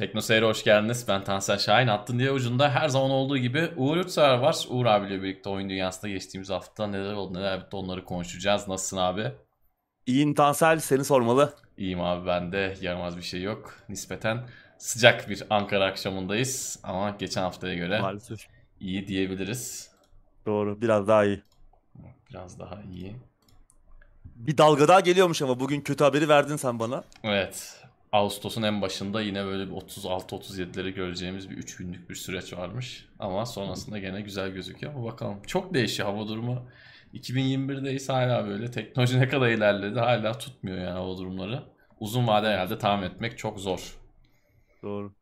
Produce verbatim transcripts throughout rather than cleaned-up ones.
Tekno Seyir'e hoş geldiniz. Ben Tansel Şahin. Hattın diğer ucunda her zaman olduğu gibi Uğur Yurtsever var. Uğur abiyle birlikte oyun dünyasında geçtiğimiz hafta neler oldu neler bitti onları konuşacağız. Nasılsın abi? İyiyim Tansel, seni sormalı. İyiyim abi, ben de yaramaz bir şey yok. Nispeten sıcak bir Ankara akşamındayız ama geçen haftaya göre Maalesef. iyi diyebiliriz. Doğru, biraz daha iyi. Biraz daha iyi. Bir dalga daha geliyormuş ama bugün kötü haberi verdin sen bana. Evet. Ağustos'un en başında yine böyle bir otuz altı otuz yedileri göreceğimiz bir üç günlük bir süreç varmış. Ama sonrasında gene güzel gözüküyor ama bakalım. Çok değişiyor hava durumu. iki bin yirmi birdeyiz hala böyle. Teknoloji ne kadar ilerledi hala tutmuyor yani hava durumları. Uzun vade herhalde tahmin etmek çok zor. Doğru.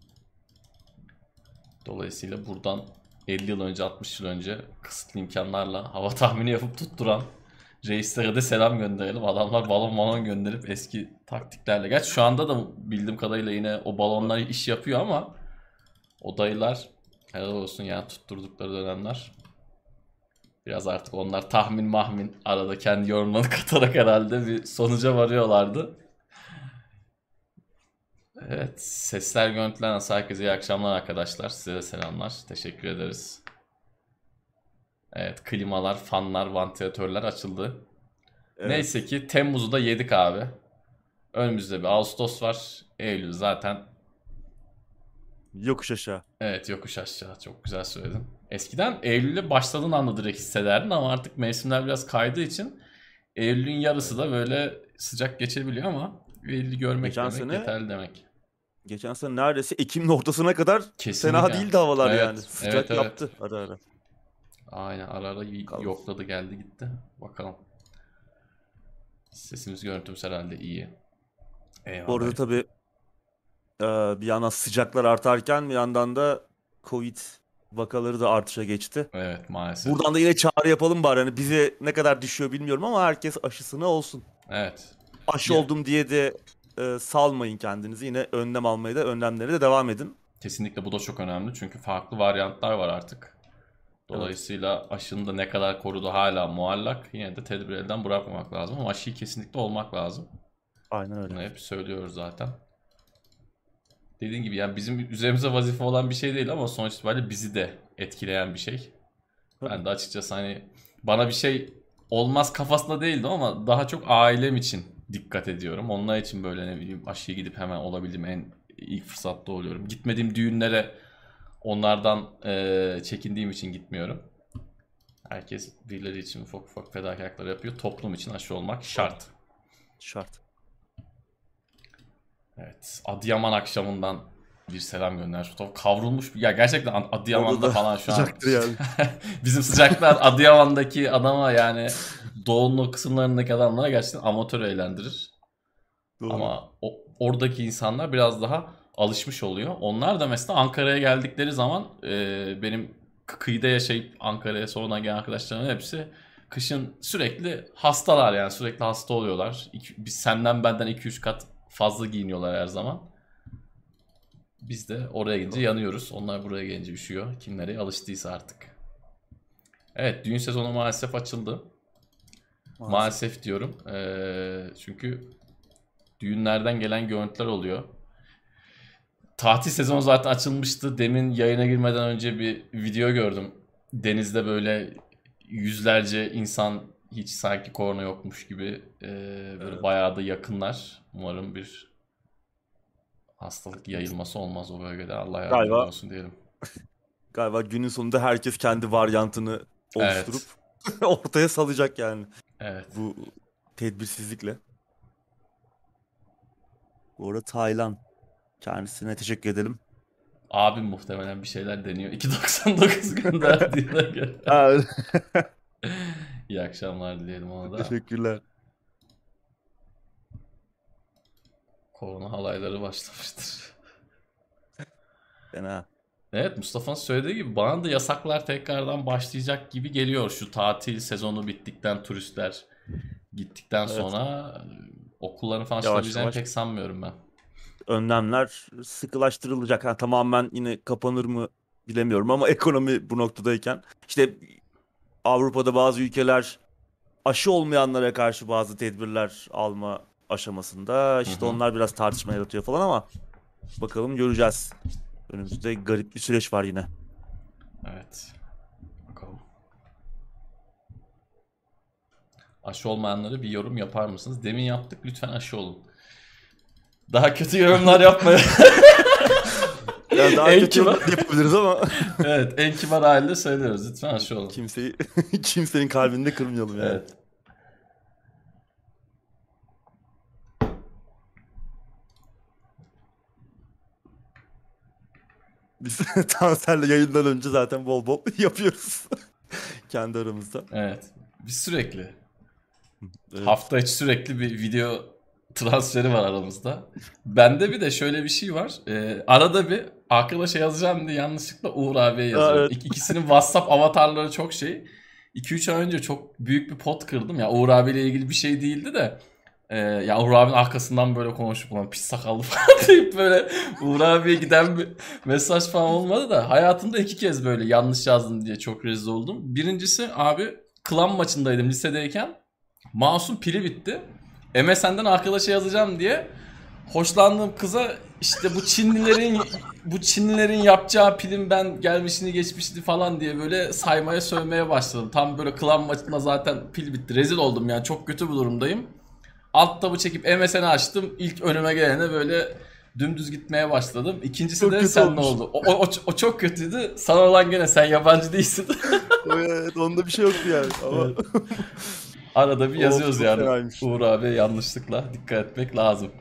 Dolayısıyla buradan elli yıl önce altmış yıl önce kısıtlı imkanlarla hava tahmini yapıp tutturan reislere de selam gönderelim. Adamlar balon balon gönderip eski taktiklerle. Gerçi şu anda da bildiğim kadarıyla yine o balonlar iş yapıyor ama o dayılar helal olsun yani tutturdukları dönemler. Biraz artık onlar tahmin mahmin arada kendi yorumlarını katarak herhalde bir sonuca varıyorlardı. Evet, sesler görüntüler nasıl? Herkese iyi akşamlar arkadaşlar. Size de selamlar. Teşekkür ederiz. Evet, klimalar, fanlar, vantilatörler açıldı. Evet. Neyse ki Temmuz'u da yedik abi. Önümüzde bir Ağustos var. Eylül zaten. Yokuş aşağı. Evet, yokuş aşağı. Çok güzel söyledin. Eskiden Eylül'e başladığın anda direkt hissederdin ama artık mevsimler biraz kaydığı için Eylül'ün yarısı da böyle sıcak geçebiliyor ama Eylül'ü görmek Geçen demek sene, yeterli demek. geçen sene neredeyse Ekim'in ortasına kadar fena Kesinlikle. değildi havalar yani. Evet, evet, Sıcak evet. yaptı ara ara. Aynen, ara ara Kaldı. yokladı geldi gitti. Bakalım. Sesimiz görüntümüz herhalde iyi. Bu Eyvallah. arada tabii e, bir yandan sıcaklar artarken bir yandan da Covid vakaları da artışa geçti. Evet, maalesef. Buradan da yine çağrı yapalım bari. Hani bize ne kadar düşüyor bilmiyorum ama herkes aşısını olsun. Evet. Aşı Ya, oldum diye de e, salmayın kendinizi. Yine önlem almaya da önlemlere de devam edin. kesinlikle bu da çok önemli çünkü farklı varyantlar var artık. Evet. Dolayısıyla aşının da ne kadar korudu hala muallak. Yine de tedbir elden bırakmamak lazım ama aşıyı kesinlikle olmak lazım. Aynen öyle. Bunu hep söylüyoruz zaten. Dediğim gibi yani bizim üzerimize vazife olan bir şey değil ama sonuç itibariyle bizi de etkileyen bir şey. Tabii. Ben de açıkçası hani bana bir şey olmaz kafasında değildim ama daha çok ailem için dikkat ediyorum. Onlar için böyle ne bileyim aşıya gidip hemen olabildiğim en ilk fırsatta oluyorum. Gitmediğim düğünlere onlardan eee, çekindiğim için gitmiyorum. Herkes birileri için ufak ufak fedakarlıklar yapıyor. Toplum için aşı olmak Doğru. şart. Şart. Evet. Adıyaman akşamından bir selam gönder. Şu kavrulmuş. Ya gerçekten Ad- Orada Adıyaman'da da falan şu an sıcaktır yani. bizim sıcaklar Adıyaman'daki adama yani doğunun o kısımlarındaki adamlara gerçekten amatör eğlendirir. Doğru. Ama o, oradaki insanlar biraz daha alışmış oluyor. Onlar da mesela Ankara'ya geldikleri zaman e, benim kı- kıyıda yaşayıp Ankara'ya sonradan gelen arkadaşlarımın hepsi kışın sürekli hastalar yani sürekli hasta oluyorlar. İki- biz senden benden iki üç kat fazla giyiniyorlar her zaman. Biz de oraya gidince Doğru. yanıyoruz. Onlar buraya gelince üşüyor. Kim nereye alıştıysa artık. Evet, düğün sezonu maalesef açıldı. Maalesef. Maalesef diyorum. Ee, çünkü düğünlerden gelen görüntüler oluyor. Tatil sezonu zaten açılmıştı. Demin yayına girmeden önce bir video gördüm. Denizde böyle yüzlerce insan hiç sanki korona yokmuş gibi ee, böyle Evet. bayağı da yakınlar. Umarım bir hastalık yayılması olmaz o bölgede. Allah yardımcımız Galiba olsun diyelim. galiba günün sonunda herkes kendi varyantını oluşturup Evet. ortaya salacak yani Evet. bu tedbirsizlikle. Bu arada Taylan, kendisine teşekkür edelim. Abim muhtemelen bir şeyler deniyor. iki doksan dokuz gönderdiğine göre. Ha, öyle. İyi akşamlar dileyelim ona da. Teşekkürler. Korona halayları başlamıştır. Fena. Evet, Mustafa'nın söylediği gibi bana da yasaklar tekrardan başlayacak gibi geliyor. Şu tatil sezonu bittikten turistler gittikten Evet. sonra okulların falan Yavaş açılabileceğini yavaş pek sanmıyorum ben. önlemler sıkılaştırılacak. Ha, tamamen yine kapanır mı bilemiyorum ama ekonomi bu noktadayken işte Avrupa'da bazı ülkeler aşı olmayanlara karşı bazı tedbirler alma aşamasında. Hı İşte hı. onlar biraz tartışma yaratıyor falan ama Bakalım, göreceğiz. Önümüzde garip bir süreç var yine. Evet. Bakalım. Aşı olmayanlara bir yorum yapar mısınız? Demin yaptık, lütfen aşı olun. Daha kötü yorumlar yapmayın. Yani daha En kötü kibar- yapabiliriz ama Evet, en kibar halde söylüyoruz. Lütfen aşı olun. kimseyi kimsenin kalbini de kırmayalım yani. Evet. Biz Tansel'le yayından önce zaten bol bol yapıyoruz. Kendi aramızda. Evet. Biz sürekli. Evet. Hafta içi sürekli bir video transferi var aramızda. Bende bir de şöyle bir şey var. Ee, arada bir arkadaşa yazacağım diye yanlışlıkla Uğur abiye yazıyorum. evet. İk- İkisinin WhatsApp avatarları çok şey. iki üç ay önce çok büyük bir pot kırdım. Ya Uğur abiyle ilgili bir şey değildi de. e, ya Uğur abinin arkasından böyle konuşup ulan pis sakallı falan deyip böyle Uğur abiye giden bir mesaj falan olmadı da hayatımda iki kez böyle yanlış yazdım diye çok rezil oldum. Birincisi abi klan maçındaydım lisedeyken. Mouse'un pili bitti. M S N'den arkadaşa yazacağım diye hoşlandığım kıza işte bu Çinlilerin bu Çinlilerin yapacağı pilin ben gelmişini geçmişini falan diye böyle saymaya sövmeye başladım. Tam böyle klan maçında zaten pil bitti. Rezil oldum yani, çok kötü bir durumdayım. Alt tabı çekip M S N'i açtım. İlk önüme gelene böyle dümdüz gitmeye başladım. İkincisi Çok de kötü sen olmuş. ne oldu? O, o, o çok kötüydü. Sana olan gene sen yabancı değilsin. Evet, onda bir şey yoktu yani. Ama Evet. Arada bir Of, yazıyoruz çok yani. fenaymış. Uğur abi yanlışlıkla dikkat etmek lazım.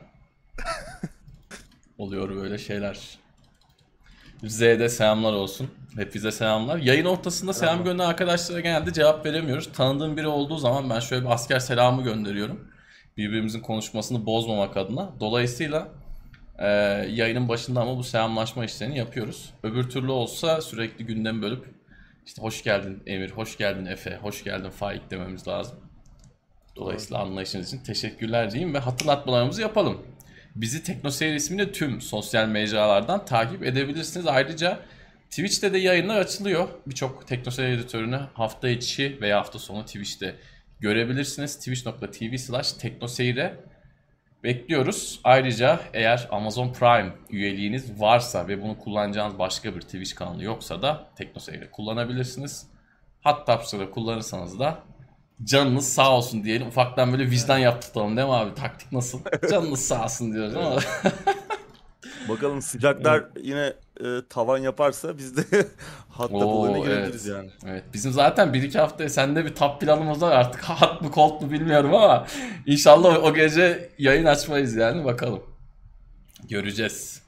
Oluyor böyle şeyler. Z'de selamlar olsun. Hepinize selamlar. Yayın ortasında selam Selamlar. gönderen arkadaşlara genelde cevap veremiyoruz. Tanıdığım biri olduğu zaman ben şöyle bir asker selamı gönderiyorum. Birbirimizin konuşmasını bozmamak adına. Dolayısıyla e, yayının başında ama bu selamlaşma işlerini yapıyoruz. Öbür türlü olsa sürekli gündemi bölüp işte hoş geldin Emir, hoş geldin Efe, hoş geldin Faik dememiz lazım. Dolayısıyla anlayışınız için teşekkürler diyeyim ve hatırlatmalarımızı yapalım. Bizi TeknoSeyir ismiyle tüm sosyal mecralardan takip edebilirsiniz. Ayrıca Twitch'te de yayınlar açılıyor. Birçok TeknoSeyir editörünü hafta içi veya hafta sonu Twitch'te görebilirsiniz. twitch.tv slash teknoseyir'e bekliyoruz. Ayrıca eğer Amazon Prime üyeliğiniz varsa ve bunu kullanacağınız başka bir Twitch kanalı yoksa da TeknoSeyir'de kullanabilirsiniz. Hatta da kullanırsanız da canınız sağ olsun diyelim. Ufaktan böyle vicdan yaptıralım değil mi abi? Taktik nasıl? Canınız sağ olsun diyoruz ama. bakalım sıcaklar yine e, tavan yaparsa biz de hatta Oo, dolayına girebiliriz evet. yani. Evet. Bizim zaten bir iki haftaya sende bir top planımız var. Artık hot mu cold mu bilmiyorum ama inşallah o, o gece yayın açmayız yani. Bakalım. Göreceğiz.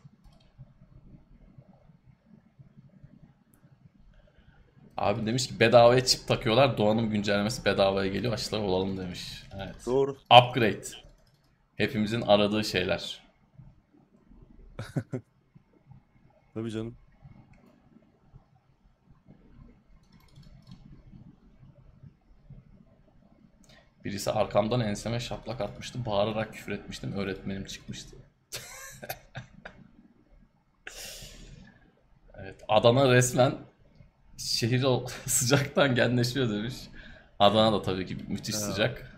Abi demiş ki bedavaya çip takıyorlar. Doğan'ın güncellemesi bedavaya geliyor. Aşılar olalım demiş. Evet. Doğru. Upgrade. Hepimizin aradığı şeyler. Tabii canım. Birisi arkamdan enseme şaplak atmıştı. Bağırarak küfür etmiştim. Öğretmenim çıkmıştı. Evet. Adana resmen şehir ol- sıcaktan genleşiyor demiş. Adana da tabii ki müthiş Ha. sıcak.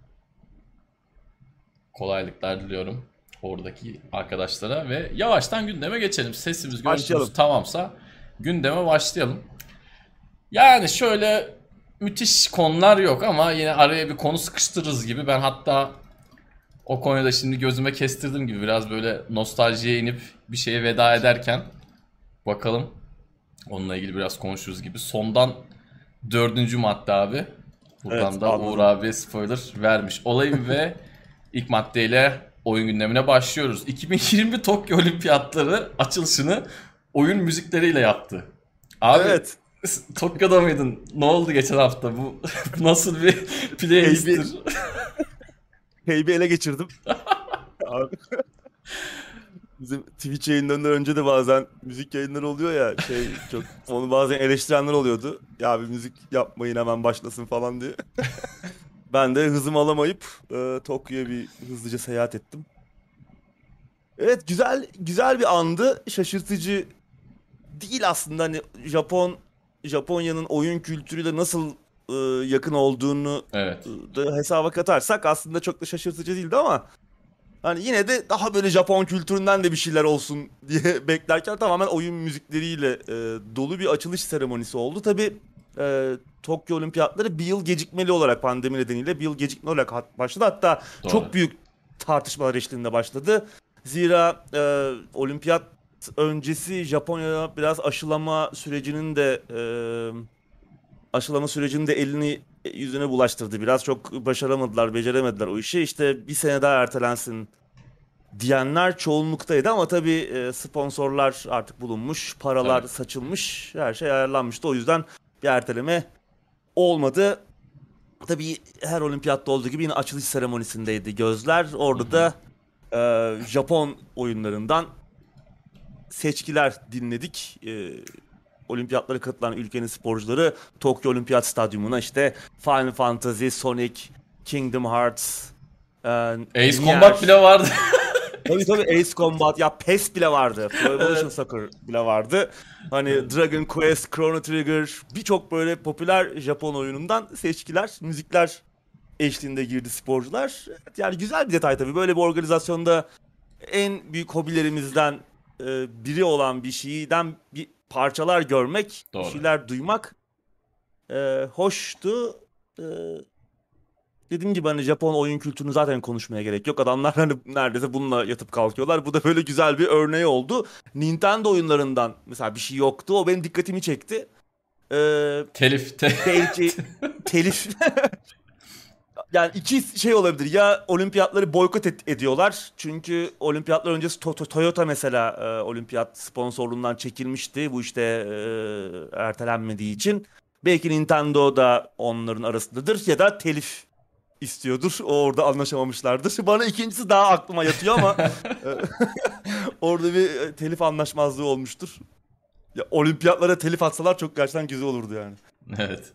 Kolaylıklar diliyorum oradaki arkadaşlara ve yavaştan gündeme geçelim. Sesimiz, görüntümüz Başlayalım. tamamsa gündeme başlayalım. Yani şöyle müthiş konular yok ama yine araya bir konu sıkıştırırız gibi. Ben hatta o konuyu da şimdi gözüme kestirdim gibi biraz böyle nostaljiye inip bir şeye veda ederken bakalım onunla ilgili biraz konuşuruz gibi. Sondan dördüncü madde abi. Buradan Evet, da anladım. Uğur abi spoiler vermiş olayım ve ilk maddeyle oyun gündemine başlıyoruz. iki bin yirmi Tokyo Olimpiyatları açılışını oyun müzikleriyle yaptı. Abi Evet. Tokyo'da mıydın? Ne oldu geçen hafta? Bu nasıl bir playlist'tir? Heybi ele geçirdim. Abi. Bizim Twitch yayınlarından önce de bazen müzik yayınları oluyor ya, şey çok onu bazen eleştirenler oluyordu. Ya bir müzik yapmayın hemen başlasın falan diye. Ben de hızımı alamayıp e, Tokyo'ya bir hızlıca seyahat ettim. Evet, güzel güzel bir andı. Şaşırtıcı değil aslında, hani Japon Japonya'nın oyun kültürüyle nasıl e, yakın olduğunu Evet. da hesaba katarsak aslında çok da şaşırtıcı değildi ama Hani yine de daha böyle Japon kültüründen de bir şeyler olsun diye beklerken tamamen oyun müzikleriyle e, dolu bir açılış seremonisi oldu. Tabii e, Tokyo Olimpiyatları bir yıl gecikmeli olarak pandemi nedeniyle bir yıl gecikmeli olarak başladı. Hatta Doğru. çok büyük tartışmalar eşliğinde başladı. Zira e, olimpiyat öncesi Japonya'ya biraz aşılama sürecinin de e, aşılama sürecinin de elini yüzüne bulaştırdı. Biraz çok başaramadılar, beceremediler o işi. İşte bir sene daha ertelensin diyenler çoğunluktaydı ama tabii e, sponsorlar artık bulunmuş, paralar Tabii. saçılmış, her şey ayarlanmıştı. O yüzden bir erteleme olmadı. Tabii her olimpiyatta olduğu gibi yine açılış seremonisindeydi gözler. Hı Orada hı. da e, Japon oyunlarından seçkiler dinledik. E, olimpiyatlara katılan ülkenin sporcuları Tokyo Olimpiyat Stadyumuna işte Final Fantasy, Sonic, Kingdom Hearts, e, Ace Combat Nier. bile vardı. Tabii tabii Ace Combat ya PES bile vardı. Pro Evolution Evet. Soccer bile vardı. Hani Evet. Dragon Quest, Chrono Trigger birçok böyle popüler Japon oyunundan seçkiler, müzikler eşliğinde girdi sporcular. Evet, yani güzel bir detay tabii. Böyle bir organizasyonda en büyük hobilerimizden e, biri olan bir şeyden bir parçalar görmek, bir Doğru. şeyler duymak e, hoştu. E, Dediğim gibi hani Japon oyun kültürünü zaten konuşmaya gerek yok. Adamlar hani neredeyse bununla yatıp kalkıyorlar. Bu da böyle güzel bir örneği oldu. Nintendo oyunlarından mesela bir şey yoktu. O benim dikkatimi çekti. Ee, Telif. Te Belki telif yani iki şey olabilir. Ya olimpiyatları boykot et- ediyorlar. Çünkü olimpiyatlar öncesi To- To- Toyota mesela e, olimpiyat sponsorluğundan çekilmişti. Bu işte e, ertelenmediği için. Belki Nintendo da onların arasındadır ya da telif istiyordur. O orada anlaşamamışlardır. Bana ikincisi daha aklıma yatıyor ama e, orada bir e, telif anlaşmazlığı olmuştur. Ya olimpiyatlara telif atsalar çok gerçekten güzel olurdu yani. Evet.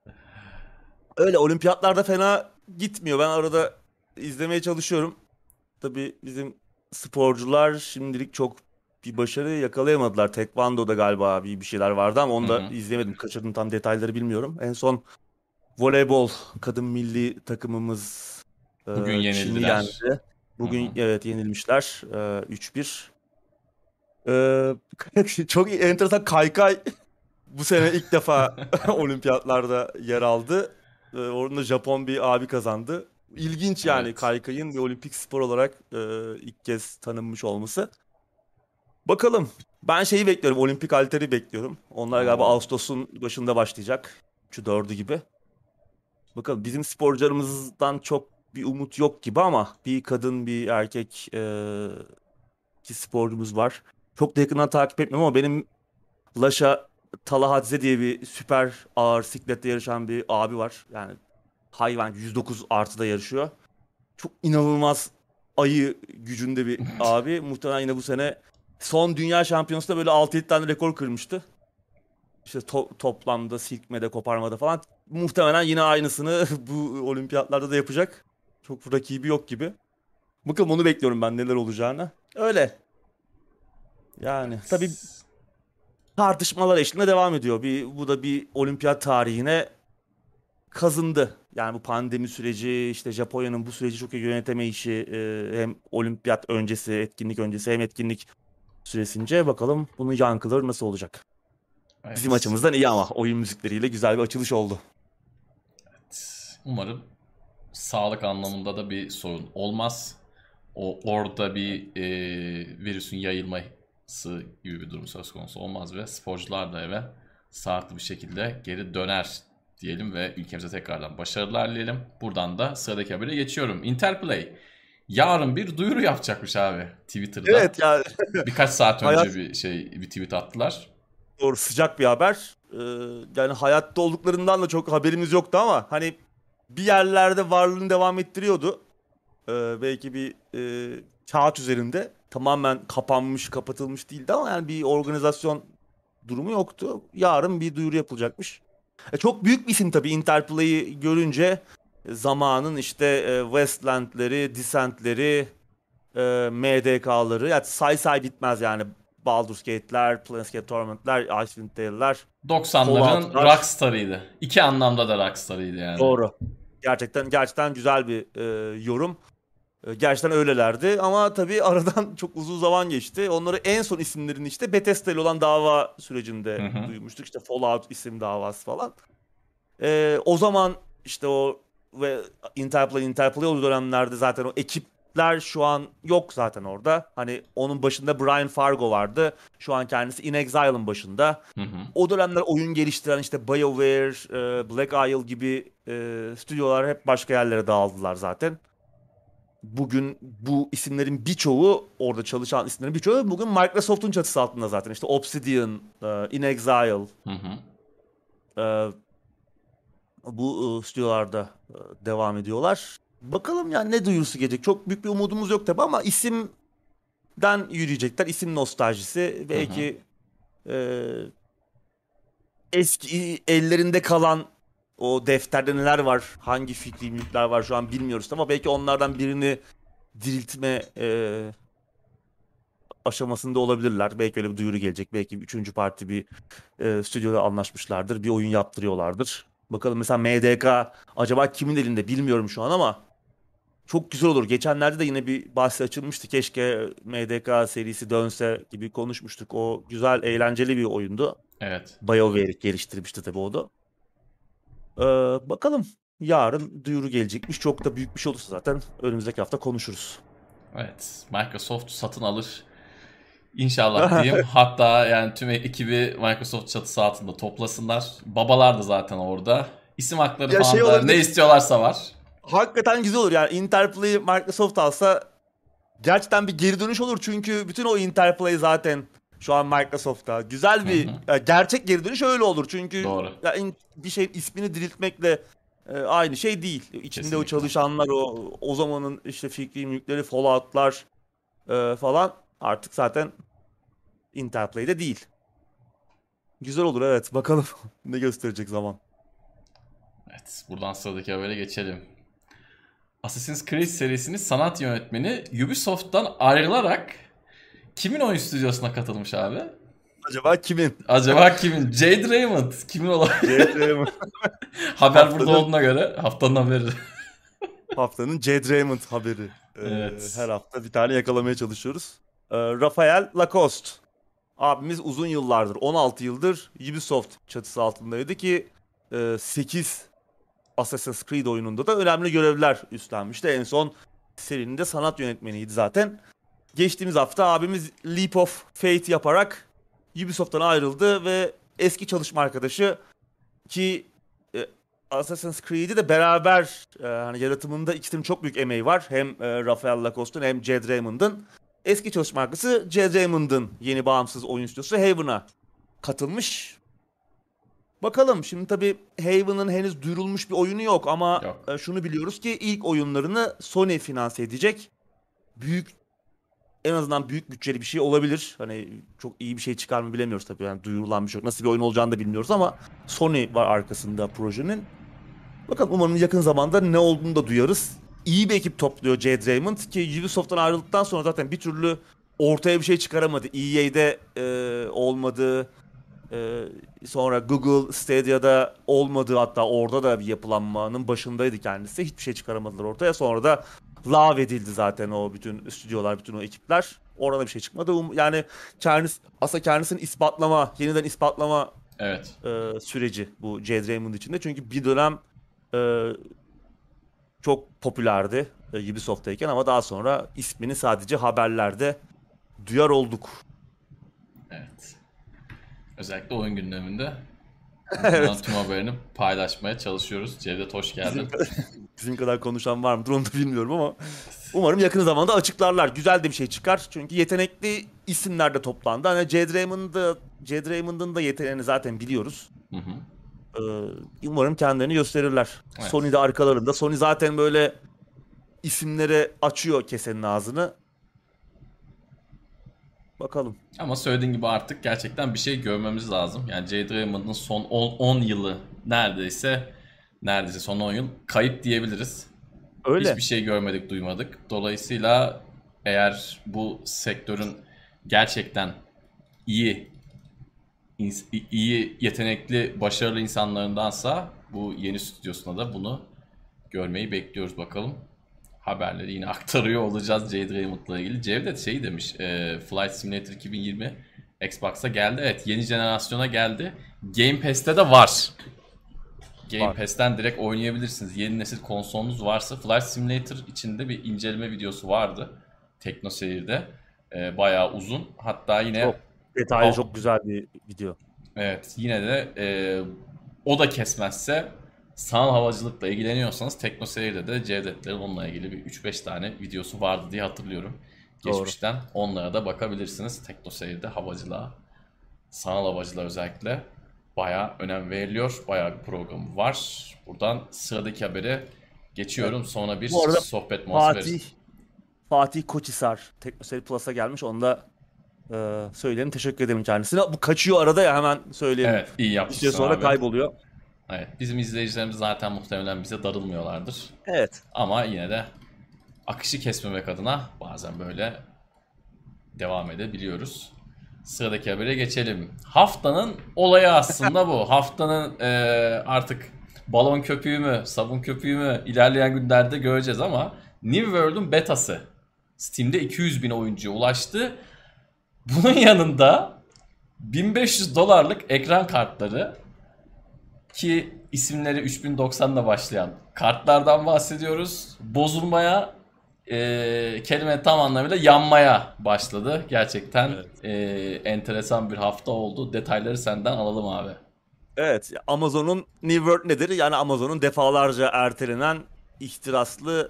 Öyle olimpiyatlarda fena gitmiyor. Ben arada izlemeye çalışıyorum. Tabii bizim sporcular şimdilik çok bir başarı yakalayamadılar. Tekvando'da galiba bir, bir şeyler vardı ama Hı onu da hı. izlemedim. Kaçırdım tam detayları bilmiyorum. En son voleybol kadın milli takımımız Bugün e, Çin'i yenildiler. yendi. Hı hı. Bugün evet yenilmişler e, üç bir. E, çok enteresan kaykay bu sene ilk defa olimpiyatlarda yer aldı. E, orada Japon bir abi kazandı. İlginç yani Evet. kaykayın bir olimpik spor olarak e, ilk kez tanınmış olması. Bakalım. Ben şeyi bekliyorum. Olimpik halteri bekliyorum. Onlar galiba Oo. Ağustos'un başında başlayacak. Üçü dördü gibi. Bakalım bizim sporcularımızdan çok bir umut yok gibi ama bir kadın bir erkek e, iki sporcumuz var. Çok da yakından takip etmiyorum ama benim Laşa Talahadze diye bir süper ağır siklette yarışan bir abi var. Yani hayvan yüz dokuz artıda yarışıyor. Çok inanılmaz ayı gücünde bir abi. Muhtemelen yine bu sene son dünya şampiyonasında böyle altı yedi tane rekor kırmıştı. İşte to- toplamda silkmede, koparmada falan. Muhtemelen yine aynısını bu olimpiyatlarda da yapacak. Çok rakibi yok gibi. Bakalım onu bekliyorum ben neler olacağını. Öyle. Yani tabii Evet. tartışmalar eşliğinde devam ediyor. Bir, bu da bir olimpiyat tarihine kazındı. Yani bu pandemi süreci, işte Japonya'nın bu süreci çok iyi yönetemeyişi, e, hem olimpiyat öncesi, etkinlik öncesi hem etkinlik süresince bakalım bunun yankıları nasıl olacak? Bizim Evet. açımızdan iyi ama oyun müzikleriyle güzel bir açılış oldu. Umarım sağlık anlamında da bir sorun olmaz. O orada bir e, virüsün yayılması gibi bir durum söz konusu olmaz ve sporcular da eve sağlıklı bir şekilde geri döner diyelim ve ülkemize tekrardan başarılar dileyelim. Buradan da sıradaki habere geçiyorum. Interplay yarın bir duyuru yapacakmış abi Twitter'da. Evet yani Birkaç saat hayat önce bir şey bir tweet attılar. doğru sıcak bir haber. Ee, yani hayatta olduklarından da çok haberimiz yoktu ama hani bir yerlerde varlığını devam ettiriyordu. Ee, belki bir e, kağıt üzerinde tamamen kapanmış, kapatılmış değildi ama yani bir organizasyon durumu yoktu. Yarın bir duyuru yapılacakmış. E, çok büyük bir isim tabii Interplay'i görünce e, zamanın işte e, Westland'leri, Descent'leri, e, M D K'ları yani say say bitmez yani. Baldur's Gate'ler, Planescape Torment'ler, Icewind Dale'ler, doksanların Fallout'lar. rockstarıydı. İki anlamda da rockstarıydı yani. Doğru. Gerçekten gerçekten güzel bir e, yorum. E, gerçekten öylelerdi ama tabii aradan çok uzun zaman geçti. Onları en son isimlerini işte Bethesda ile olan dava sürecinde Hı hı. duymuştuk. İşte Fallout isim davası falan. E, o zaman işte o ve Interplay Interplay olduğu dönemlerde zaten o ekipler şu an yok zaten orada. Hani onun başında Brian Fargo vardı. Şu an kendisi In Exile'ın başında. Hı hı. O dönemler oyun geliştiren işte BioWare, e, Black Isle gibi e, stüdyolar hep başka yerlere dağıldılar zaten. Bugün bu isimlerin birçoğu, orada çalışan isimlerin birçoğu bugün Microsoft'un çatısı altında zaten. İşte Obsidian, e, In Exile, Hı hı. e, bu e, stüdyolarda e, devam ediyorlar. Bakalım yani ne duyurusu gelecek. Çok büyük bir umudumuz yok tabii ama isimden yürüyecekler. İsim nostaljisi. Hı hı. Belki e, eski ellerinde kalan o defterde neler var, hangi fikri mülkler var şu an bilmiyoruz ama belki onlardan birini diriltme e, aşamasında olabilirler. Belki öyle bir duyuru gelecek. Belki üçüncü parti bir e, stüdyoda anlaşmışlardır. Bir oyun yaptırıyorlardır. Bakalım mesela M D K acaba kimin elinde bilmiyorum şu an ama çok güzel olur. Geçenlerde de yine bir bahsi açılmıştı. Keşke M D K serisi dönse gibi konuşmuştuk. O güzel, eğlenceli bir oyundu. Evet. BioWare geliştirmişti tabii o da. Ee, bakalım yarın duyuru gelecekmiş. Çok da büyük bir şey olursa zaten önümüzdeki hafta konuşuruz. Evet. Microsoft satın alır. İnşallah diyeyim. Hatta yani tüm ekibi Microsoft çatısı altında toplasınlar. Babalar da zaten orada. İsim hakları Ya şey falan da ne olabilir. istiyorlarsa var. Hakikaten güzel olur. Yani Interplay'i Microsoft alsa gerçekten bir geri dönüş olur. Çünkü bütün o Interplay zaten şu an Microsoft'ta. Güzel Hı bir hı. ya gerçek geri dönüş öyle olur. Çünkü Doğru. ya in- bir şeyin ismini diriltmekle e, aynı şey değil. İçinde o Kesinlikle. çalışanlar, o o zamanın işte fikri mülkleri, Fallout'lar e, falan artık zaten Interplay'de değil. Güzel olur, evet. Bakalım ne gösterecek zaman. Evet. Buradan sıradaki habere geçelim. Assassin's Creed serisinin sanat yönetmeni Ubisoft'tan ayrılarak kimin oyun stüdyosuna katılmış abi? Acaba kimin? Acaba kimin? Jade Raymond. Kimin olabilir? Jade Raymond. Haber burada Haftanın olduğuna göre haftanın haberi. haftanın Jade Raymond haberi. Ee, her Evet. hafta bir tane yakalamaya çalışıyoruz. Ee, Rafael Lacoste. Abimiz uzun yıllardır, on altı yıldır Ubisoft çatısı altındaydı ki e, sekiz Assassin's Creed oyununda da önemli görevler üstlenmişti. En son serinin de sanat yönetmeniydi zaten. Geçtiğimiz hafta abimiz Leap of Faith yaparak Ubisoft'tan ayrıldı ve eski çalışma arkadaşı ki e, Assassin's Creed'i de beraber e, hani yaratımında ikisinin çok büyük emeği var. Hem e, Rafael Lacoste'un hem Jed Raymond'ın. Eski çalışma arkadaşı Jed Raymond'ın yeni bağımsız oyun stüdyosu Haven'a katılmış. Bakalım şimdi tabii Haven'ın henüz duyurulmuş bir oyunu yok ama Yok. e, şunu biliyoruz ki ilk oyunlarını Sony finanse edecek. Büyük, en azından büyük bütçeli bir şey olabilir. Hani çok iyi bir şey çıkar mı bilemiyoruz tabii. Yani duyurulan bir şey yok. Nasıl bir oyun olacağını da bilmiyoruz ama Sony var arkasında projenin. Bakalım umarım yakın zamanda ne olduğunu da duyarız. İyi bir ekip topluyor Jade Raymond ki Ubisoft'tan ayrıldıktan sonra zaten bir türlü ortaya bir şey çıkaramadı. E A'de e, olmadı. E, sonra Google Stadia'da olmadı, hatta orada da bir yapılanmanın başındaydı kendisi. Hiçbir şey çıkaramadılar ortaya. Sonra da lav edildi zaten o bütün stüdyolar, bütün o ekipler. Orada bir şey çıkmadı. Um- Yani kendisi, aslında kendisini ispatlama, yeniden ispatlama Evet. e, süreci bu Jade Raymond içinde. Çünkü bir dönem e, çok popülerdi e, Ubisoft'tayken ama daha sonra ismini sadece haberlerde duyar olduk. Evet. Özellikle oyun gündeminde bunların Evet. tüm haberini paylaşmaya çalışıyoruz. Cevdet hoş geldin. Bizim kadar, bizim kadar konuşan var mıdır onu da bilmiyorum ama umarım yakın zamanda açıklarlar. Güzel de bir şey çıkar. Çünkü yetenekli isimler de toplandı. Hani Jade Raymond'ı, Jade Raymond'ın da yeteneğini zaten biliyoruz. Hı hı. Ee, umarım kendilerini gösterirler. Sony Evet. de arkalarında. Sony zaten böyle isimlere açıyor kesenin ağzını. Bakalım. Ama söylediğin gibi artık gerçekten bir şey görmemiz lazım. Yani Jade Raymond'ın son on yılı neredeyse neredeyse son on yıl kayıp diyebiliriz. Hiçbir Öyle. şey görmedik, duymadık. Dolayısıyla eğer bu sektörün gerçekten iyi, ins- iyi, yetenekli, başarılı insanlarındansa bu yeni stüdyosuna da bunu görmeyi bekliyoruz bakalım. haberleri yine aktarıyor olacağız Jade Raymond'la ilgili. Cevdet şey demiş, e, Flight Simulator iki bin yirmi Xbox'a geldi. Evet, yeni jenerasyona geldi. Game Pass'te de var. Game Var. Pass'ten direkt oynayabilirsiniz. Yeni nesil konsolunuz varsa Flight Simulator içinde bir inceleme videosu vardı. Tekno Seyir'de. E, bayağı uzun. Hatta yine Çok detaylı, Ha- çok güzel bir video. evet, yine de e, o da kesmezse sanal havacılıkla ilgileniyorsanız Tekno Seyir'de de Cevdetlerin onunla ilgili bir üç beş tane videosu vardı diye hatırlıyorum. Doğru. Geçmişten onlara da bakabilirsiniz. Tekno Seyir'de havacılığa, sanal havacılığa özellikle bayağı önem veriliyor. Bayağı bir programı var. Buradan sıradaki habere geçiyorum. Sonra bir Bu arada sohbet molası Fatih veririz. Fatih Koçhisar Teknoseyir Plus'a gelmiş. Onu da e, söyleyelim. Teşekkür ederim kendisine. Bu kaçıyor arada ya, hemen söyleyelim. Evet, iyi Bir süre yapmışsın sonra abi. kayboluyor. Evet, bizim izleyicilerimiz zaten muhtemelen bize darılmıyorlardır. Evet. Ama yine de akışı kesmemek adına bazen böyle devam edebiliyoruz. Sıradaki habere geçelim. Haftanın olayı aslında bu. Haftanın e, artık balon köpüğü mü, sabun köpüğü mü ilerleyen günlerde göreceğiz ama New World'un betası Steam'de iki yüz bin oyuncuya ulaştı. Bunun yanında bin beş yüz dolarlık ekran kartları, ki isimleri üç bin doksanla başlayan kartlardan bahsediyoruz. Bozulmaya, e, kelime tam anlamıyla yanmaya başladı. Gerçekten Evet. e, enteresan bir hafta oldu. Detayları senden alalım abi. Evet. Amazon'un New World nedir? Yani Amazon'un defalarca ertelenen ihtiraslı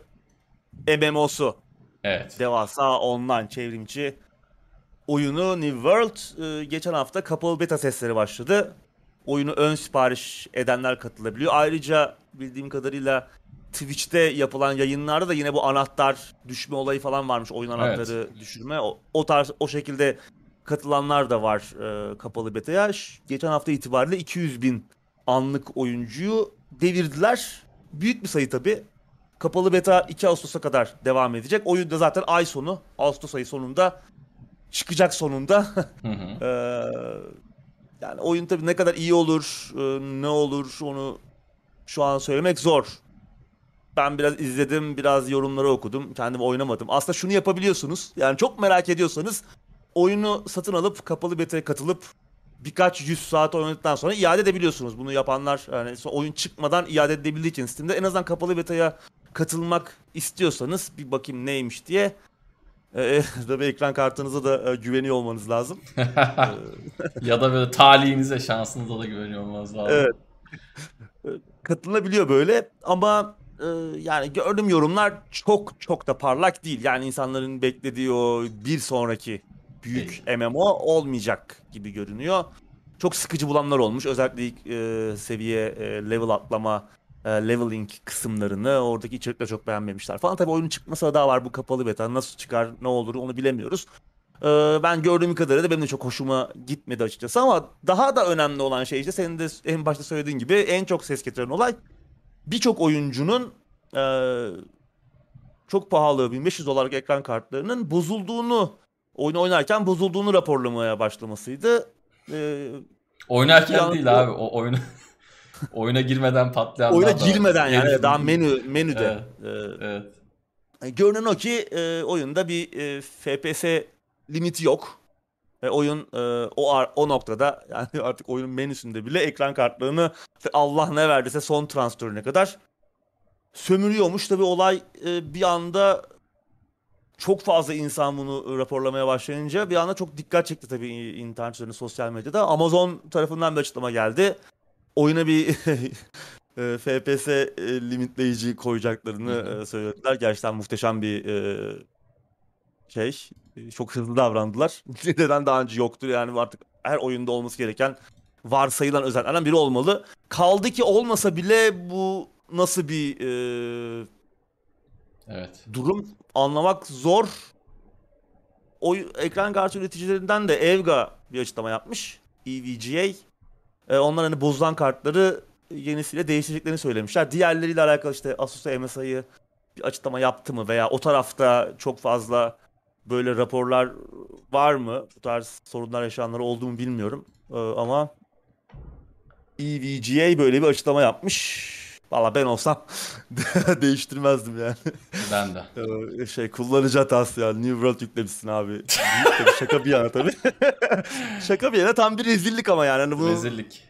M M O'su. Evet. Devasa online çevrimçi oyunu New World e, geçen hafta kapalı beta testleri başladı. Oyunu ön sipariş edenler katılabiliyor. Ayrıca bildiğim kadarıyla Twitch'te yapılan yayınlarda da yine bu anahtar düşme olayı falan varmış. Oyun anahtarı düşürme. O, o tarz o şekilde katılanlar da var e, kapalı beta'ya. Ş- Geçen hafta itibariyle iki yüz bin anlık oyuncuyu devirdiler. Büyük bir sayı tabii. Kapalı beta iki Ağustos'a kadar devam edecek. Oyun da zaten ay sonu, Ağustos ayı sonunda çıkacak sonunda. Hı hı. Ee, yani oyun tabii ne kadar iyi olur, e, ne olur onu şu an söylemek zor. Ben biraz izledim, biraz yorumları okudum. Kendim oynamadım. Aslında şunu yapabiliyorsunuz. Yani çok merak ediyorsanız oyunu satın alıp kapalı beta'ya katılıp birkaç yüz saat oynadıktan sonra iade edebiliyorsunuz. Bunu yapanlar yani so- oyun çıkmadan iade edebildiği için Steam'de en azından kapalı beta'ya katılmak istiyorsanız bir bakayım neymiş diye. Ee, tabii ekran kartınıza da e, güveniyor olmanız lazım. Ee, Ya da böyle talihinize, şansınıza da güveniyor olmanız lazım. evet. E, Katılabiliyor böyle ama e, yani gördüğüm yorumlar çok çok da parlak değil. Yani insanların beklediği o bir sonraki büyük Değil. M M O olmayacak gibi görünüyor. Çok sıkıcı bulanlar olmuş. Özellikle ilk e, seviye e, level atlama, e, leveling kısımlarını oradaki içerikleri çok beğenmemişler falan. Tabii oyunun çıkması daha var, bu kapalı beta. Nasıl çıkar, ne olur onu bilemiyoruz. Ee, ben gördüğüm kadarıyla da benim de çok hoşuma gitmedi açıkçası ama daha da önemli olan şey işte senin de en başta söylediğin gibi en çok ses getiren olay birçok oyuncunun e, çok pahalı bin beş yüz dolarlık ekran kartlarının bozulduğunu, oyunu oynarken bozulduğunu raporlamaya başlamasıydı. Ee, bir Oynarken yandan değil abi. O oyunu oyuna girmeden oyuna patlayanlar da var. girmeden yani evet, daha Herifin- menü menüde. Evet. Evet. Ee, görünen o ki e, oyunda bir e, F P S limiti yok. Ve oyun e, o ar- o noktada yani artık oyunun menüsünde bile ekran kartlarını işte Allah ne verdiyse son transferine kadar sömürüyormuş. Tabii olay e, bir anda çok fazla insan bunu raporlamaya başlayınca bir anda çok dikkat çekti tabii internet üzerinde, sosyal medyada. Amazon tarafından bir açıklama geldi. Oyuna bir e, F P S e, limitleyici koyacaklarını Hı hı. e, söylediler. Gerçekten muhteşem bir e, şey. E, Çok hızlı davrandılar. Neden daha önce yoktur yani, artık her oyunda olması gereken varsayılan özelliklerden biri olmalı. Kaldı ki olmasa bile bu nasıl bir e, Evet. durum anlamak zor. O ekran kartı üreticilerinden de Evga bir açıklama yapmış. E V G A. E, onlar hani bozulan kartları yenisiyle değiştireceklerini söylemişler. Diğerleriyle alakalı işte Asus M S I'yi bir açıklama yaptı mı veya o tarafta çok fazla böyle raporlar var mı? Bu tarz sorunlar yaşayanları oldu mu bilmiyorum. Ee, ama E V G A böyle bir açıklama yapmış. Valla ben olsam değiştirmezdim yani. Ben de. Ee, Şey kullanıcı hatası ya. New World yüklemişsin abi. Büyük de bir şaka bir yana tabii. Şaka bir yana tam bir rezillik ama yani. Hani bunun Rezillik.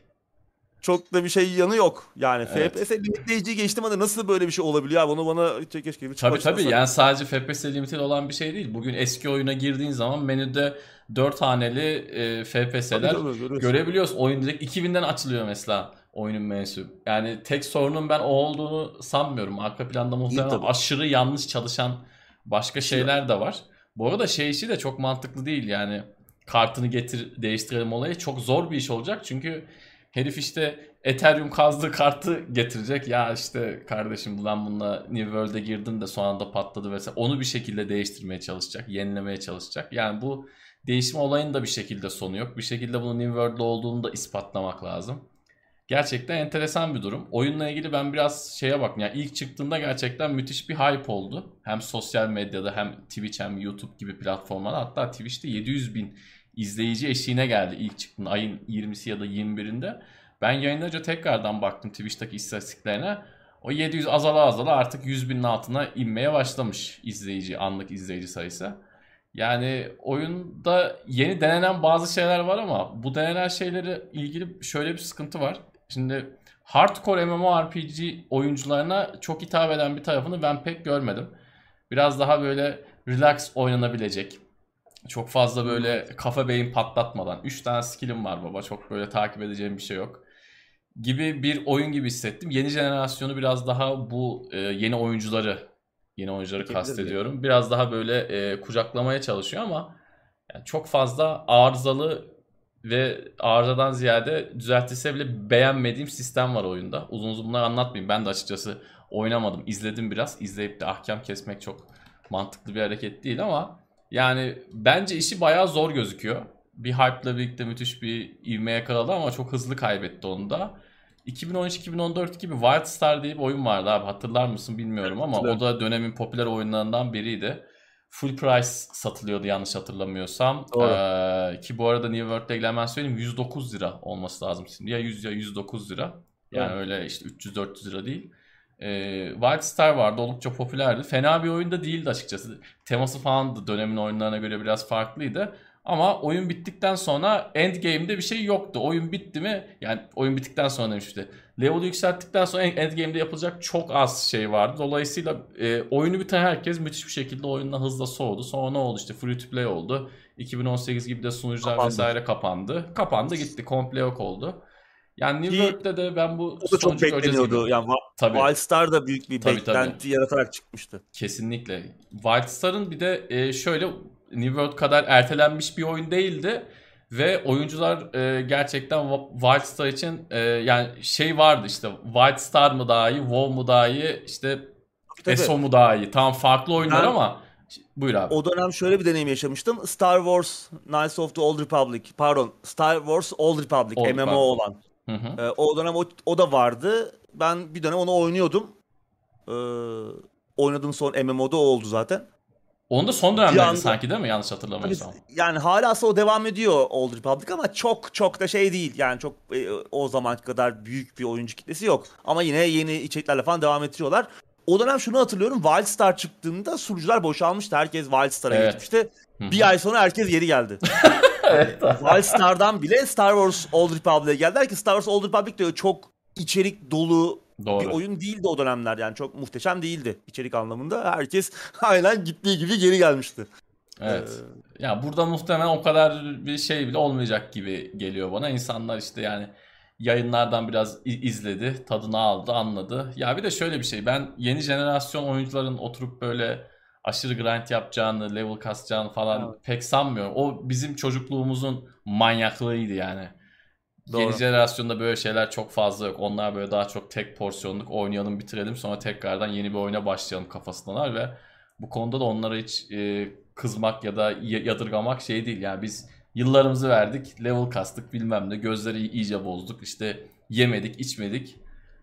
çok da bir şey yanı yok. Yani Evet. F P S limitleyiciyi geçtim ama nasıl böyle bir şey olabiliyor abi? Onu bana hiç- keşke bir Tabii tabii, açıklasalar. yani sadece F P S limited olan bir şey değil. Bugün eski oyuna girdiğin zaman menüde dört haneli e, Tabii F P S'ler tabii görüyorsun. görebiliyorsun. Oyun direkt iki binden açılıyor mesela oyunun menüsü. Yani tek sorunun ben o olduğunu sanmıyorum. Arka planda Değil muhtemelen tabii. aşırı yanlış çalışan başka Bir şey var. şeyler de var. Bu arada şey işi de çok mantıklı değil yani. Kartını getir değiştirelim olayı çok zor bir iş olacak. Çünkü herif işte Ethereum kazdığı kartı getirecek. Ya işte kardeşim ben bununla New World'e girdim de son anda patladı vesaire. Onu bir şekilde değiştirmeye çalışacak. Yenilemeye çalışacak. Yani bu değişim olayının da bir şekilde sonu yok. Bir şekilde bunun New World'de olduğunu da ispatlamak lazım. Gerçekten enteresan bir durum. Oyunla ilgili ben biraz şeye baktım. Yani ilk çıktığında gerçekten müthiş bir hype oldu. Hem sosyal medyada hem Twitch hem YouTube gibi platformlarda. Hatta Twitch'te yedi yüz bin izleyici eşiğine geldi ilk çıktığında. Ayın yirmisi ya da yirmi birinde. Ben yayınlarca tekrardan baktım Twitch'teki istatistiklerine. O yedi yüz azala azala artık yüz binin altına inmeye başlamış izleyici, anlık izleyici sayısı. Yani oyunda yeni denenen bazı şeyler var ama bu denenen şeyleri ilgili şöyle bir sıkıntı var. Şimdi hardcore MMORPG oyuncularına çok hitap eden bir tarafını ben pek görmedim. Biraz daha böyle relax oynanabilecek. Çok fazla Hmm. böyle kafa beyin patlatmadan. üç tane skill'im var baba. Çok böyle takip edeceğim bir şey yok. Gibi bir oyun gibi hissettim. Yeni jenerasyonu biraz daha bu e, yeni oyuncuları, yeni oyuncuları Çekebilir diye. kastediyorum. Biraz daha böyle e, kucaklamaya çalışıyor ama yani çok fazla arızalı ve arızadan ziyade düzeltilse bile beğenmediğim sistem var oyunda. Uzun uzun bunları anlatmayayım. Ben de açıkçası oynamadım. İzledim biraz. İzleyip de ahkam kesmek çok mantıklı bir hareket değil ama yani bence işi bayağı zor gözüküyor. Bir hype'la birlikte müthiş bir ivmeye yakaladı ama çok hızlı kaybetti onu da. iki bin on üç-iki bin on dört gibi Wildstar diye bir oyun vardı abi, hatırlar mısın bilmiyorum ama o Hatırlıyorum. da dönemin popüler oyunlarından biriydi. Full price satılıyordu yanlış hatırlamıyorsam. Doğru. Ee, ki bu arada New World'le ilgili hemen söyleyeyim, yüz dokuz lira olması lazım şimdi. Ya yüz ya yüz dokuz lira. Yani Evet. öyle işte üç yüz dört yüz lira değil. Ee, Wildstar vardı, oldukça popülerdi. Fena bir oyun da değildi açıkçası. Teması falan da dönemin oyunlarına göre biraz farklıydı. Ama oyun bittikten sonra endgame'de bir şey yoktu. Oyun bitti mi? Yani oyun bittikten sonra demiş işte. Level'ı yükselttikten sonra endgame'de yapılacak çok az şey vardı. Dolayısıyla e, oyunu biten herkes müthiş bir şekilde oyundan hızla soğudu. Sonra ne oldu işte, free to play oldu. iki bin on sekiz gibi de sunucular Kapandı. vesaire kapandı. Kapandı gitti, komple yok oldu. Yani New Ki World'de de ben bu o da çok sonucu göreceğiz gibi. bekleniyordu. Yani Wa- Tabii, Wildstar da büyük bir tabii tabii. beklenti yaratarak çıkmıştı. Kesinlikle. Wildstar'ın bir de e, şöyle New World kadar ertelenmiş bir oyun değildi. Ve oyuncular e, gerçekten Wa- Wildstar için e, yani şey vardı işte, Wildstar mı daha iyi, WoW mu daha iyi, işte Tabii tabii. E S O mu daha iyi. Tamam, farklı oyunlar Ben ama buyur abi. o dönem şöyle bir deneyim yaşamıştım. Star Wars Knights of the Old Republic. Pardon. Star Wars Old Republic. Old M M O Republic. olan. Hı hı. Ee, o dönem o, o da vardı. Ben bir dönem onu oynuyordum. Ee, Oynadığım son M M O'da o oldu zaten. Onun da son Bir dönemlerdi anda sanki değil mi? Yanlış tabii, hatırlamıyorsam. yani hala o devam ediyor Old Republic ama çok çok da şey değil. Yani çok e, o zaman kadar büyük bir oyuncu kitlesi yok. Ama yine yeni içeriklerle falan devam ettiriyorlar. O dönem şunu hatırlıyorum. Wildstar çıktığında sunucular boşalmıştı. Herkes Wildstar'a Evet. geçmişti. Hı Bir hı. ay sonra herkes geri geldi. Yani Evet. Wildstar'dan bile Star Wars Old Republic'e geldiler ki Star Wars Old Republic de çok içerik dolu bir Doğru. oyun değildi o dönemler. Yani çok muhteşem değildi içerik anlamında. Herkes aynen gittiği gibi geri gelmişti. Ee, Evet. Ya burada muhtemelen o kadar bir şey bile olmayacak gibi geliyor bana. İnsanlar işte yani yayınlardan biraz i- izledi, tadını aldı, anladı. Ya bir de şöyle bir şey. Ben yeni jenerasyon oyuncuların oturup böyle aşırı grind yapacağını, level kasacağını falan evet, pek sanmıyorum. O bizim çocukluğumuzun manyaklığıydı yani. Yeni doğru. jenerasyonda böyle şeyler çok fazla yok. Onlar böyle daha çok tek porsiyonluk oynayalım, bitirelim, sonra tekrardan yeni bir oyuna başlayalım kafasındalar ve bu konuda da onlara hiç e, kızmak ya da y- yadırgamak şey değil. Yani biz yıllarımızı verdik, level kastık bilmem ne, gözleri iyice bozduk, işte yemedik, içmedik.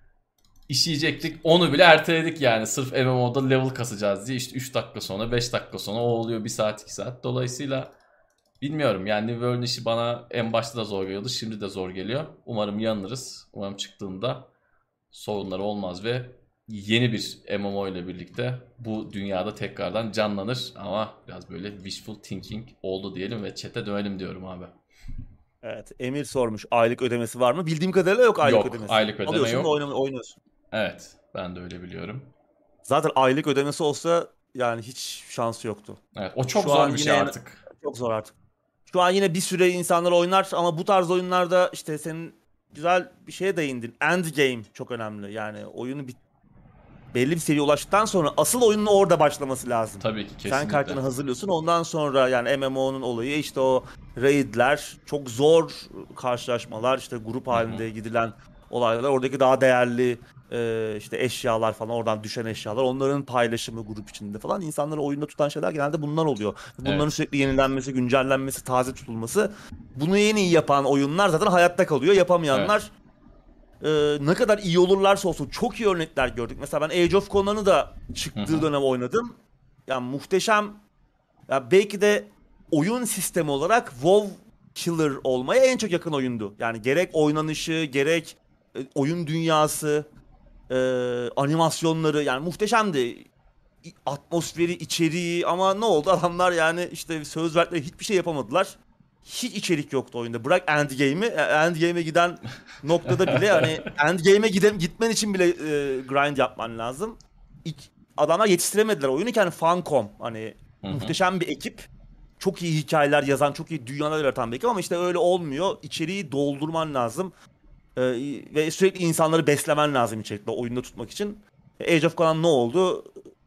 İşeyecektik, onu bile erteledik yani sırf M M O'da level kasacağız diye, işte üç dakika sonra, beş dakika sonra o oluyor, bir saat iki saat. Dolayısıyla bilmiyorum yani, New World'ün işi bana en başta da zor geliyordu, şimdi de zor geliyor. Umarım yanılırız. Umarım çıktığında sorunları olmaz ve yeni bir M M O ile birlikte bu dünyada tekrardan canlanır ama biraz böyle wishful thinking oldu diyelim ve chat'e dönelim diyorum abi. Evet, Emir sormuş aylık ödemesi var mı? Bildiğim kadarıyla yok aylık Yok, ödemesi. aylık ödeme Alıyorsun da yok. oynam- oynuyorsun. Evet, ben de öyle biliyorum. Zaten aylık ödemesi olsa yani hiç şansı yoktu. Evet, o çok Şu an zor bir şey yine artık. çok zor artık. Şu an yine bir süre insanlar oynar ama bu tarz oyunlarda işte senin güzel bir şeye değindin. End game çok önemli. Yani oyunu bir, belli bir seviyeye ulaştıktan sonra asıl oyunun orada başlaması lazım. Tabii ki, Sen kesinlikle. kartını hazırlıyorsun. Ondan sonra yani M M O'nun olayı işte o raidler, çok zor karşılaşmalar, işte grup halinde gidilen olaylar, oradaki daha değerli e, işte eşyalar falan, oradan düşen eşyalar, onların paylaşımı grup içinde falan, insanları oyunda tutan şeyler genelde bunlar oluyor. Bunların Evet. sürekli yenilenmesi, güncellenmesi, taze tutulması. Bunu en iyi yapan oyunlar zaten hayatta kalıyor. Yapamayanlar e, ne kadar iyi olurlarsa olsun, çok iyi örnekler gördük. Mesela ben Age of Conan'ı da çıktığı dönem oynadım. Yani muhteşem. Ya belki de oyun sistemi olarak WoW Killer olmaya en çok yakın oyundu. Yani gerek oynanışı, gerek e, oyun dünyası, e, animasyonları yani muhteşemdi. İ- Atmosferi, içeriği, ama ne oldu? Adamlar yani işte söz verdikleri hiçbir şey yapamadılar. Hiç içerik yoktu oyunda. Bırak endgame'i, e, endgame'e giden noktada bile hani endgame'e gidem gitmen için bile e, grind yapman lazım. İ- Adamlar yetiştiremediler oyunu ki hani Funcom hani Hı hı. muhteşem bir ekip. Çok iyi hikayeler yazan, çok iyi dünyalar yaratan bir ekip ama işte öyle olmuyor. İçeriği doldurman lazım. E, ve sürekli insanları beslemen lazım içerikle oyunda tutmak için. E, Age of Conan ne oldu?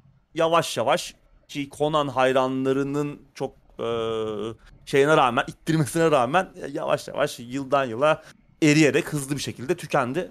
Yavaş yavaş, ki Conan hayranlarının çok e, şeyine rağmen, ittirmesine rağmen e, yavaş yavaş yıldan yıla eriyerek hızlı bir şekilde tükendi.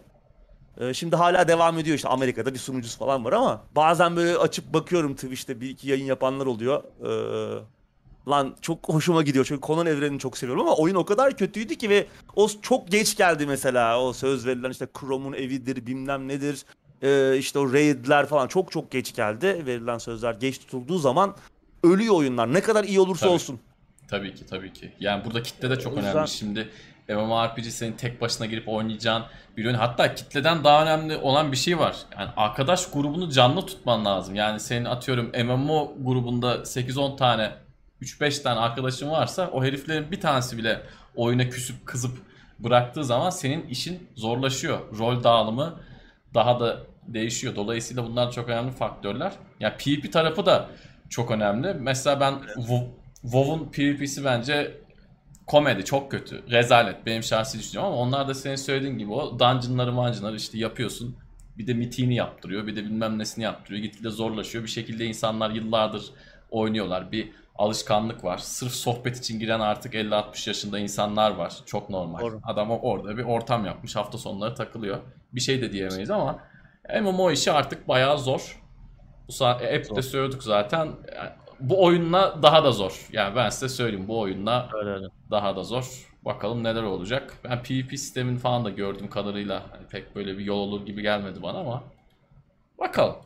E, şimdi hala devam ediyor, işte Amerika'da bir sunucusu falan var ama bazen böyle açıp bakıyorum, Twitch'te bir iki yayın yapanlar oluyor. E, lan çok hoşuma gidiyor çünkü Conan evrenini çok seviyorum ama oyun o kadar kötüydü ki ve o çok geç geldi mesela. O söz verilen işte Chrome'un evidir, bilmem nedir, ee, işte o raidler falan çok çok geç geldi. Verilen sözler geç tutulduğu zaman ölüyor oyunlar, ne kadar iyi olursa Tabii. olsun. Tabii ki, tabii ki. Yani burada kitle de Ee, çok o önemli. yüzden Şimdi MMORPG senin tek başına girip oynayacağın bir oyun. Hatta kitleden daha önemli olan bir şey var. Yani arkadaş grubunu canlı tutman lazım. Yani senin atıyorum M M O grubunda sekiz on tane, üç beş tane arkadaşın varsa o heriflerin bir tanesi bile oyuna küsüp kızıp bıraktığı zaman senin işin zorlaşıyor. Rol dağılımı daha da değişiyor. Dolayısıyla bunlar çok önemli faktörler. Yani PvP tarafı da çok önemli. Mesela ben WoW WoW'un PvP'si bence komedi, çok kötü. Rezalet benim şahsi düşüncem ama onlar da senin söylediğin gibi o dungeonları mancınları işte yapıyorsun. Bir de mitiğini yaptırıyor, bir de bilmem nesini yaptırıyor. Gitgide zorlaşıyor. Bir şekilde insanlar yıllardır oynuyorlar. Bir alışkanlık var. Sırf sohbet için giren artık elli altmış yaşında insanlar var. Çok normal. doğru. Adam orada bir ortam yapmış. Hafta sonları takılıyor. Bir şey de diyemeyiz ama M M O işi artık bayağı zor. Bu saat e, hep de Zor. söyledik zaten. Yani bu oyunla daha da zor. Yani ben size söyleyeyim, bu oyunla Öyle öyle. daha da zor. Bakalım neler olacak. Ben PvP sistemini falan da gördüğüm kadarıyla hani pek böyle bir yol olur gibi gelmedi bana ama bakalım,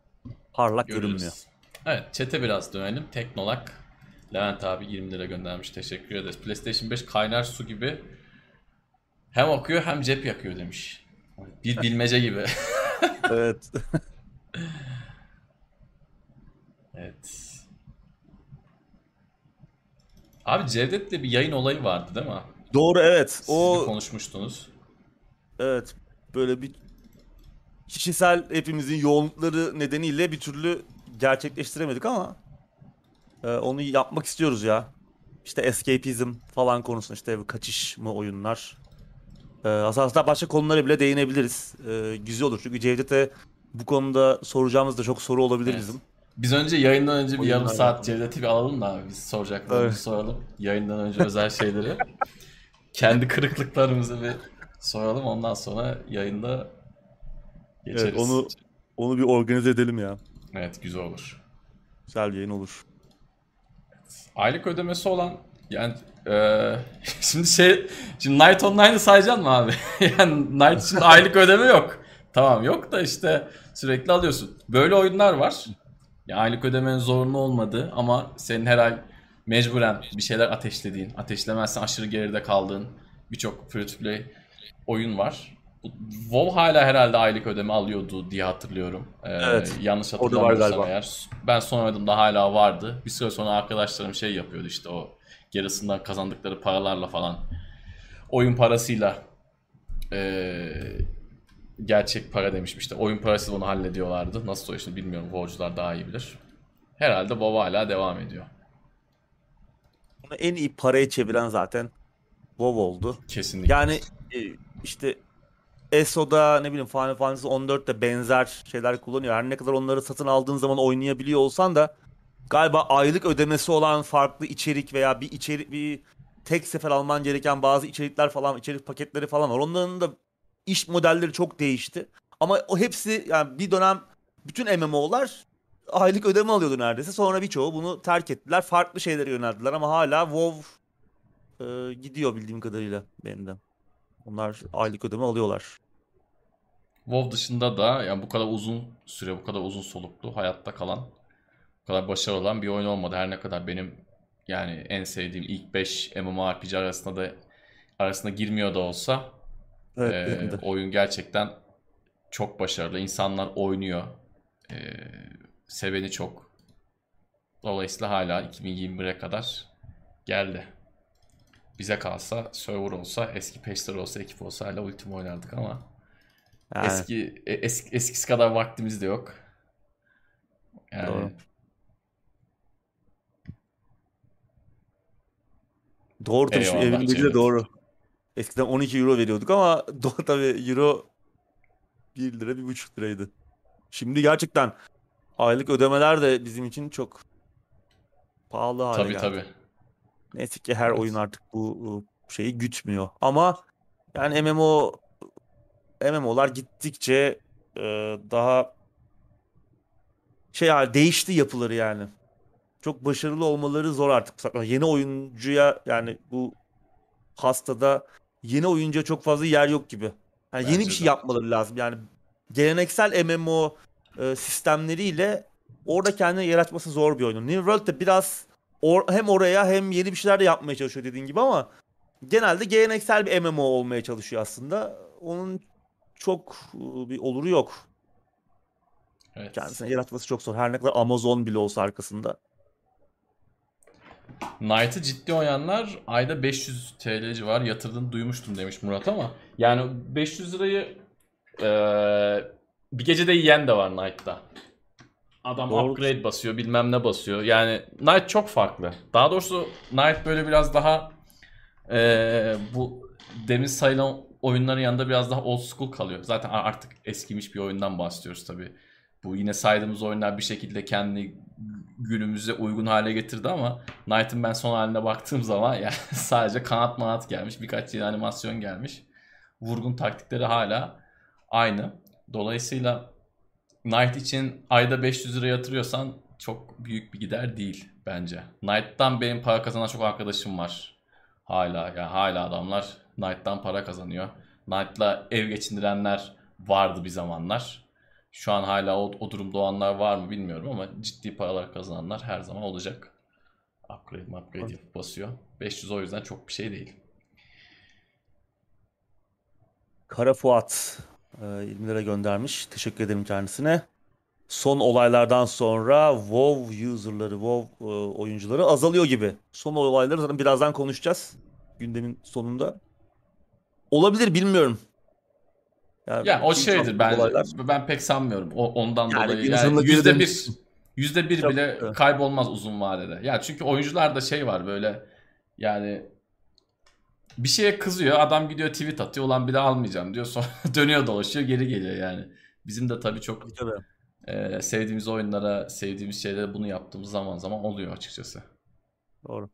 Parlak görünmüyor. görürüz. Evet, chat'e biraz dönelim. Teknolak Levent abi yirmi lira göndermiş. Teşekkür ederiz. PlayStation beş kaynar su gibi hem akıyor hem cep yakıyor demiş. Bir bilmece gibi. Evet. Evet. Abi Cevdet'le bir yayın olayı vardı değil mi? Doğru, evet. Siz bir O, konuşmuştunuz. evet, böyle bir kişisel hepimizin yoğunlukları nedeniyle bir türlü gerçekleştiremedik ama e, onu yapmak istiyoruz ya. İşte escapism falan konusunda, işte kaçış mı oyunlar. Ee, aslında başka konulara bile değinebiliriz. Ee, güzel olur çünkü Cevdet'e bu konuda soracağımız da çok soru olabilir Evet. bizim. Biz önce yayından önce bir yarım Oyunlarla saat alakalı. Cevdet'i bir alalım da abi. Biz soracaklarımızı Evet. soralım. Yayından önce özel şeyleri. Kendi kırıklıklarımızı bir soralım. Ondan sonra yayında Evet, geçeriz. onu onu bir organize edelim ya. Evet, güzel olur. Güzel bir yayın olur. Aylık ödemesi olan yani eee, şimdi şey şimdi Night Online'ı sayacaksın mı abi? Yani Night için aylık ödeme yok. Tamam, yok da işte sürekli alıyorsun. Böyle oyunlar var. Ya aylık ödemenin zorunlu olmadığı ama senin her ay mecburen bir şeyler ateşlediğin, ateşlemezsen aşırı geride kaldığın birçok free to play oyun var. WoW hala herhalde aylık ödeme alıyordu diye hatırlıyorum. Ee, Evet. yanlış Orada var hatırlamıyorsam galiba. eğer. Ben son oynadığımda hala vardı. Bir süre sonra arkadaşlarım şey yapıyordu işte o yarısından kazandıkları paralarla falan. Oyun parasıyla ee, gerçek para demişim işte. Oyun parasıyla onu hallediyorlardı. Nasıl o şimdi bilmiyorum. WoW'cular daha iyi bilir. Herhalde WoW hala devam ediyor. Bunu en iyi paraya çeviren zaten WoW oldu. Kesinlikle. Yani e, işte E S O'da ne bileyim Final Fantasy on dörtte benzer şeyler kullanıyor. Her ne kadar onları satın aldığın zaman oynayabiliyor olsan da galiba aylık ödemesi olan farklı içerik veya bir içerik bir tek sefer alman gereken bazı içerikler falan içerik paketleri falan var. Onların da iş modelleri çok değişti. Ama o hepsi yani bir dönem bütün M M O'lar aylık ödeme alıyordu neredeyse. Sonra birçoğu bunu terk ettiler. Farklı şeylere yöneldiler ama hala WoW e, gidiyor bildiğim kadarıyla benim de. Onlar aylık ödeme alıyorlar. WoW dışında da yani bu kadar uzun süre, bu kadar uzun soluklu hayatta kalan, bu kadar başarılı olan bir oyun olmadı. Her ne kadar benim yani en sevdiğim ilk beş MMORPG arasında da arasında girmiyor da olsa Evet benim e, de. oyun gerçekten çok başarılı. İnsanlar oynuyor. E, seveni çok. Dolayısıyla hala iki bin yirmi bire kadar geldi. Bize kalsa, server olsa, eski patchler olsa, ekip olsa hala Ultima oynardık ama Yani eski e- eski eskisi kadar vaktimiz de yok. Yani doğru. Doğru tabii şimdi eyvallah evin dediği de Cevdet. doğru. Eskiden on iki euro veriyorduk ama do tabii euro bir lira bir buçuk liraydı. Şimdi gerçekten aylık ödemeler de bizim için çok pahalı hale Tabii geldi. tabii. Neyse ki her oyun Evet. artık bu e, şeyi gütmüyor. Ama yani M M O M M O'lar gittikçe e, daha şey hali değişti yapıları yani. Çok başarılı olmaları zor artık. Yeni oyuncuya yani bu hastada yeni oyuncuya çok fazla yer yok gibi. Yani yeni bir Bence şey de. yapmaları lazım. Yani geleneksel M M O e, sistemleriyle orada kendini yaratması zor bir oyun. New World de biraz or- hem oraya hem yeni bir şeyler de yapmaya çalışıyor dediğin gibi ama genelde geleneksel bir M M O olmaya çalışıyor aslında. Onun çok e, bir oluru yok. Evet. Kendisine yaratması çok zor. Her ne kadar Amazon bile olsa arkasında. Knight'ı ciddi oynayanlar ayda beş yüz T L civarı yatırdığını duymuştum demiş Murat ama yani beş yüz lirayı eee, bir gecede yiyen de var Knight'ta. Adam Doğrudur. upgrade basıyor bilmem ne basıyor. Yani Knight çok farklı. Daha doğrusu Knight böyle biraz daha eee, bu demin sayılan oyunların yanında biraz daha old school kalıyor. Zaten artık eskimiş bir oyundan bahsediyoruz tabii. Bu yine saydığımız oyunlar bir şekilde kendi günümüze uygun hale getirdi ama Knight'ın ben son haline baktığım zaman yani sadece kanat manat gelmiş. Birkaç yeni animasyon gelmiş. Vurgun taktikleri hala aynı. Dolayısıyla Knight için ayda beş yüz lira yatırıyorsan çok büyük bir gider değil bence. Knight'tan benim para kazanan çok arkadaşım var. Hala yani hala adamlar Knight'tan para kazanıyor. Knight'la ev geçindirenler vardı bir zamanlar. Şu an hala o, o durumda olanlar var mı bilmiyorum ama ciddi paralar kazananlar her zaman olacak. Upgrade upgrade yapıp basıyor. beş yüz o yüzden çok bir şey değil. Kara Fuat e, yirmi lira göndermiş. Teşekkür ederim kendisine. Son olaylardan sonra WoW user'ları, WoW e, oyuncuları azalıyor gibi. Son olayları zaten birazdan konuşacağız gündemin sonunda. Olabilir bilmiyorum. Yani Ya o iki üç şeydir haftalık bence. olaylar. Ben pek sanmıyorum. O, ondan Yani dolayı bir yani hızımla geri yüzde dönüş. bir yüzde bir Çok, bile evet, kaybolmaz uzun vadede. Ya çünkü oyuncularda şey var böyle yani bir şeye kızıyor adam gidiyor tweet atıyor ulan bir daha almayacağım diyor sonra dönüyor dolaşıyor geri geliyor yani. Bizim de tabii çok tabii tabii. e, sevdiğimiz oyunlara sevdiğimiz şeylere bunu yaptığımız zaman zaman oluyor açıkçası. Doğru.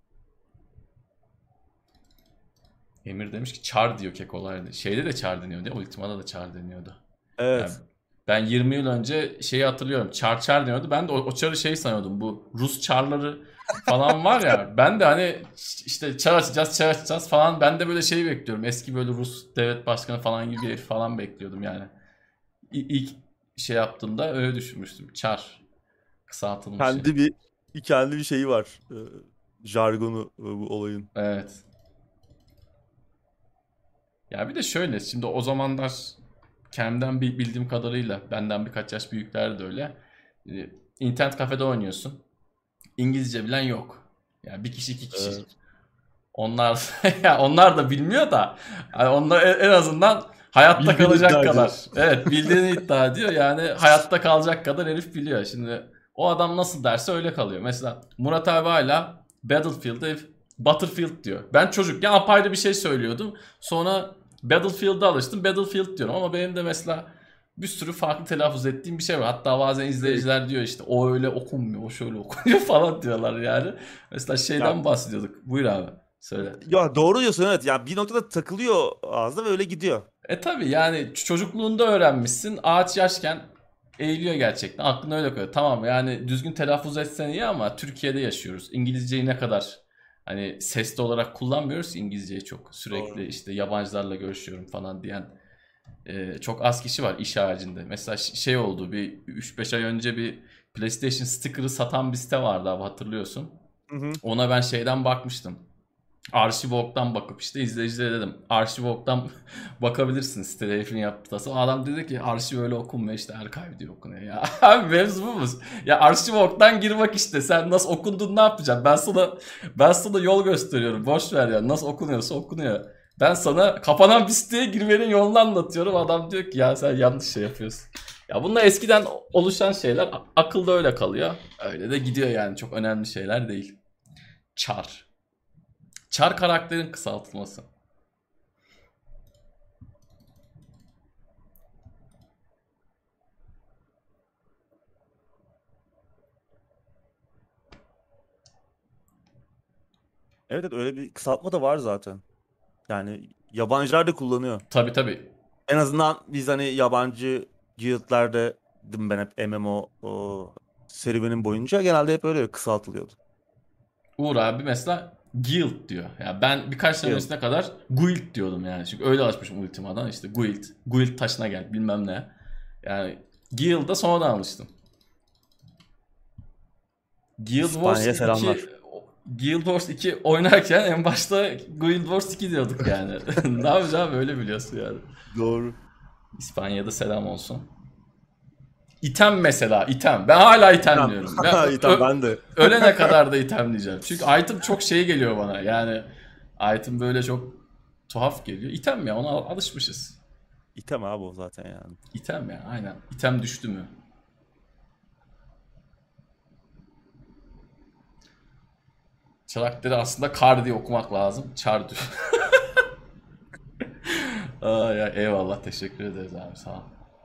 Emir demiş ki çar diyor kekolar. Şeyde de çar deniyordu ya Ultima'da da çar deniyordu. Yani Evet. ben yirmi yıl önce şeyi hatırlıyorum. Çar çar deniyordu. Ben de o, o çarı şey sanıyordum. Bu Rus çarları falan var ya. Ben de hani işte çar açacağız, çar açacağız falan. Ben de böyle şeyi bekliyorum. Eski böyle Rus devlet başkanı falan gibi bir herif falan bekliyordum yani. İ- İlk şey yaptığımda öyle düşünmüştüm. Çar kısaltılmışı. Kendi bir kendi bir şeyi var. E, jargonu e, bu olayın. Evet. Ya bir de şöyle, şimdi o zamanlar kendimden bi- bildiğim kadarıyla, benden birkaç yaş büyükler de öyle. Ee, İnternet kafede oynuyorsun. İngilizce bilen yok. Yani bir kişi iki kişi. Evet. Onlar ya onlar da bilmiyor da yani onlar en en azından hayatta Bildiğini kalacak iddia ediyor. kadar. Evet, bildiğini iddia ediyor. Yani hayatta kalacak kadar herif biliyor. Şimdi o adam nasıl derse öyle kalıyor. Mesela Murat abi hala Battlefield'e Battlefield diyor. Ben çocukken apayrı bir şey söylüyordum. Sonra Battlefield'a alıştım. Battlefield diyorum ama benim de mesela bir sürü farklı telaffuz ettiğim bir şey var. Hatta bazen Evet. izleyiciler diyor işte o öyle okunmuyor, o şöyle okunuyor falan diyorlar yani. Mesela Ya, şeyden bahsediyorduk. Buyur abi. Söyle. ya doğru diyorsun, evet. Yani bir noktada takılıyor ağızda ve öyle gidiyor. E tabi yani ç- çocukluğunda öğrenmişsin. Ağaç yaşken eğiliyor gerçekten. Aklına öyle koyuyor. Tamam yani düzgün telaffuz etsen iyi ama Türkiye'de yaşıyoruz. İngilizceyi ne kadar hani sesli olarak kullanmıyoruz ki İngilizceyi çok. Doğru. Sürekli işte yabancılarla görüşüyorum falan diyen e, çok az kişi var iş haricinde. Mesela ş- şey oldu, bir üç beş ay önce bir PlayStation sticker'ı satan bir site vardı abi, hatırlıyorsun. Hı hı. Ona ben şeyden bakmıştım. Arşivok'tan bakıp işte izleyicilere dedim. Arşivok'tan bakabilirsiniz, sitede herifin yaptığı tasarım. Adam dedi ki arşiv öyle okunmuyor, işte archive diye okunuyor ya. Abi mevzu bu mu? Ya Arşivok'tan gir bak işte, sen nasıl okunduğunu ne yapacaksın? Ben sana ben sana yol gösteriyorum. Boş ver ya, nasıl okunuyorsa okunuyor. Ben sana kapanan bir siteye girmenin yolunu anlatıyorum. Adam diyor ki ya sen yanlış şey yapıyorsun. Ya bunlar eskiden oluşan şeyler, akılda öyle kalıyor. Öyle de gidiyor yani, çok önemli şeyler değil. Çar. Char karakterin kısaltılması. Evet, evet, öyle bir kısaltma da var zaten. Yani yabancılar da kullanıyor. Tabii tabii. En azından biz hani yabancı guild'lerde ben hep M M O o, serüvenin boyunca genelde hep öyle kısaltılıyordu. Uğur abi mesela guild diyor. Ya ben birkaç sene Guild. öncesine kadar guild diyordum yani. Çünkü öyle alışmışım Ultima'dan. İşte guild. Guild taşına gel bilmem ne. Yani guild'a sonradan alıştım. Guild Wars İspanya'ya selamlar. iki Guild Wars iki oynarken en başta Guild Wars iki diyorduk yani. Ne yapacağım böyle biliyorsun yani. Doğru. İspanya'da selam olsun. İtem mesela, item. Ben hala item Tamam. diyorum. Ben İyi, ö- tamam, ö- ben de. ölene kadar da item diyeceğim. Çünkü item çok şey geliyor bana. Yani item böyle çok tuhaf geliyor. İtem ya, ona al- alışmışız. İtem abi o zaten yani. İtem ya, aynen. İtem düştü mü? Karakteri aslında kar diye okumak lazım. Çar düş. Aa, ya, eyvallah, teşekkür ederiz abi, sağ ol.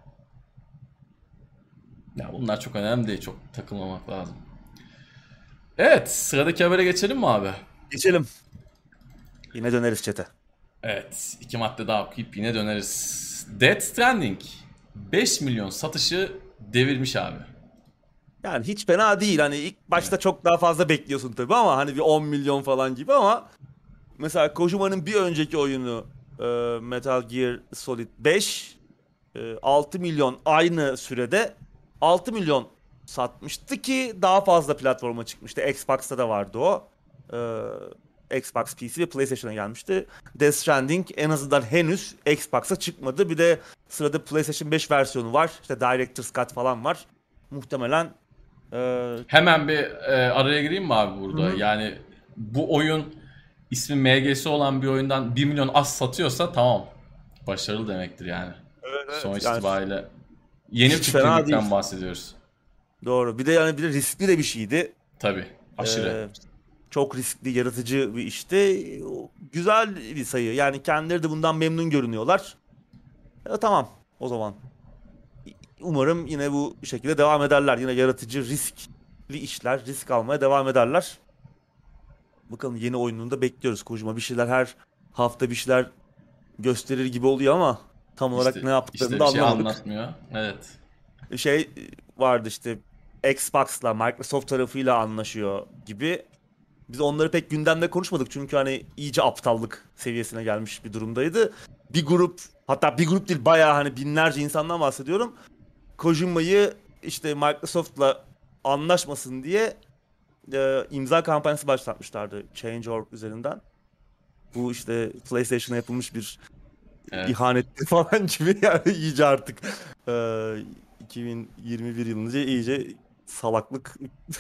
Ya bunlar çok önemli değil. Çok takılmamak lazım. Evet, sıradaki habere geçelim mi abi? Geçelim. Yine döneriz çete. Evet, iki madde daha okuyup yine döneriz. Death Stranding beş milyon satışı devirmiş abi. Yani hiç fena değil. Hani ilk Evet. başta çok daha fazla bekliyorsun tabii ama hani bir on milyon falan gibi ama mesela Kojima'nın bir önceki oyunu e, Metal Gear Solid beş e, altı milyon aynı sürede altı milyon satmıştı ki daha fazla platforma çıkmıştı. Xbox'ta da vardı o. E, Xbox P C ve PlayStation'a gelmişti. Death Stranding en azından henüz Xbox'a çıkmadı. Bir de sırada PlayStation beş versiyonu var. İşte Director's Cut falan var. Muhtemelen e, Hemen bir e, araya gireyim mi abi Hı burada? hı. Yani bu oyun ismi M G'si olan bir oyundan bir milyon az satıyorsa tamam. Başarılı demektir yani. Evet, evet. Sonuç Yani itibariyle yeni hiç fena tükürükten değil. bahsediyoruz. Doğru. Bir de yani bir de riskli de bir şeydi. Tabii. Aşırı. Ee, çok riskli, yaratıcı bir işti. O güzel bir sayı. Yani kendileri de bundan memnun görünüyorlar. E, tamam o zaman. Umarım yine bu şekilde devam ederler. Yine yaratıcı, riskli işler, risk almaya devam ederler. Bakalım, yeni oyununu da bekliyoruz. Kojima bir şeyler her hafta bir şeyler gösterir gibi oluyor ama tam olarak İşte ne yaptıklarını işte da bir şey anlamadık. anlatmıyor. Evet. Şey vardı işte, Xbox'la Microsoft tarafıyla anlaşıyor gibi. Biz onları pek gündemde konuşmadık çünkü hani iyice aptallık seviyesine gelmiş bir durumdaydı. Bir grup, hatta bir grup değil, bayağı hani binlerce insandan bahsediyorum. Kojima'yı işte Microsoft'la anlaşmasın diye e, imza kampanyası başlatmışlardı Change nokta org üzerinden. Bu işte PlayStation'a yapılmış bir Evet. ihanetti falan gibi yani iyice artık e, iki bin yirmi bir yılınca iyice salaklık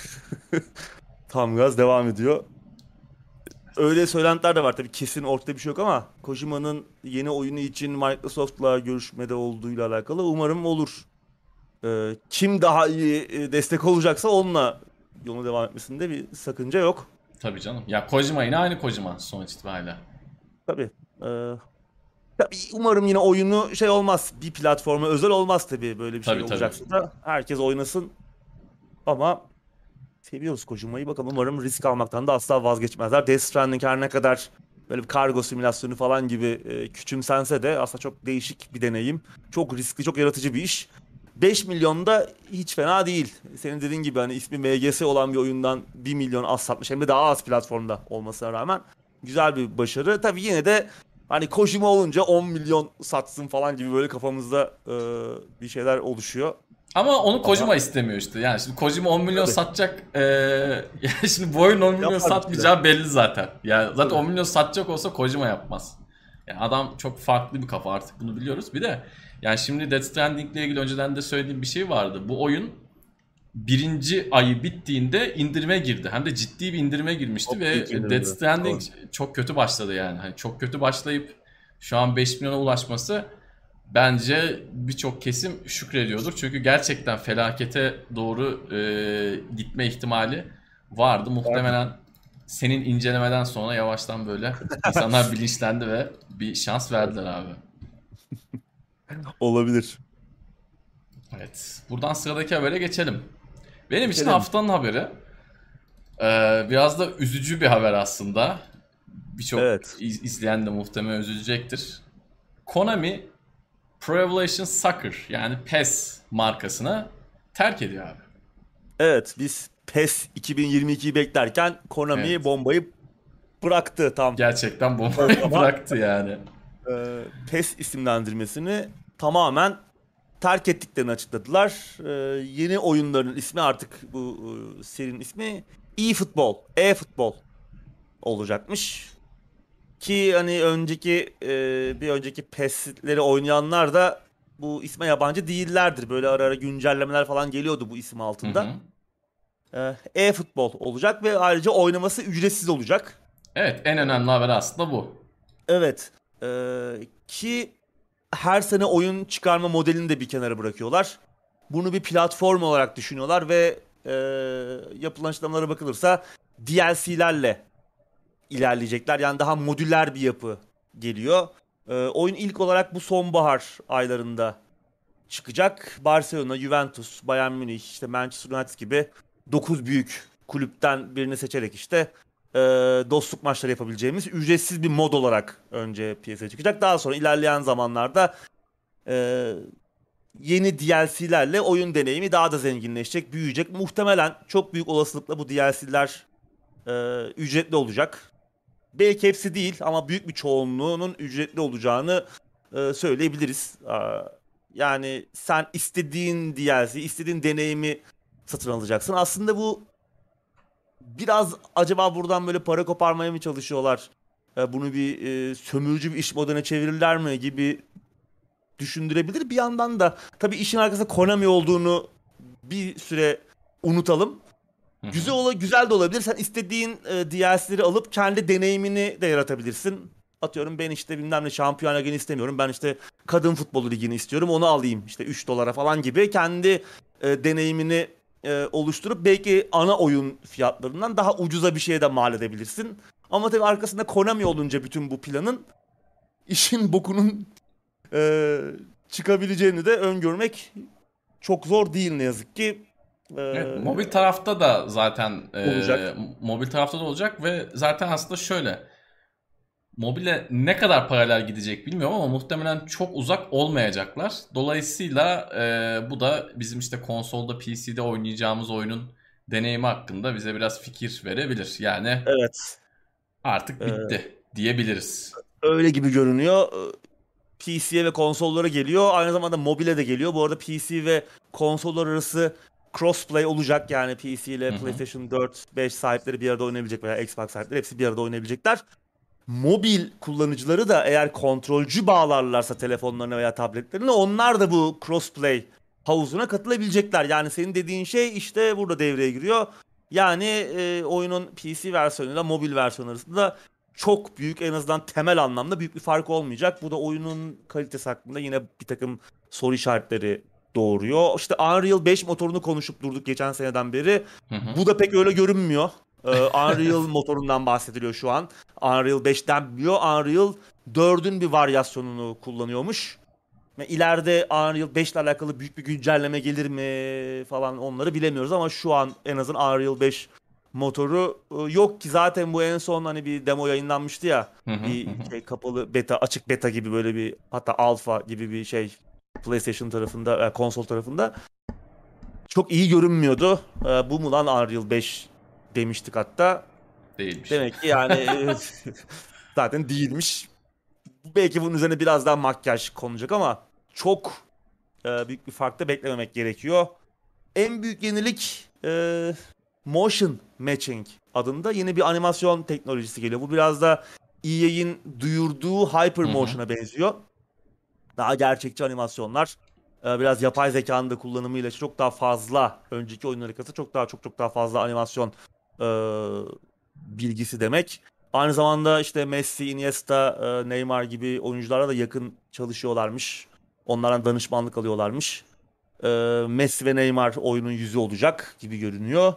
tam gaz devam ediyor. Öyle söylentiler de var tabii, kesin ortada bir şey yok ama Kojima'nın yeni oyunu için Microsoft'la görüşmede olduğuyla alakalı umarım olur. Ee, kim daha iyi e, destek olacaksa onunla yoluna devam etmesinde bir sakınca yok. Tabii canım. Ya Kojima yine aynı Kojima sonuç itibariyle. Tabii. Ee, tabii umarım yine oyunu şey olmaz. Bir platforma özel olmaz tabii, böyle bir şey Tabii tabii. olacaksa da herkes oynasın. Ama seviyoruz Kojima'yı. Bakalım, umarım risk almaktan da asla vazgeçmezler. Death Stranding her ne kadar böyle bir kargo simülasyonu falan gibi e, küçümsense de aslında çok değişik bir deneyim. Çok riskli, çok yaratıcı bir iş. beş milyon da hiç fena değil. Senin dediğin gibi hani ismi M G S olan bir oyundan bir milyon az satmış. Hem de daha az platformda olmasına rağmen güzel bir başarı. Tabii yine de hani Kojima olunca on milyon satsın falan gibi böyle kafamızda e, bir şeyler oluşuyor. Ama onu Ama Kojima istemiyor işte. Yani şimdi Kojima on milyon tabii satacak. Eee yani şimdi bu oyun on milyon yapar bir şeyler. satmayacağı belli zaten. Yani zaten Tabii. on milyon satacak olsa Kojima yapmaz. Yani adam çok farklı bir kafa, artık bunu biliyoruz. Bir de yani şimdi Death Stranding ile ilgili önceden de söylediğim bir şey vardı. Bu oyun birinci ayı bittiğinde indirime girdi. Hem de ciddi bir indirime girmişti Çok büyük ve Death indirimdi. Stranding Doğru. çok kötü başladı yani. Hani çok kötü başlayıp şu an beş milyona ulaşması, bence birçok kesim şükrediyordur. Çünkü gerçekten felakete doğru e, gitme ihtimali vardı. Vardı. Muhtemelen senin incelemeden sonra yavaştan böyle insanlar bilinçlendi ve bir şans verdiler abi. Olabilir. Evet. Buradan sıradaki habere geçelim. Benim için Geçelim. haftanın haberi Ee, biraz da üzücü bir haber aslında. Birçok Evet. iz- izleyen de muhtemelen üzülecektir. Konami Pro Evolution Soccer, yani PES markasını terk ediyor abi. Evet. Biz PES iki bin yirmi ikiyi beklerken Konami Evet. bombayı bıraktı tam Gerçekten bombayı ortama. bıraktı yani. Ee, PES isimlendirmesini tamamen terk ettiklerini açıkladılar. Ee, yeni oyunların ismi artık, bu e, serinin ismi eFootball, eFootball olacakmış. Ki hani önceki e, bir önceki PES'leri oynayanlar da bu isme yabancı değillerdir. Böyle ara ara güncellemeler falan geliyordu bu isim Hı hı. altında. Ee, E-futbol olacak ve ayrıca oynaması ücretsiz olacak. Evet, en önemli haber aslında bu. Evet. Ee, ki her sene oyun çıkarma modelini de bir kenara bırakıyorlar. Bunu bir platform olarak düşünüyorlar ve e, yapılan açıklamalara bakılırsa D L C'lerle ilerleyecekler. Yani daha modüler bir yapı geliyor. Ee, oyun ilk olarak bu sonbahar aylarında çıkacak. Barcelona, Juventus, Bayern Münih, işte Manchester United gibi dokuz büyük kulüpten birini seçerek işte e, dostluk maçları yapabileceğimiz ücretsiz bir mod olarak önce piyasaya çıkacak. Daha sonra ilerleyen zamanlarda e, yeni D L C'lerle oyun deneyimi daha da zenginleşecek, büyüyecek. Muhtemelen çok büyük olasılıkla bu D L C'ler e, ücretli olacak. Belki hepsi değil ama büyük bir çoğunluğunun ücretli olacağını e, söyleyebiliriz. Aa, yani sen istediğin D L C, istediğin deneyimi satın alacaksın. Aslında bu biraz, acaba buradan böyle para koparmaya mı çalışıyorlar? E, bunu bir e, sömürücü bir iş modeline çevirirler mi gibi düşündürebilir. Bir yandan da tabii işin arkasında Konami olduğunu bir süre unutalım. Hı Güzel hı. ola güzel de olabilir. Sen istediğin e, D L C'leri alıp kendi deneyimini de yaratabilirsin. Atıyorum, ben işte bilmem ne Şampiyon Ligi'ni istemiyorum. Ben işte kadın futbolu ligini istiyorum. Onu alayım işte üç dolara falan gibi. Kendi e, deneyimini e, oluşturup belki ana oyun fiyatlarından daha ucuza bir şeye de mal edebilirsin. Ama tabii arkasında Konami olunca bütün bu planın, işin bokunun e, çıkabileceğini de öngörmek çok zor değil ne yazık ki. E, Evet, mobil tarafta da zaten e, olacak. mobil tarafta da olacak ve zaten aslında şöyle, mobile ne kadar paralel gidecek bilmiyorum ama muhtemelen çok uzak olmayacaklar. Dolayısıyla e, bu da bizim işte konsolda, P C'de oynayacağımız oyunun deneyimi hakkında bize biraz fikir verebilir. Yani Evet. artık Ee, bitti diyebiliriz. öyle gibi görünüyor. Ee, P C'ye ve konsollara geliyor. Aynı zamanda mobile de geliyor. Bu arada P C ve konsollar arası crossplay olacak. Yani P C Hı ile hı. PlayStation dört, beş sahipleri bir arada oynayabilecek veya Xbox sahipleri hepsi bir arada oynayabilecekler. mobil kullanıcıları da eğer kontrolcü bağlarlarsa telefonlarına veya tabletlerine, onlar da bu crossplay havuzuna katılabilecekler. Yani senin dediğin şey işte burada devreye giriyor. Yani e, oyunun P C versiyonuyla mobil versiyon arasında çok büyük, en azından temel anlamda büyük bir fark olmayacak. Bu da oyunun kalitesi hakkında yine bir takım soru işaretleri doğuruyor. İşte Unreal beş motorunu konuşup durduk geçen seneden beri. Hı hı. Bu da pek öyle görünmüyor. Ee, Unreal motorundan bahsediliyor şu an. Unreal beş denmiyor. Unreal dördün bir varyasyonunu kullanıyormuş. Ve ileride Unreal beş ile alakalı büyük bir güncelleme gelir mi falan, onları bilemiyoruz ama şu an en azından Unreal beş motoru e, yok ki. Zaten bu en son hani bir demo yayınlanmıştı ya. Hı hı, Bir hı hı. şey, kapalı beta, açık beta gibi böyle bir, hatta alfa gibi bir şey PlayStation tarafında, e, konsol tarafında. Çok iyi görünmüyordu. E, bu mu lan Unreal beş demiştik hatta. Değilmiş. Demek ki yani e, zaten değilmiş. Belki bunun üzerine biraz daha makyaj konulacak ama çok e, büyük bir fark da beklememek gerekiyor. En büyük yenilik e, motion matching adında yeni bir animasyon teknolojisi geliyor. Bu biraz da E A'in duyurduğu Hı hı. Hypermotion'a benziyor. Daha gerçekçi animasyonlar. e, Biraz yapay zekanın da kullanımıyla çok daha fazla, önceki oyunlara kıyasla çok daha çok çok daha fazla animasyon e, bilgisi demek. Aynı zamanda işte Messi, Iniesta, e, Neymar gibi oyunculara da yakın çalışıyorlarmış. Onlardan danışmanlık alıyorlarmış. E, Messi ve Neymar oyunun yüzü olacak gibi görünüyor.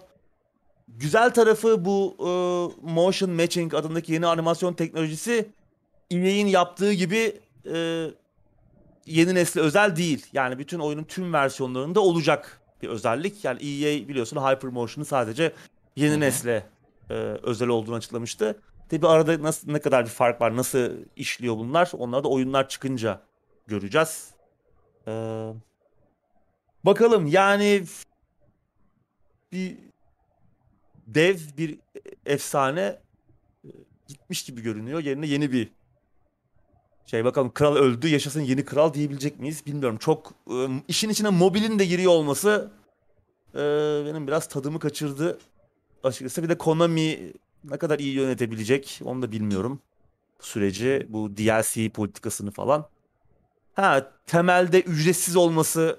Güzel tarafı, bu e, motion matching adındaki yeni animasyon teknolojisi E A'in yaptığı gibi e, yeni nesle özel değil. Yani bütün oyunun tüm versiyonlarında olacak bir özellik. Yani E A biliyorsun Hypermotion'u sadece Hı yeni hı. nesle e, özel olduğunu açıklamıştı. Tabii arada nasıl, ne kadar bir fark var, nasıl işliyor bunlar, onları da oyunlar çıkınca göreceğiz. Ee, Bakalım yani, bir dev bir efsane e, gitmiş gibi görünüyor. Yerine yeni bir şey, bakalım, kral öldü yaşasın yeni kral diyebilecek miyiz bilmiyorum. Çok e, işin içine mobilin de giriyor olması e, benim biraz tadımı kaçırdı açıkçası. Bir de Konami ne kadar iyi yönetebilecek onu da bilmiyorum. Bu süreci, bu D L C politikasını falan. Ha, temelde ücretsiz olması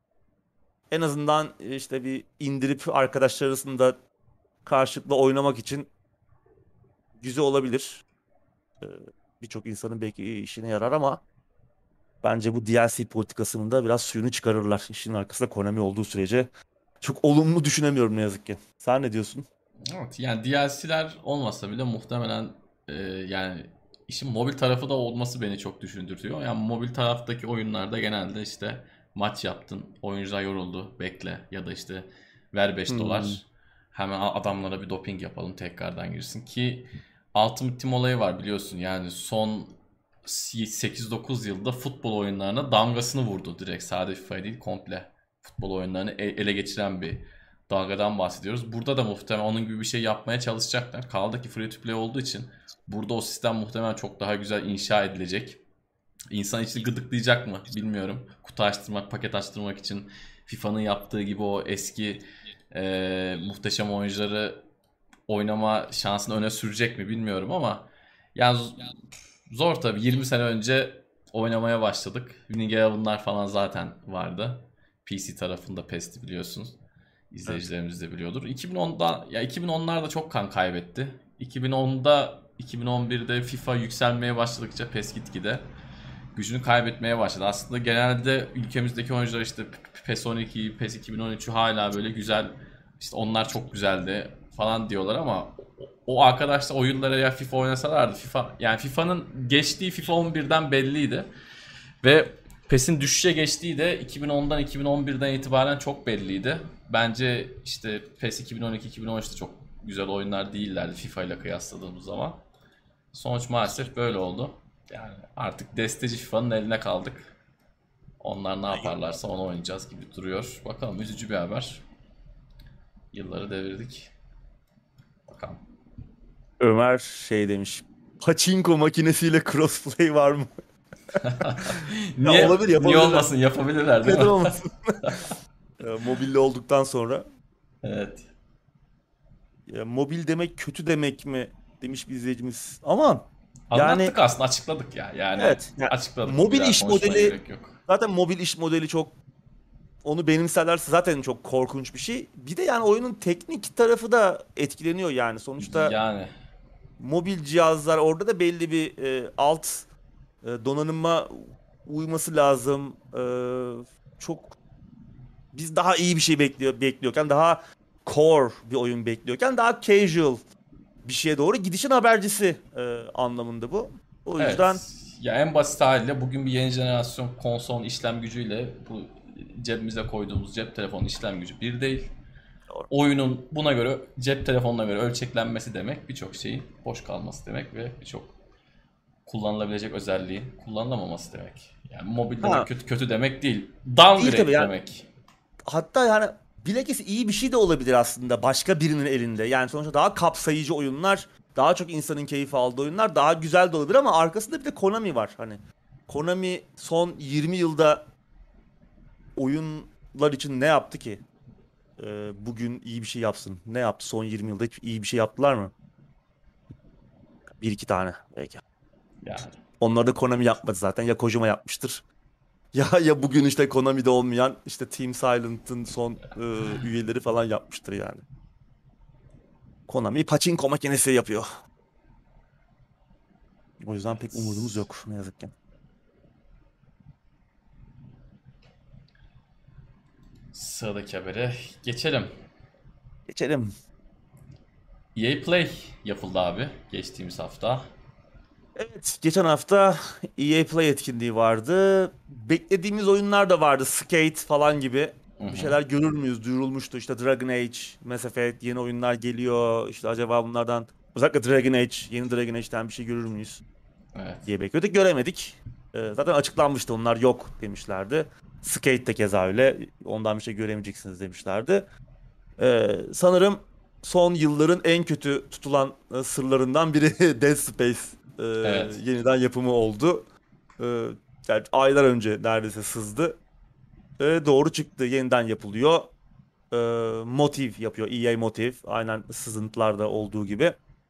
en azından e, işte bir indirip arkadaşlar arasında karşılıklı oynamak için güzel olabilir. E, Birçok insanın belki işine yarar ama bence bu D L C politikasının da biraz suyunu çıkarırlar. İşin arkasında Konami olduğu sürece çok olumlu düşünemiyorum ne yazık ki. Sen ne diyorsun? Evet, yani D L C'ler olmasa bile muhtemelen e, yani işin mobil tarafı da olması beni çok düşündürtüyor. Yani mobil taraftaki oyunlarda genelde işte maç yaptın, oyuncular yoruldu, bekle ya da işte ver beş Hmm. dolar hemen adamlara bir doping yapalım tekrardan girsin ki Ultimate Team olayı var biliyorsun. Yani son sekiz dokuz yılda futbol oyunlarına damgasını vurdu, direkt sade FIFA değil, komple futbol oyunlarını e- ele geçiren bir dalgadan bahsediyoruz. Burada da muhtemelen onun gibi bir şey yapmaya çalışacaklar. Kaldı ki free to play olduğu için burada o sistem muhtemelen çok daha güzel inşa edilecek. İnsan içini gıdıklayacak mı bilmiyorum. Kutu açtırmak, paket açtırmak için FIFA'nın yaptığı gibi o eski e, muhteşem oyuncuları oynama şansını öne sürecek mi bilmiyorum ama yani zor tabii. yirmi sene önce oynamaya başladık. Winning Eleven'lar falan zaten vardı. P C tarafında PES'ti biliyorsunuz. Evet. İzleyicilerimiz de biliyordur. iki bin onda ya iki bin onlar da çok kan kaybetti. iki bin onda iki bin on birde FIFA yükselmeye başladıkça PES gitgide gücünü kaybetmeye başladı. Aslında genelde ülkemizdeki oyuncular işte PES on iki, PES iki bin on üçü hala böyle güzel, işte onlar çok güzeldi falan diyorlar ama o arkadaşlar oyunlara ya FIFA oynasalardı, FIFA yani FIFA'nın geçtiği FIFA on birden belliydi ve PES'in düşüşe geçtiği de iki bin ondan iki bin on birden itibaren çok belliydi. Bence işte PES iki bin on iki iki bin on üçte çok güzel oyunlar değillerdi FIFA ile kıyasladığımız zaman. Sonuç maalesef böyle oldu. Yani artık desteci FIFA'nın eline kaldık. Onlar ne yaparlarsa onu oynayacağız gibi duruyor. Bakalım, üzücü bir haber. Yılları devirdik. Bakalım. Ömer şey demiş. Pachinko makinesiyle crossplay var mı? Ya Niye olabilir, niye yapabilirler. olmasın, yapabilirler değil Neden mi? olmasın? E, mobilde olduktan sonra. Evet. Ya, mobil demek kötü demek mi demiş bir izleyicimiz. Aman. Yani Anlattık aslında, açıkladık ya. Yani evet, yani açıkladık. Bir mobil daha iş konuşmaya modeli gerek yok. zaten mobil iş modeli çok onu benimserlerse zaten çok korkunç bir şey. Bir de yani oyunun teknik tarafı da etkileniyor yani. Sonuçta Yani mobil cihazlar orada da belli bir e, alt e, donanıma uyması lazım. E, çok biz daha iyi bir şey bekliyor bekliyorken daha core bir oyun bekliyorken daha casual bir şeye doğru gidişin habercisi e, anlamında bu. O yüzden evet. Ya en basit haliyle bugün bir yeni jenerasyon konsolun işlem gücüyle bu cebimize koyduğumuz cep telefonu işlem gücü bir değil. doğru. Oyunun buna göre, cep telefonuna göre ölçeklenmesi demek birçok şeyin boş kalması demek ve birçok kullanılabilecek özelliğin kullanılamaması demek. Yani mobil demek Ha, kötü kötü demek değil. değil tabii Downgrade yani. demek. Hatta yani bilakis iyi bir şey de olabilir aslında başka birinin elinde. Yani sonuçta daha kapsayıcı oyunlar, daha çok insanın keyif aldığı oyunlar daha güzel de olabilir ama arkasında bir de Konami var. Hani Konami son yirmi yılda oyunlar için ne yaptı ki? Ee, bugün iyi bir şey yapsın. Ne yaptı son yirmi yılda hiç iyi bir şey yaptılar mı? Bir iki tane belki. Yani Onları da Konami yapmadı zaten. Ya Kojima yapmıştır. Ya ya bugün işte Konami'de olmayan işte Team Silent'ın son e, üyeleri falan yapmıştır yani. Konami pachinko makinesi yapıyor. O yüzden pek umudumuz yok ne yazık ki. sıradaki habere geçelim. Geçelim. E A Play yapıldı abi geçtiğimiz hafta. Evet, geçen hafta E A Play etkinliği vardı. Beklediğimiz oyunlar da vardı. Skate falan gibi. Hı Bir hı. şeyler görür müyüz? Duyurulmuştu. İşte Dragon Age, Mass Effect yeni oyunlar geliyor. İşte acaba bunlardan özellikle Dragon Age, yeni Dragon Age'den bir şey görür müyüz Evet. diye bekliyorduk. Göremedik. Ee, zaten açıklanmıştı onlar yok demişlerdi. Skate de keza öyle. Ondan bir şey göremeyeceksiniz demişlerdi. Ee, sanırım son yılların en kötü tutulan e, sırlarından biri Dead Space e, Evet. yeniden yapımı oldu. Ee, yani aylar önce neredeyse sızdı. Ee, doğru çıktı. Yeniden yapılıyor. Ee, Motive yapıyor. E A Motive. Aynen sızıntılarda olduğu gibi.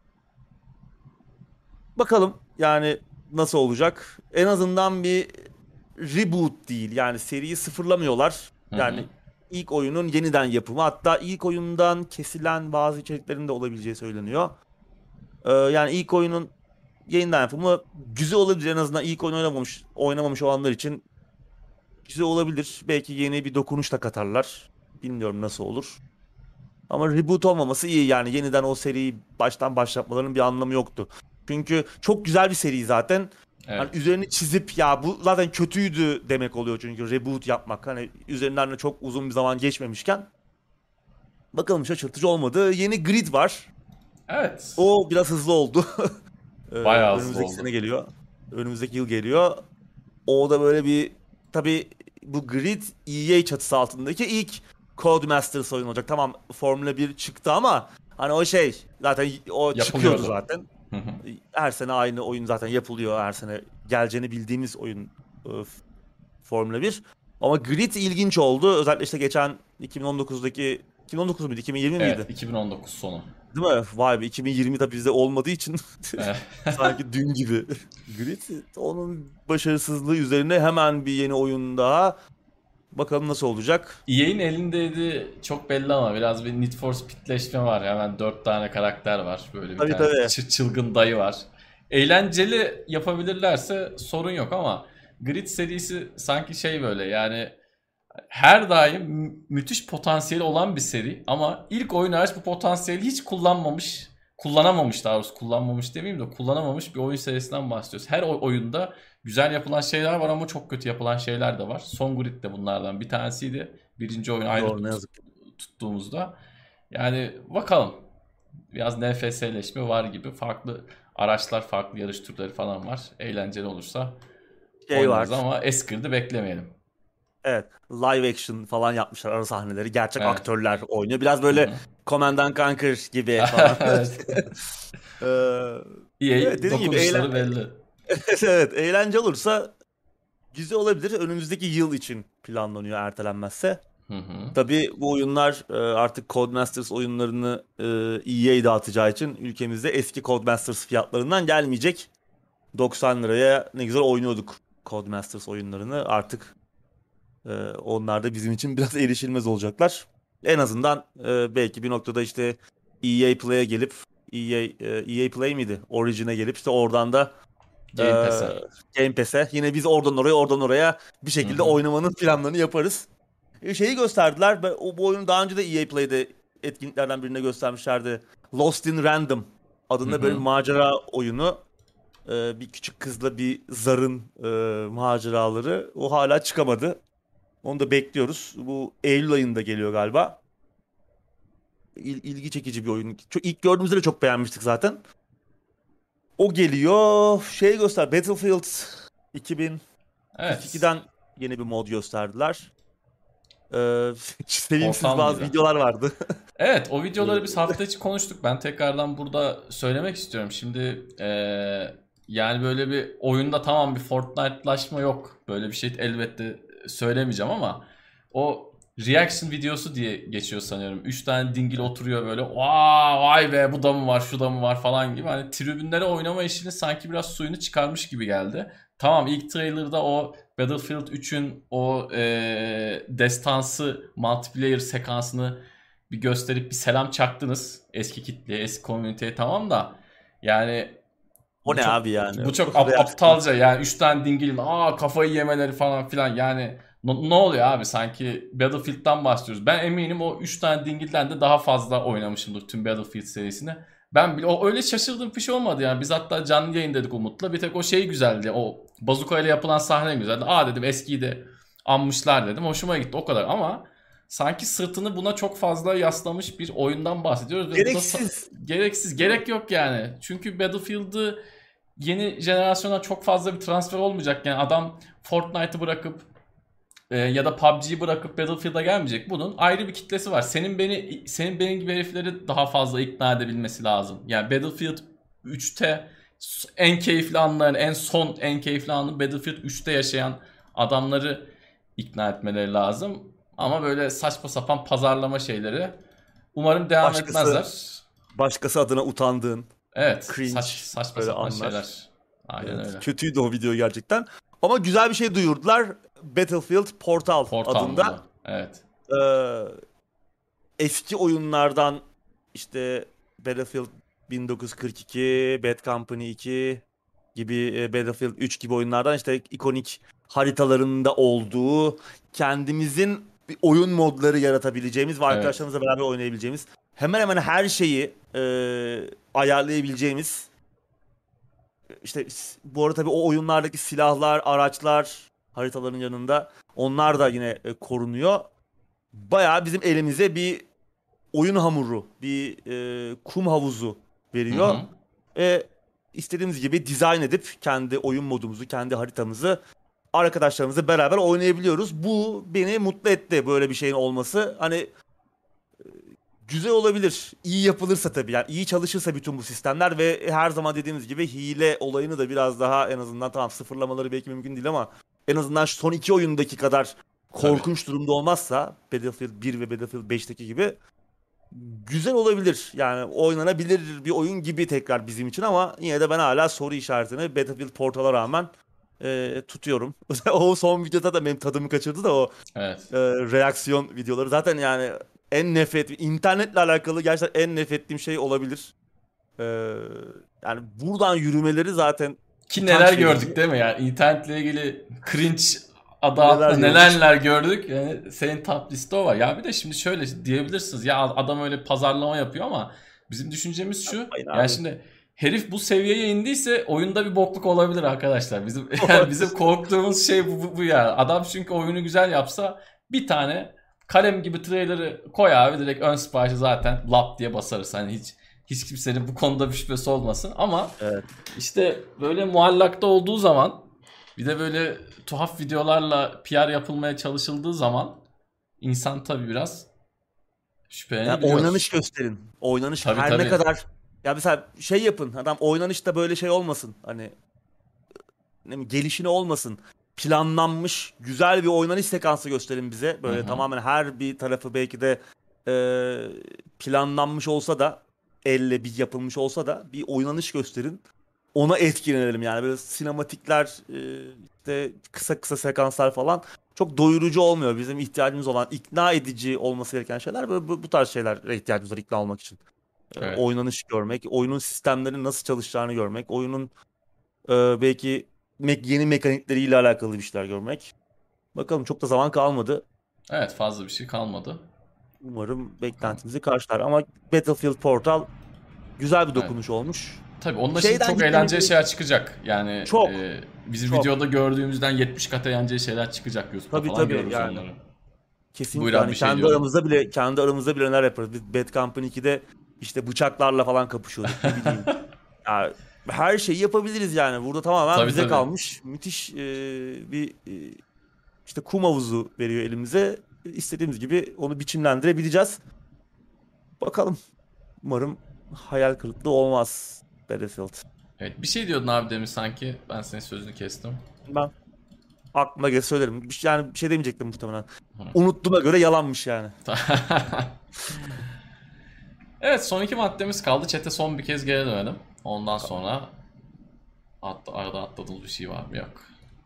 Bakalım yani nasıl olacak? En azından bir reboot değil. Yani seriyi sıfırlamıyorlar. Hı hı. Yani ilk oyunun yeniden yapımı. Hatta ilk oyundan kesilen bazı içeriklerin de olabileceği söyleniyor. Ee, yani ilk oyunun yeniden yapımı güzel olabilir. En azından ilk oyun oynamamış, oynamamış olanlar için güzel olabilir. Belki yeni bir dokunuş da katarlar. Bilmiyorum nasıl olur. Ama reboot olmaması iyi yani. Yeniden o seriyi baştan başlatmalarının bir anlamı yoktu. Çünkü çok güzel bir seri zaten. Hani Evet. üzerini çizip ya bu zaten kötüydü demek oluyor çünkü reboot yapmak. Hani üzerinden de çok uzun bir zaman geçmemişken. Bakalım şaşırtıcı olmadı. Yeni Grid var. Evet. O biraz hızlı oldu. Ee, Bayağı hızlı önümüzdeki oldu. sene geliyor. Önümüzdeki yıl geliyor. O da böyle bir tabii bu Grid E A çatısı altındaki ilk Codemasters oyun olacak. Tamam Formula bir çıktı ama hani o şey zaten o çıkıyordu Yapılıyordu. zaten. Hı hı. Her sene aynı oyun zaten yapılıyor. Her sene geleceğini bildiğimiz oyun e, Formula bir. Ama Grid ilginç oldu. Özellikle işte geçen iki bin on dokuzdaki iki bin on dokuz muydu? iki bin yirmi Evet, miydi? iki bin on dokuz sonu. Değil mi? Vay be iki bin yirmi de bizde olmadığı için Evet. sanki dün gibi. Grid onun başarısızlığı üzerine hemen bir yeni oyun daha. Bakalım nasıl olacak. E A'in elindeydi çok belli ama biraz bir Need for Speed'leşme var. Hemen dört tane karakter var. Böyle bir Tabii tane tabii. çı- çılgın dayı var. Eğlenceli yapabilirlerse sorun yok ama Grid serisi sanki şey böyle yani her daim mü- müthiş potansiyeli olan bir seri ama ilk oyun hariç bu potansiyeli hiç kullanmamış, kullanamamış daha doğrusu kullanmamış demeyeyim de kullanamamış bir oyun serisinden bahsediyoruz. Her o- oyunda güzel yapılan şeyler var ama çok kötü yapılan şeyler de var. Son Grid de bunlardan bir tanesiydi. Birinci oyunu ayrı Doğru ne tut- yazık ki. tuttuğumuzda. Yani bakalım. Biraz N F S'leşme var gibi. Farklı araçlar, farklı yarış türleri falan var. Eğlenceli olursa Şey oynarız var. ama Eskirdi beklemeyelim. Evet. Live action falan yapmışlar ara sahneleri. Gerçek Evet. aktörler oynuyor. Biraz Hı böyle hı. Command and Conquer gibi falan. Evet. Ee, evet E A dediğim gibi eğlen dokunuşları belli. evet eğlence olursa güzel olabilir. Önümüzdeki yıl için planlanıyor ertelenmezse. Hı hı. Tabii bu oyunlar e, artık Codemasters oyunlarını e, E A dağıtacağı için ülkemizde eski Codemasters fiyatlarından gelmeyecek. doksan liraya ne güzel oynuyorduk Codemasters oyunlarını. Artık e, onlar da bizim için biraz erişilmez olacaklar. En azından e, belki bir noktada işte E A Play'e gelip E A, e, E A Play miydi? Origin'e gelip işte oradan da e, Game Pass'e. Game Pass'e yine biz oradan oraya oradan oraya bir Hı şekilde hı. oynamanın planlarını yaparız. E, şeyi gösterdiler. Ben, o, bu oyunu daha önce de E A Play'de etkinliklerden birine göstermişlerdi. Lost in Random Hı adında böyle bir hı. macera oyunu. Ee, bir küçük kızla bir zarın e, maceraları. O hala çıkamadı. Onu da bekliyoruz. Bu Eylül ayında geliyor galiba. İl, ilgi çekici bir oyun. Çok, ilk gördüğümüzde de çok beğenmiştik zaten. O geliyor. Şey göster. Battlefield Evet. iki bin kırk ikiden yeni bir mod gösterdiler. Ee, sevimsiz Portal bazı mıydı? videolar vardı. Evet, o videoları biz Ee, hafta içi konuştuk. Ben tekrardan burada söylemek istiyorum. Şimdi eee, yani böyle bir oyunda tamam bir Fortnite'laşma yok. Böyle bir şey elbette söylemeyeceğim ama o reaction videosu diye geçiyor sanıyorum. Üç tane dingil oturuyor böyle. Vay, vay be, bu da mı var, şu da mı var falan gibi. Hani tribünlere oynama işini sanki biraz suyunu çıkarmış gibi geldi. Tamam, ilk trailer'da o Battlefield üçün o eee destansı multiplayer sekansını bir gösterip bir selam çaktınız eski kitleye, eski komüniteye, tamam da yani O bu ne çok abi yani? bu çok ap- Reaksiyon. aptalca yani. Üç tane dingilin aa kafayı yemeleri falan filan yani. No- ne oluyor abi, sanki Battlefield'dan bahsediyoruz. Ben eminim o üç tane dingilden de daha fazla oynamışımdır tüm Battlefield serisini. Ben bile o öyle şaşırdığım bir şey olmadı yani. Biz hatta canlı yayın dedik Umut'la. Bir tek o şey güzeldi. O bazuka ile yapılan sahne güzeldi. Aa dedim, eskiyi de anmışlar dedim. Hoşuma gitti o kadar ama sanki sırtını buna çok fazla yaslamış bir oyundan bahsediyoruz ve bu da sa- Gereksiz. gereksiz, gerek yok yani. Çünkü Battlefield'ı yeni jenerasyona çok fazla bir transfer olmayacak. Yani adam Fortnite'ı bırakıp e, ya da P U B G'yi bırakıp Battlefield'a gelmeyecek. Bunun ayrı bir kitlesi var. Senin beni senin benim gibi herifleri daha fazla ikna edebilmesi lazım. Yani Battlefield üçte en keyifli anların, en son en keyifli anı Battlefield üçte yaşayan adamları ikna etmeleri lazım. Ama böyle saçma sapan pazarlama şeyleri umarım devam Başkası etmezler. başkası adına utandığın, Evet, saç, cringe saçma böyle sapan anlar. şeyler. Aynen Evet, öyle. kötüydü o video gerçekten. Ama güzel bir şey duyurdular. Battlefield Portal Portal adında. modu. Evet. Ee, eski oyunlardan işte Battlefield bin dokuz yüz kırk iki, Bad Company iki gibi, e, Battlefield üç gibi oyunlardan işte ikonik haritalarında olduğu, kendimizin bir oyun modları yaratabileceğimiz ve Evet. arkadaşlarımızla beraber oynayabileceğimiz, hemen hemen her şeyi e, ayarlayabileceğimiz. İşte s- bu arada tabii o oyunlardaki silahlar, araçlar haritaların yanında, onlar da yine e, korunuyor. Bayağı bizim elimize bir oyun hamuru, bir e, kum havuzu Hı veriyor. hı. Ve istediğimiz gibi dizayn edip kendi oyun modumuzu, kendi haritamızı arkadaşlarımızla beraber oynayabiliyoruz. Bu beni mutlu etti, böyle bir şeyin olması. Hani güzel olabilir. İyi yapılırsa tabii. Yani iyi çalışırsa bütün bu sistemler ve her zaman dediğimiz gibi hile olayını da biraz daha, en azından tamam sıfırlamaları belki mümkün değil ama en azından şu son iki oyundaki kadar Tabii. korkunç durumda olmazsa, Battlefield bir ve Battlefield beşteki gibi, güzel olabilir. Yani oynanabilir bir oyun gibi tekrar bizim için ama yine de ben hala soru işaretini Battlefield Portal'a rağmen e, tutuyorum. O son videoda da benim tadımı kaçırdı da o Evet. e, reaksiyon videoları. Zaten yani en nefret, internetle alakalı gerçekten en nefret ettiğim şey olabilir. E, yani buradan yürümeleri zaten Ki neler utanç gördük verici. değil mi? Yani internetle ilgili cringe adı Neler altında gördük. neler neler gördük. Yani senin top liste o var. Ya bir de şimdi şöyle diyebilirsiniz. Ya adam öyle pazarlama yapıyor ama bizim düşüncemiz şu. Aynen Yani abi. şimdi herif bu seviyeye indiyse oyunda bir bokluk olabilir arkadaşlar. Bizim yani bizim korktuğumuz şey bu, bu, bu ya. Adam çünkü oyunu güzel yapsa bir tane kalem gibi trailer'ı koy abi, direkt ön siparişi zaten lap diye basarız. Hani hiç hiç kimsenin bu konuda bir şüphesi olmasın ama Evet. işte böyle muallakta olduğu zaman, bir de böyle tuhaf videolarla P R yapılmaya çalışıldığı zaman insan tabii biraz Yani şüphelenebiliyor. oynanış gösterin. Oynanış Tabii her ne tabii. kadar, ya mesela şey yapın. Adam oynanışta böyle şey olmasın. Hani ne bileyim, gelişine olmasın. Planlanmış güzel bir oynanış sekansı gösterin bize. Hı Böyle hı. tamamen her bir tarafı belki de e, planlanmış olsa da, elle bir yapılmış olsa da bir oynanış gösterin. ona etkilenelim yani. Böyle sinematikler, e, işte kısa kısa sekanslar falan çok doyurucu olmuyor. Bizim ihtiyacımız olan, ikna edici olması gereken şeyler böyle bu, bu tarz şeylere ihtiyacımız var ikna olmak için. E, Evet. oynanış görmek, oyunun sistemlerinin nasıl çalışacağını görmek, oyunun e, belki me- yeni mekanikleriyle alakalı bir şeyler görmek. Bakalım, çok da zaman kalmadı. Evet, fazla bir şey kalmadı. Umarım Bakalım. beklentimizi karşılar. Ama Battlefield Portal güzel bir Evet. dokunuş olmuş. Tabii onunla şimdi Şeyden çok gitmemiz eğlenceli gerek- şeyler çıkacak. Yani çok e, bizim çok. videoda gördüğümüzden yetmiş kat eğlenceli şeyler çıkacak. YouTube'da Tabii falan tabii görürüz yani. onları. Buyur Kesinlikle, abi, hani bir şey kendi diyordun. aramızda bile kendi aramızda bile neler yaparız. Biz Bad Company ikide işte bıçaklarla falan kapışıyorduk, ne bileyim. Ya, her şeyi yapabiliriz yani. Burada tamamen Tabii bize tabii. kalmış. Müthiş e, bir e, işte kum havuzu veriyor elimize. İstediğimiz gibi onu biçimlendirebileceğiz. Bakalım. Umarım hayal kırıklığı olmaz Battlefield. Evet, bir şey diyordun abi demin sanki. Ben senin sözünü kestim. Ben aklıma gelse söylerim. Bir şey- Yani bir şey demeyecektim muhtemelen. Hı. Unuttuğuma göre yalanmış yani. Evet, son iki maddemiz kaldı. Chat'e son bir kez geri dönelim. Ondan sonra at, arada atladığımız bir şey var mı? Yok.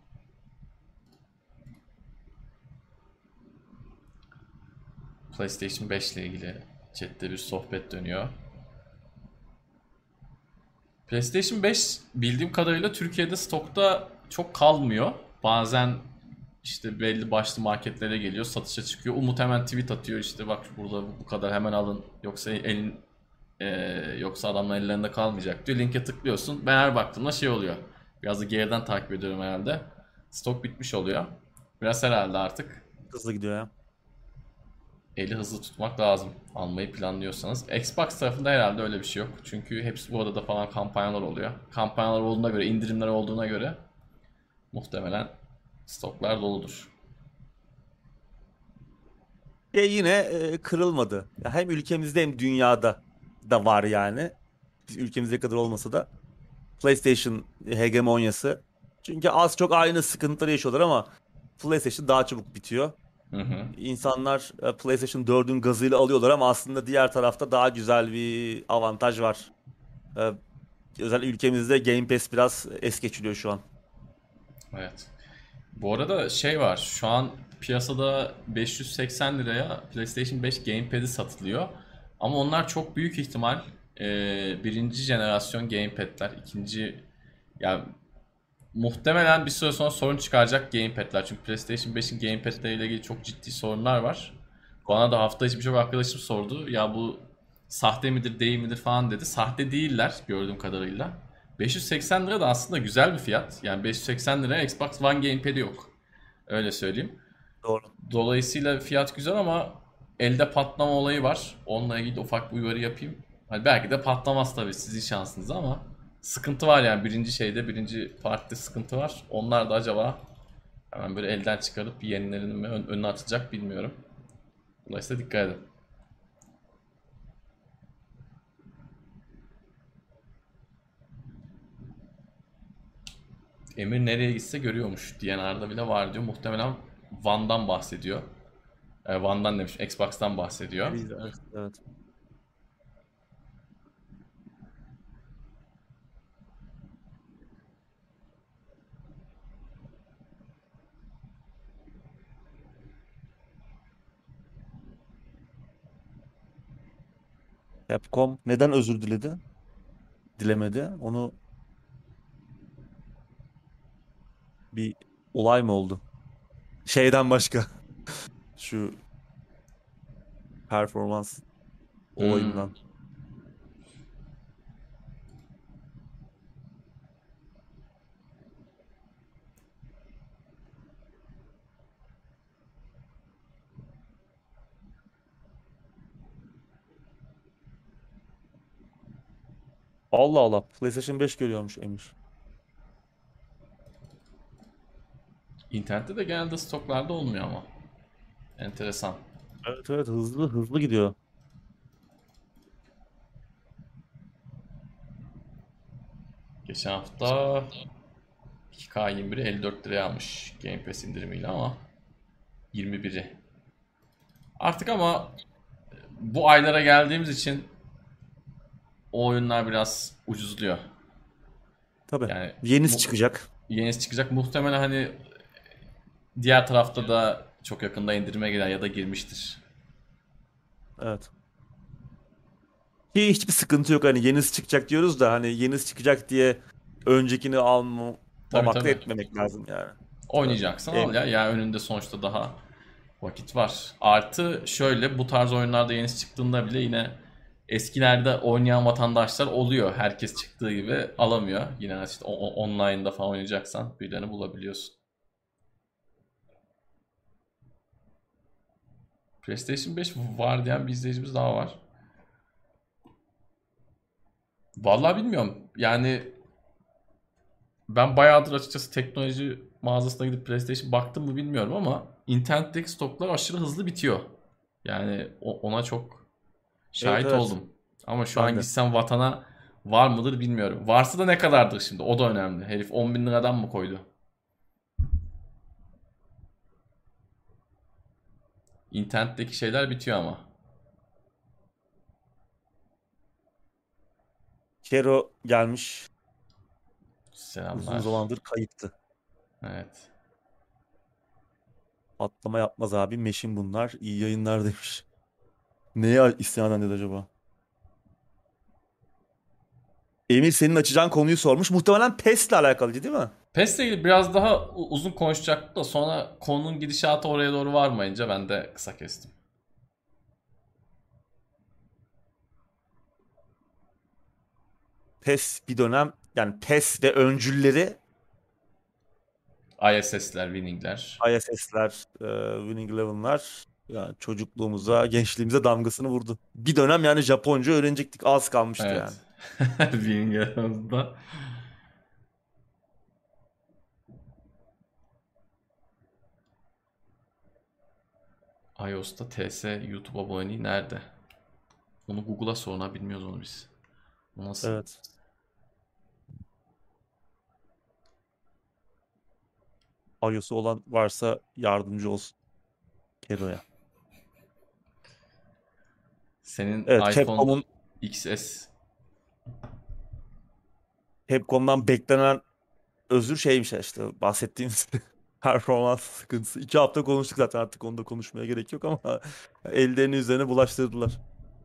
PlayStation beş ile ilgili chat'te bir sohbet dönüyor. PlayStation beş bildiğim kadarıyla Türkiye'de stokta çok kalmıyor. Bazen işte belli başlı marketlere geliyor, satışa çıkıyor. Umut hemen tweet atıyor, işte bak burada bu kadar, hemen alın yoksa elin e, yoksa adamların ellerinde kalmayacak diyor. Linke tıklıyorsun. Ben her baktığımda şey oluyor. Biraz da geriden takip ediyorum herhalde. Stok bitmiş oluyor. Biraz herhalde artık Hızlı gidiyor ya. eli hızlı tutmak lazım almayı planlıyorsanız. Xbox tarafında herhalde öyle bir şey yok. Çünkü hepsi bu arada falan kampanyalar oluyor. Kampanyalar olduğuna göre, indirimler olduğuna göre muhtemelen stoklar doludur. E yine e, kırılmadı. Ya hem ülkemizde hem dünyada da var yani. Biz ülkemizde kadar olmasa da PlayStation hegemonyası. Çünkü az çok aynı sıkıntıları yaşıyorlar ama PlayStation daha çabuk bitiyor. Hı hı. İnsanlar e, PlayStation dördün gazıyla alıyorlar ama aslında diğer tarafta daha güzel bir avantaj var. E, Özellikle ülkemizde Game Pass biraz es geçiliyor şu an. Evet. Bu arada şey var. Şu an piyasada beş yüz seksen liraya PlayStation beş Gamepad'i satılıyor. Ama onlar çok büyük ihtimal e, birinci jenerasyon Gamepad'ler, ikinci, yani muhtemelen bir süre sonra sorun çıkaracak gamepad'ler. Çünkü PlayStation beşin gamepad'leriyle ilgili çok ciddi sorunlar var. Bana da hafta içi birçok arkadaşım sordu. Ya bu sahte midir değil midir falan dedi. Sahte değiller gördüğüm kadarıyla. beş yüz seksen lira da aslında güzel bir fiyat. Yani beş yüz seksen liraya Xbox One gamepad'i yok. Öyle söyleyeyim. Doğru. Dolayısıyla fiyat güzel ama elde patlama olayı var. Onunla ilgili de ufak bir uyarı yapayım. Hani belki de patlamaz tabii, sizin şansınız, ama sıkıntı var yani birinci şeyde, birinci partide sıkıntı var. Onlar da acaba hemen böyle elden çıkarıp yenilerini mi ön- önüne atacak bilmiyorum. Dolayısıyla dikkat edin. Emir nereye gitse görüyormuş. D N R'da bile var diyor. Muhtemelen One'dan bahsediyor. E, One'dan demiş, Xbox'tan bahsediyor. Evet. Evet. Capcom neden özür diledi? Dilemedi. Onu bir olay mı oldu? Şeyden başka. Şu performans Hmm. olayından. Allah Allah. PlayStation beş görüyormuş Emir. İnternette de genelde stoklarda olmuyor ama. Enteresan. Evet evet, hızlı hızlı gidiyor. Geçen hafta iki K yirmi biri elli dört liraya almış Game Pass indirimiyle, ama yirmi biri. Artık ama bu aylara geldiğimiz için o oyunlar biraz ucuzluyor. Tabii. Yani Yenisi mu- çıkacak. yenisi çıkacak. Muhtemelen hani diğer tarafta da çok yakında indirime girer ya da girmiştir. Evet. Ki hiçbir sıkıntı yok. Hani yenisi çıkacak diyoruz da hani yenisi çıkacak diye öncekini Tabii almamak da tabii. etmemek lazım yani. Tabii. Oynayacaksan al En, ya. Ya önünde sonuçta daha vakit var. Artı şöyle, bu tarz oyunlarda yenisi çıktığında bile yine eskilerde oynayan vatandaşlar oluyor. Herkes çıktığı gibi alamıyor. Yine işte o- o- online'da falan oynayacaksan birilerini bulabiliyorsun. PlayStation beş var diyen bir izleyicimiz daha var. Vallahi bilmiyorum. Yani ben bayağıdır açıkçası teknoloji mağazasına gidip PlayStation baktım mı bilmiyorum ama internetteki stoklar aşırı hızlı bitiyor. Yani o- ona çok evet şahit evet. oldum. Ama şu Ben an de. gitsem vatana var mıdır bilmiyorum. Varsa da ne kadardır şimdi? O da önemli. Herif on bin liradan mı koydu? İnternetteki şeyler bitiyor ama. Kero gelmiş. Uzun Selamlar. zamandır kayıptı. Evet. Patlama yapmaz abi. Meşin bunlar. İyi yayınlar demiş. Neye isyan dedi acaba? Emir senin açacağın konuyu sormuş. Muhtemelen PES'le alakalıydı değil mi? PES'le ilgili biraz daha u- uzun konuşacaktım da sonra konunun gidişatı oraya doğru varmayınca ben de kısa kestim. PES bir dönem yani PES ve öncülleri I S S'ler, Winning'ler. I S S'ler, e, Winning Eleven'lar yani çocukluğumuza, gençliğimize damgasını vurdu. Bir dönem yani Japonca öğrenecektik. Az kalmıştı yani. Evet. Winning aramızda. iOS'ta T S YouTube aboneliği nerede? Onu Google'a soruna bilmiyoruz onu biz. O nasıl? Evet. iOS'u olan varsa yardımcı olsun Kero'ya. Senin Evet, iPhone Capcom'un X S. Capcom'dan beklenen özür şeymiş ya işte bahsettiğimiz performans sıkıntısı. İki hafta konuştuk zaten artık onu da konuşmaya gerek yok ama ellerini üzerine bulaştırdılar.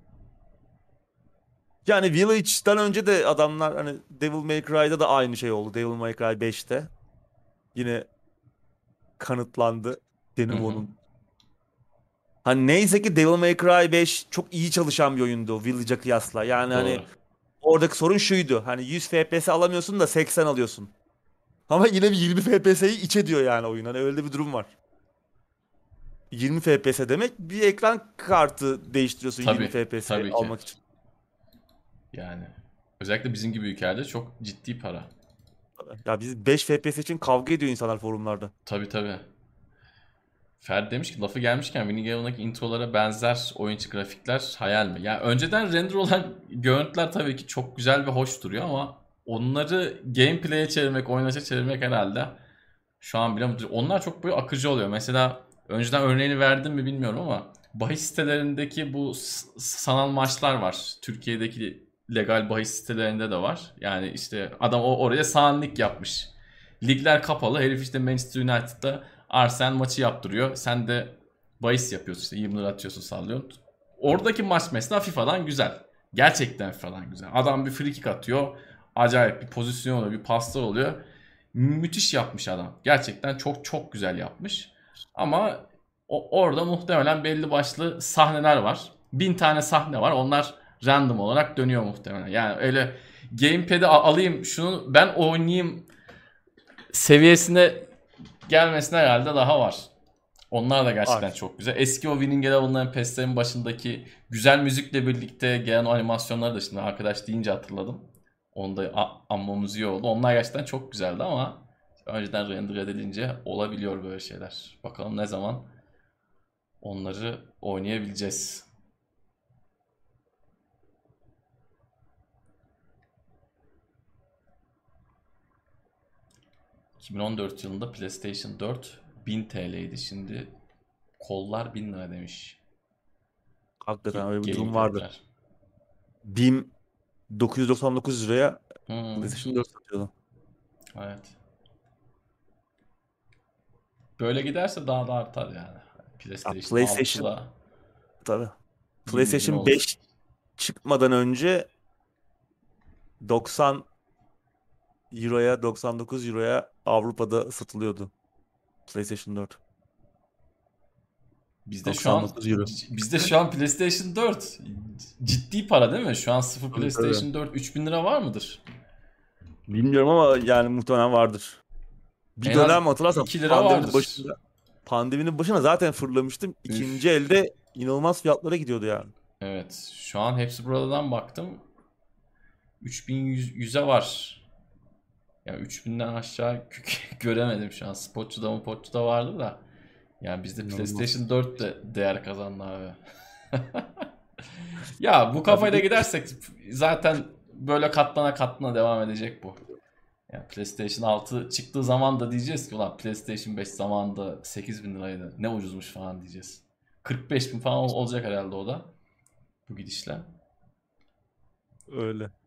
Yani Village'dan önce de adamlar hani Devil May Cry'da da aynı şey oldu. Devil May Cry beşte. Yine kanıtlandı Hı hı. Denuvo'nun. Hani neyse ki Devil May Cry beş çok iyi çalışan bir oyundu Village'a kıyasla. Yani hani Doğru. oradaki sorun şuydu. Hani yüz F P S alamıyorsun da seksen alıyorsun. Ama yine bir yirmi F P S'yi iç ediyor yani oyun. Hani öyle bir durum var. yirmi F P S demek bir ekran kartı değiştiriyorsun yirmi Tabii. F P S Tabii ki. almak için. Yani. Özellikle bizim gibi ülkelerde çok ciddi para. Ya biz beş F P S için kavga ediyor insanlar forumlarda. Tabii tabii. Ferdi demiş ki lafı gelmişken Winning Eleven'daki introlara benzer oyuncu grafikler hayal mi? Ya önceden render olan görüntüler tabii ki çok güzel ve hoş duruyor ama onları gameplay'e çevirmek, oynanışa çevirmek herhalde şu an bile mutluyum. Onlar çok böyle akıcı oluyor. Mesela önceden örneğini verdim mi bilmiyorum ama bahis sitelerindeki bu s- sanal maçlar var. Türkiye'deki legal bahis sitelerinde de var. Yani işte adam o oraya sahanlık yapmış. Ligler kapalı. Herif işte Manchester United'da Arsenal maçı yaptırıyor. Sen de bahis yapıyorsun işte yirmi lira atıyorsun sallıyorsun. Oradaki maç mesela FIFA'dan güzel. Gerçekten FIFA'dan güzel. Adam bir free kick atıyor. Acayip bir pozisyon oluyor, bir paslar oluyor. Müthiş yapmış adam. Gerçekten çok çok güzel yapmış. Ama o, orada muhtemelen belli başlı sahneler var. Bin tane sahne var. Onlar random olarak dönüyor muhtemelen. Yani öyle gamepad'i alayım şunu ben oynayayım seviyesine gelmesine herhalde daha var. Onlar da gerçekten Var. çok güzel. Eski o Winning Eleven'ların PES'lerin başındaki güzel müzikle birlikte gelen o animasyonları da şimdi arkadaş deyince hatırladım. Onu da a- anmamız iyi oldu. Onlar gerçekten çok güzeldi ama önceden render edilince olabiliyor böyle şeyler. Bakalım ne zaman onları oynayabileceğiz. iki bin on dört yılında PlayStation dört bin T L'ydi. Şimdi kollar bin lira demiş. Hakikaten Ge- öyle bir durum vardı. Gamepad'ler. BİM dokuz yüz doksan dokuz liraya Hmm. PlayStation dört satıyordu. Evet. Böyle giderse daha da artar yani. Ya PlayStation PlayStation altıda tabii. yirmi bin PlayStation olur. beş çıkmadan önce doksan Euro'ya doksan dokuz Euro'ya Avrupa'da satılıyordu PlayStation dört. Bizde şu an doksan dokuz Euro. bizde şu an PlayStation dört ciddi para değil mi? Şu an sıfır Tabii tabii. PlayStation dört üç bin lira var mıdır? Bilmiyorum ama yani muhtemelen vardır. Bir En az dönem hatırlarsan iki lira pandeminin vardır. başında pandeminin başına zaten fırlamıştım. Üf. İkinci elde inanılmaz fiyatlara gidiyordu yani. Evet. Şu an hepsi buradan baktım. üç bin yüze var. Ya üç binden aşağı göremedim şu an. Spotçu'da mı Potçu'da vardı da. Yani bizde İnanılmaz. PlayStation dört de değer kazandı abi. Ya bu Ya bir kafayla de gidersek zaten böyle katlana katlana devam edecek bu. Yani PlayStation altı çıktığı zaman da diyeceğiz ki ulan PlayStation beş zamanında sekiz bin liraydı. Ne ucuzmuş falan diyeceğiz. kırk beş bin falan ol- olacak herhalde o da. Bu gidişle. öyle.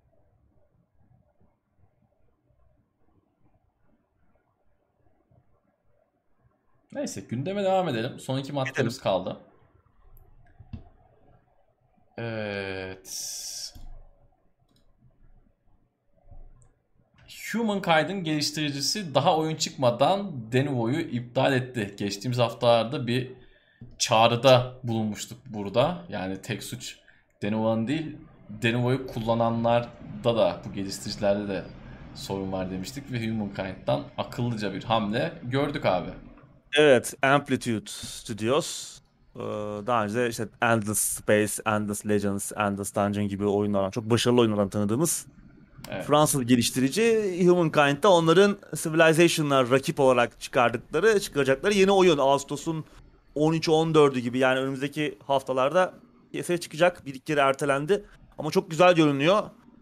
Neyse gündeme devam edelim. Son iki Gidelim. maddemiz kaldı. Evet. Humankind'ın geliştiricisi daha oyun çıkmadan Denuvo'yu iptal etti. Geçtiğimiz haftalarda bir çağrıda bulunmuştuk burada. Yani tek suç Denuvo'nun değil, Denuvo'yu kullananlarda da bu geliştiricilerde de sorun var demiştik ve Humankind'dan akıllıca bir hamle gördük abi. Evet, Amplitude Studios. Ee, Daha önce işte Endless Space, Endless Legends, Endless Dungeon gibi oyunlardan, çok başarılı oyunlardan tanıdığımız Evet. Fransız geliştirici Humankind'da onların Civilization'lar rakip olarak çıkardıkları, çıkaracakları yeni oyun. Ağustos'un on üç on dördü gibi yani önümüzdeki haftalarda piyasaya çıkacak. Bir iki kere ertelendi. Ama çok güzel görünüyor.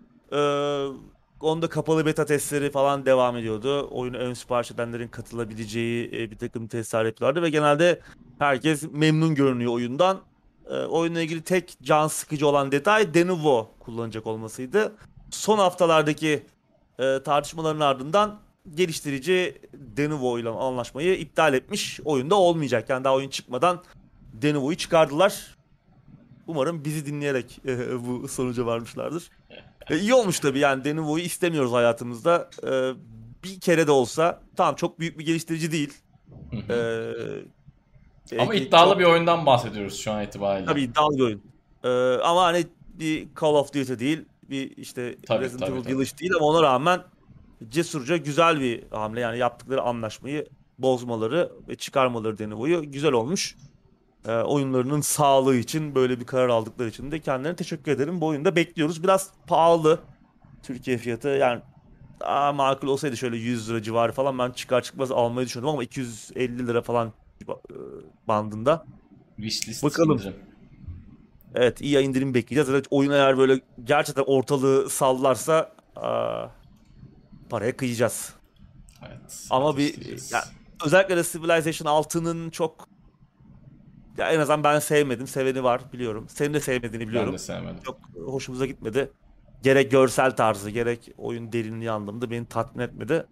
Ee, Onda kapalı beta testleri falan devam ediyordu. Oyunu ön sipariş edenlerin katılabileceği e, bir takım testler yapıyorlardı ve genelde herkes memnun görünüyor oyundan. Ee, oyunla ilgili tek can sıkıcı olan detay Denuvo kullanacak olmasıydı. Son haftalardaki e, tartışmaların ardından geliştirici Denuvo ile anlaşmayı iptal etmiş. Oyunda olmayacak. Yani daha oyun çıkmadan Denuvo'yu çıkardılar. Umarım bizi dinleyerek e, bu sonuca varmışlardır. E, iyi olmuş tabii yani Denuvo'yu istemiyoruz hayatımızda. E, bir kere de olsa tamam çok büyük bir geliştirici değil. Hı E, hı. Ama Belki iddialı çok bir oyundan bahsediyoruz şu an itibariyle. tabii iddialı bir oyun. E, Ama hani bir Call of Duty değil, bir işte Tabii Resident tabii Evil tabii. Village değil ama ona rağmen cesurca güzel bir hamle. Yani yaptıkları anlaşmayı bozmaları ve çıkarmaları Denuvo'yu güzel olmuş. E, oyunlarının sağlığı için böyle bir karar aldıkları için de kendilerine teşekkür ederim. Bu oyunu da bekliyoruz. Biraz pahalı Türkiye fiyatı yani daha makul olsaydı şöyle yüz lira civarı falan ben çıkar çıkmaz almayı düşünüyordum ama iki yüz elli lira falan e, bandında. Wishlist Bakalım. indirim. Evet iyi indirim bekleyeceğiz. Evet, oyun eğer böyle gerçekten ortalığı sallarsa aa, paraya kıyacağız. Evet, Ama bir ya, ateşleyeceğiz. özellikle de Civilization altının çok ya en azından ben sevmedim. Seveni var biliyorum. Senin de sevmediğini Ben de biliyorum. sevmedim. Çok hoşumuza gitmedi. Gerek görsel tarzı gerek oyun derinliği anlamında beni tatmin etmedi.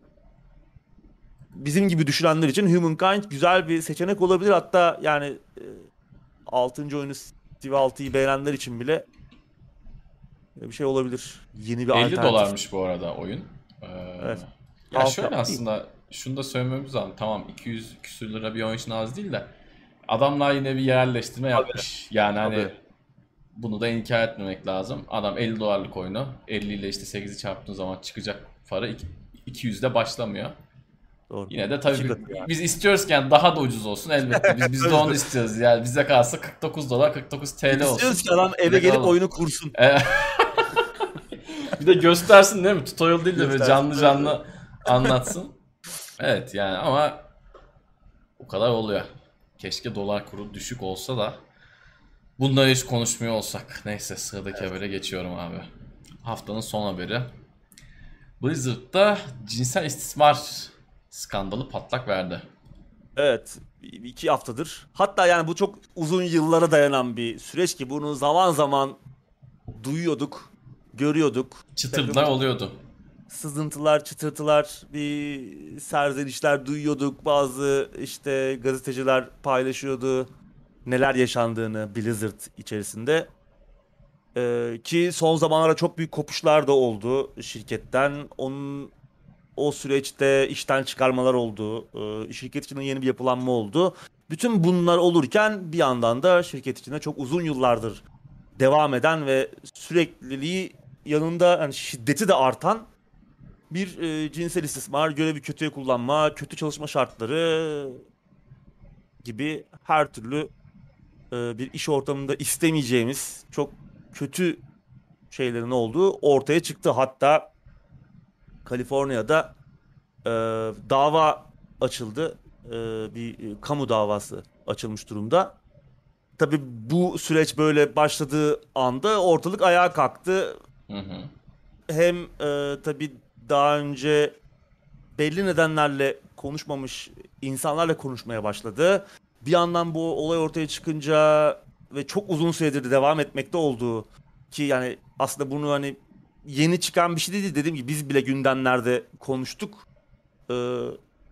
Bizim gibi düşünenler için Humankind güzel bir seçenek olabilir. Hatta yani e, altıncı oyunu Civ altıyı beğenenler için bile bir şey olabilir. Yeni bir elli alternatif. dolarmış bu arada oyun. Ee, Evet. ya Halk şöyle yaptı değil. aslında şunu da söylememiz lazım. Tamam iki yüz küsür lira bir oyun için az değil de adamlar yine bir yerleştirme Tabii. yapmış. Yani hani Tabii. bunu da inkar etmemek lazım. Adam elli dolarlık oyunu elli ile işte sekizi çarptığın zaman çıkacak para iki yüzde başlamıyor. Doğru. Yine de İki tabii katı yani. biz istiyoruz ki yani daha da ucuz olsun elbette. Biz biz de onu Tabii. istiyoruz. Yani bize kalsa kırk dokuz dolar kırk dokuz T L Biz istiyoruz olsun. ki adam eve Direkt gelip alalım. oyunu kursun. Ee, bir de göstersin değil mi? Tutorial değil de böyle Göstersin. canlı Evet, evet. canlı anlatsın. Evet yani ama o kadar oluyor. Keşke dolar kuru düşük olsa da bunları hiç konuşmuyor olsak. Neyse sıradaki habere geçiyorum abi. Haftanın son haberi. Blizzard'da cinsel istismar skandalı patlak verdi. Evet. iki haftadır. Hatta yani bu çok uzun yıllara dayanan bir süreç ki bunu zaman zaman duyuyorduk, görüyorduk. Bir Çıtırlar takım oluyordu. sızıntılar, çıtırtılar, bir serzenişler duyuyorduk. Bazı işte gazeteciler paylaşıyordu neler yaşandığını Blizzard içerisinde. Ee, ki son zamanlarda çok büyük kopuşlar da oldu şirketten. Onun o süreçte işten çıkarmalar oldu. Ee, şirket içinde yeni bir yapılanma oldu. Bütün bunlar olurken bir yandan da şirket içinde çok uzun yıllardır devam eden ve sürekliliği yanında yani şiddeti de artan bir e, cinsel istismar, görevi kötüye kullanma, kötü çalışma şartları gibi her türlü e, bir iş ortamında istemeyeceğimiz çok kötü şeylerin olduğu ortaya çıktı. Hatta Kaliforniya'da e, dava açıldı. E, bir e, kamu davası açılmış durumda. Tabii bu süreç böyle başladığı anda ortalık ayağa kalktı. Hı hı. Hem e, tabii daha önce belli nedenlerle konuşmamış insanlarla konuşmaya başladı. Bir yandan bu olay ortaya çıkınca ve çok uzun süredir de devam etmekte olduğu ki yani aslında bunu hani yeni çıkan bir şey değil, dediğim gibi biz bile gündemlerde konuştuk. Ee,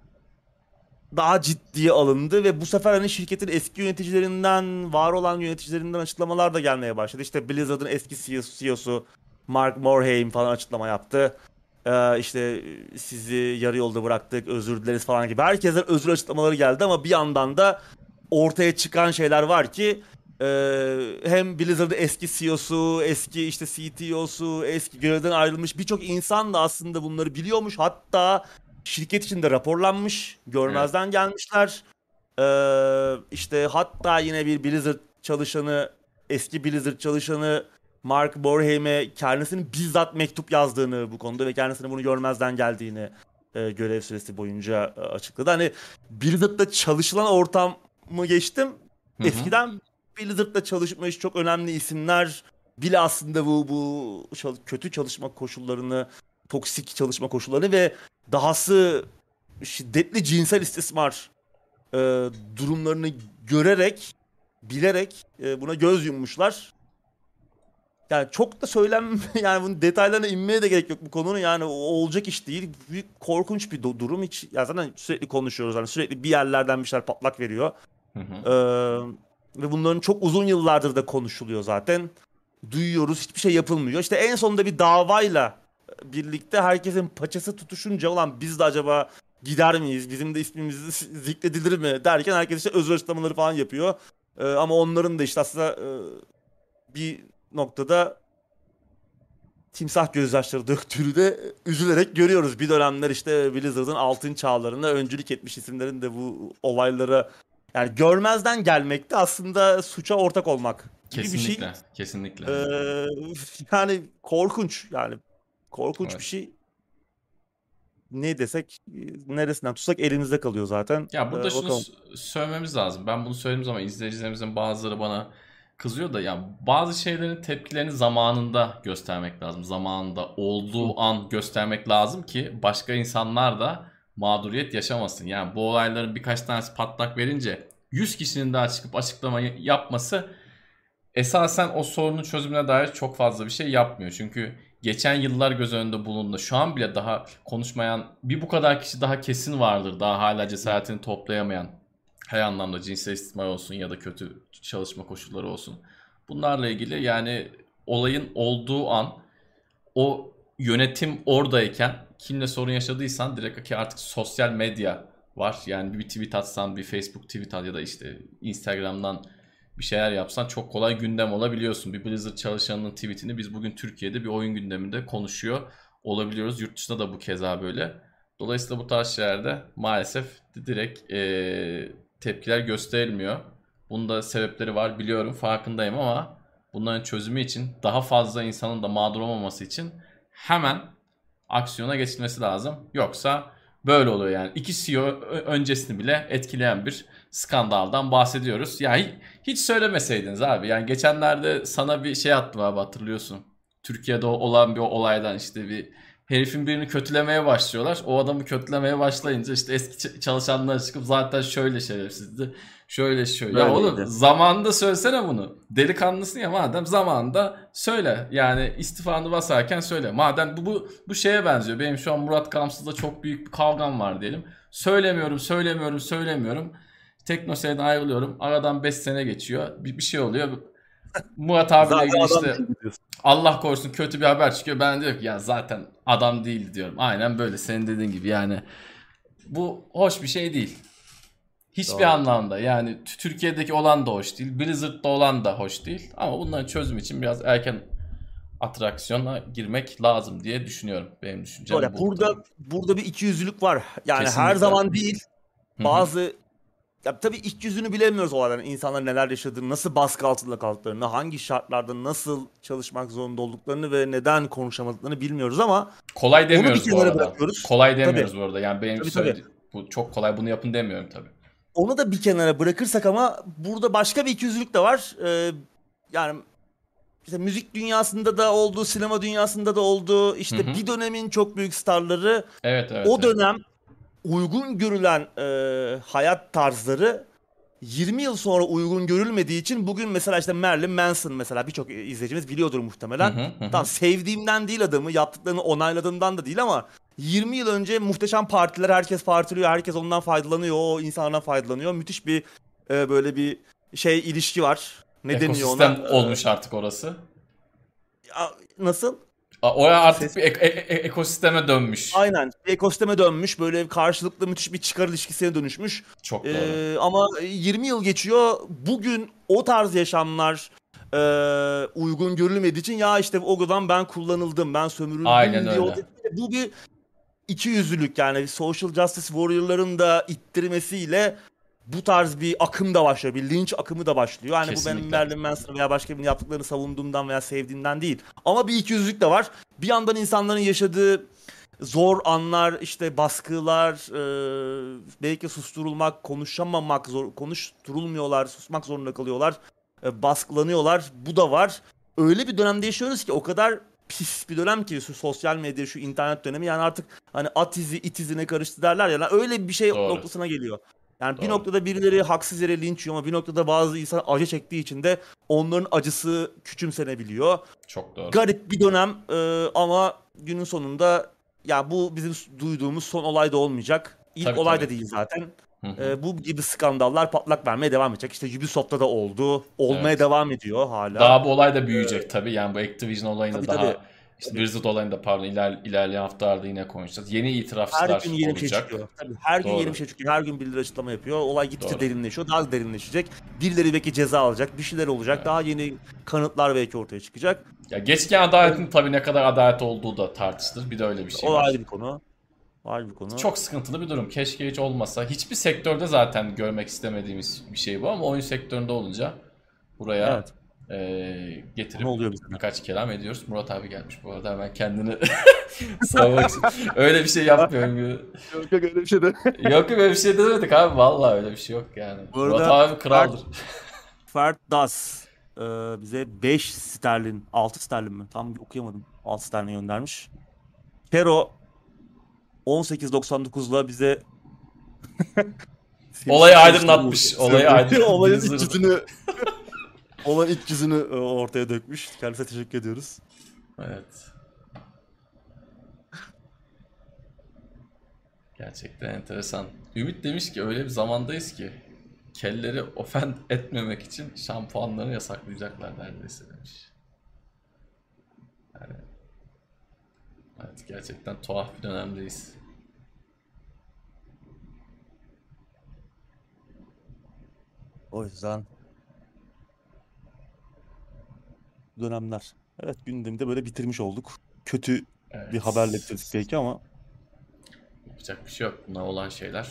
Daha ciddiye alındı ve bu sefer hani şirketin eski yöneticilerinden, var olan yöneticilerinden açıklamalar da gelmeye başladı. İşte Blizzard'ın eski C E O'su Mark Morhaime falan açıklama yaptı. Ee, işte sizi yarı yolda bıraktık, özür dileriz falan gibi. Herkesten özür açıklamaları geldi ama bir yandan da ortaya çıkan şeyler var ki e, hem Blizzard'ın eski C E O'su, eski işte C T O'su, eski görevden ayrılmış birçok insan da aslında bunları biliyormuş. Hatta şirket içinde raporlanmış, Evet. görmezden gelmişler. Ee, işte hatta yine bir Blizzard çalışanı, eski Blizzard çalışanı Mark Borheim'e kendisinin bizzat mektup yazdığını bu konuda ve kendisine bunu görmezden geldiğini e, görev süresi boyunca e, açıkladı. Hani Blizzard'da çalışılan ortamı geçtim. Hı hı. Eskiden Blizzard'da çalışmış çok önemli isimler bile aslında bu bu çal- kötü çalışma koşullarını, toksik çalışma koşullarını ve dahası şiddetli cinsel istismar e, durumlarını görerek, bilerek e, buna göz yummuşlar. Yani çok da söylem yani bunun detaylarına inmeye de gerek yok bu konunun, yani o olacak iş değil. Büyük korkunç bir do- durum, hiç ya zaten sürekli konuşuyoruz, hani sürekli bir yerlerden bir şeyler patlak veriyor. Hı hı. Ee, Ve bunların çok uzun yıllardır da konuşuluyor zaten. Duyuyoruz, hiçbir şey yapılmıyor. İşte en sonunda bir davayla birlikte herkesin paçası tutuşunca olan biz de acaba gider miyiz? Bizim de ismimiz zikredilir mi derken herkes işte özür açıklamaları falan yapıyor. Ee, ama onların da işte aslında e, bir noktada timsah gözyaşları döktüğünü de üzülerek görüyoruz. Bir dönemler işte Blizzard'ın altın çağlarında öncülük etmiş isimlerin de bu olaylara yani görmezden gelmekte aslında suça ortak olmak gibi bir şey. Kesinlikle. Kesinlikle. Ee, Yani korkunç, yani korkunç bir Evet. şey. Ne desek neresinden tutsak elimizde kalıyor zaten. Ya burada Ee, şunu bakalım. s- söylememiz lazım. Ben bunu söylediğim zaman izleyicilerimizin bazıları bana kızıyor da ya bazı şeylerin tepkilerini zamanında göstermek lazım. Zamanında Hı. olduğu an göstermek lazım ki başka insanlar da mağduriyet yaşamasın. Yani bu olayların birkaç tanesi patlak verince yüz kişinin daha çıkıp açıklama yapması esasen o sorunun çözümüne dair çok fazla bir şey yapmıyor. Çünkü geçen yıllar göz önünde bulundu. Şu an bile daha konuşmayan bir bu kadar kişi daha kesin vardır. Daha hala cesaretini toplayamayan. Her anlamda cinsel istismar olsun ya da kötü çalışma koşulları olsun. Bunlarla ilgili yani olayın olduğu an o yönetim oradayken kimle sorun yaşadıysan direkt ki artık sosyal medya var. Yani bir tweet atsan, bir Facebook tweet at ya da işte Instagram'dan bir şeyler yapsan çok kolay gündem olabiliyorsun. Bir Blizzard çalışanının tweetini biz bugün Türkiye'de bir oyun gündeminde konuşuyor olabiliyoruz. Yurt dışında da bu keza böyle. Dolayısıyla bu tarz şeylerde maalesef direkt eee, tepkiler gösterilmiyor. Bunun da sebepleri var biliyorum, farkındayım ama bunların çözümü için daha fazla insanın da mağdur olmaması için hemen aksiyona geçilmesi lazım. Yoksa böyle oluyor yani. İki C E O öncesini bile etkileyen bir skandaldan bahsediyoruz. Ya hi- hiç söylemeseydiniz abi. Yani geçenlerde sana bir şey attım abi, hatırlıyorsun. Türkiye'de olan bir olaydan işte bir herifin birini kötülemeye başlıyorlar. O adamı kötülemeye başlayınca işte eski çalışanlar çıkıp zaten şöyle şerefsizdi. Şöyle şöyle. Ya Böyleydi. oğlum zamanında söylesene bunu. Delikanlısın ya madem zamanında söyle. Yani istifanı basarken söyle. Madem bu bu, bu şeye benziyor. Benim şu an Murat Kamsız'la çok büyük bir kavgam var diyelim. Söylemiyorum, söylemiyorum, söylemiyorum. Teknoseyir'den ayrılıyorum. Aradan beş sene geçiyor. Bir, bir şey oluyor. Murat abiyle Zaten ilgili adam işte değil diyorsun. Allah korusun kötü bir haber çıkıyor. Ben diyorum ki ya zaten adam değil diyorum. Aynen böyle senin dediğin gibi yani. Bu hoş bir şey değil. Hiçbir Doğru. anlamda yani T- Türkiye'deki olan da hoş değil. Blizzard'da olan da hoş değil. Ama bunların çözümü için biraz erken atraksiyona girmek lazım diye düşünüyorum. Benim düşüncem Doğru. bu. Burada tabii. burada bir ikiyüzlülük var. Yani her Kesinlikle. zaman değil. Hı hı. Bazı ya tabii iç yüzünü bilemiyoruz olayların. İnsanlar neler yaşadığını, nasıl baskı altında kaldıklarını, hangi şartlarda nasıl çalışmak zorunda olduklarını ve neden konuşamadıklarını bilmiyoruz ama Kolay onu bir demiyoruz bu kenara arada. bırakıyoruz. Kolay Tabii. demiyoruz bu arada. Yani benim Tabii, söylediğim bu çok kolay bunu yapın demiyorum tabii. Onu da bir kenara bırakırsak ama burada başka bir ikiyüzlülük de var. Ee, yani işte müzik dünyasında da oldu, sinema dünyasında da oldu. İşte Hı hı. bir dönemin çok büyük starları Evet evet. o evet. dönem uygun görülen e, hayat tarzları yirmi yıl sonra uygun görülmediği için bugün mesela işte Marilyn Manson mesela birçok izleyicimiz biliyordur muhtemelen. Hı hı, hı. Tamam sevdiğimden değil adamı, yaptıklarını onayladığımdan da değil ama yirmi yıl önce muhteşem partiler, herkes partiliyor, herkes ondan faydalanıyor, o insanlardan faydalanıyor. Müthiş bir e, böyle bir şey ilişki var. Ne deniyor ona? Ekosistem olmuş artık orası. Ya, nasıl? A- Oraya artık Ses- bir ek- e- e- ekosisteme dönmüş. Aynen. Bir ekosisteme dönmüş. Böyle karşılıklı müthiş bir çıkar ilişkisine dönüşmüş. Çok doğru. Ee, ama yirmi yıl geçiyor. Bugün o tarz yaşamlar e, uygun görülmediği için ya işte o zaman ben kullanıldım, ben sömürüldüm Aynen diyor. öyle. Bu bir ikiyüzlülük yani social justice warrior'ların da ittirmesiyle bu tarz bir akım da başlıyor. Bir linç akımı da başlıyor. Yani bu benim Kesinlikle. Marilyn Manson veya başka birinin yaptıklarını savunduğumdan veya sevdiğimden değil. Ama bir ikiyüzlülük de var. Bir yandan insanların yaşadığı zor anlar, işte baskılar, e, belki susturulmak, konuşamamak zor, konuşturulmuyorlar, susmak zorunda kalıyorlar, e, baskılanıyorlar. Bu da var. Öyle bir dönemde yaşıyoruz ki o kadar pis bir dönem ki şu sosyal medya, şu internet dönemi yani artık hani at izi, it izine karıştı derler ya. Yani öyle bir şey Doğru. noktasına geliyor. Yani bir Doğru. noktada birileri haksız yere linç yiyor ama bir noktada bazı insan acı çektiği için de onların acısı küçümsenebiliyor. Çok doğru. Garip bir dönem e, ama günün sonunda ya bu bizim duyduğumuz son olay da olmayacak. İlk Tabii, olay tabii. da değil zaten. Hı hı. E, bu gibi skandallar patlak vermeye devam edecek. İşte Ubisoft'ta da oldu. Olmaya Evet. devam ediyor hala. Daha bu olay da büyüyecek tabii. Yani bu Activision olayında Tabii, daha tabii. işte Tabii. Blizzard olayında pardon iler, ilerleyen haftalarda yine konuşacağız. Yeni Her itirafçılar gün yeni bir şey olacak. çıkıyor. Tabii her gün Doğru. yeni bir şey çıkıyor. Her gün birileri açıklama yapıyor. Olay gittikçe Doğru. derinleşiyor. Daha da derinleşecek. Birileri belki ceza alacak. Bir şeyler olacak. Evet. Daha yeni kanıtlar belki ortaya çıkacak. Ya geçken adaletin tabii ne kadar adalet olduğu da tartışılır. Bir de öyle bir şey O var. ayrı bir konu. Ayrı bir konu. Çok sıkıntılı bir durum. Keşke hiç olmasa. Hiçbir sektörde zaten görmek istemediğimiz bir şey bu ama oyun sektöründe olunca buraya Evet. e, getirip Ne oluyor bizde? birkaç kelam ediyoruz. Murat abi gelmiş bu arada hemen kendini savunmak için. Öyle bir şey yapmıyorum gibi. Yok yok öyle bir şey de. Yok yok öyle bir şey demedik abi. Vallahi öyle bir şey yok yani. Bu Murat arada abi kraldır. Fert Das e, bize beş sterlin, altı sterlin mi? Tam okuyamadım. altı sterlin göndermiş. Kero on sekiz doksan dokuzla bize Olayı aydınlatmış. Olayı aydınlatmış. Olayın iç Blizzard'ı. yüzünü olayın iç yüzünü e, ortaya dökmüş. Kendisine teşekkür ediyoruz. Evet. Gerçekten enteresan. Ümit demiş ki öyle bir zamandayız ki kelleri ofend etmemek için şampuanları yasaklayacaklar neredeyse demiş. Yani evet gerçekten tuhaf bir dönemdeyiz. O yüzden dönemler. Evet gündemi de böyle bitirmiş olduk. Kötü Evet. bir haberle bitirdik belki ama Yapacak bir şey yok. Buna olan şeyler.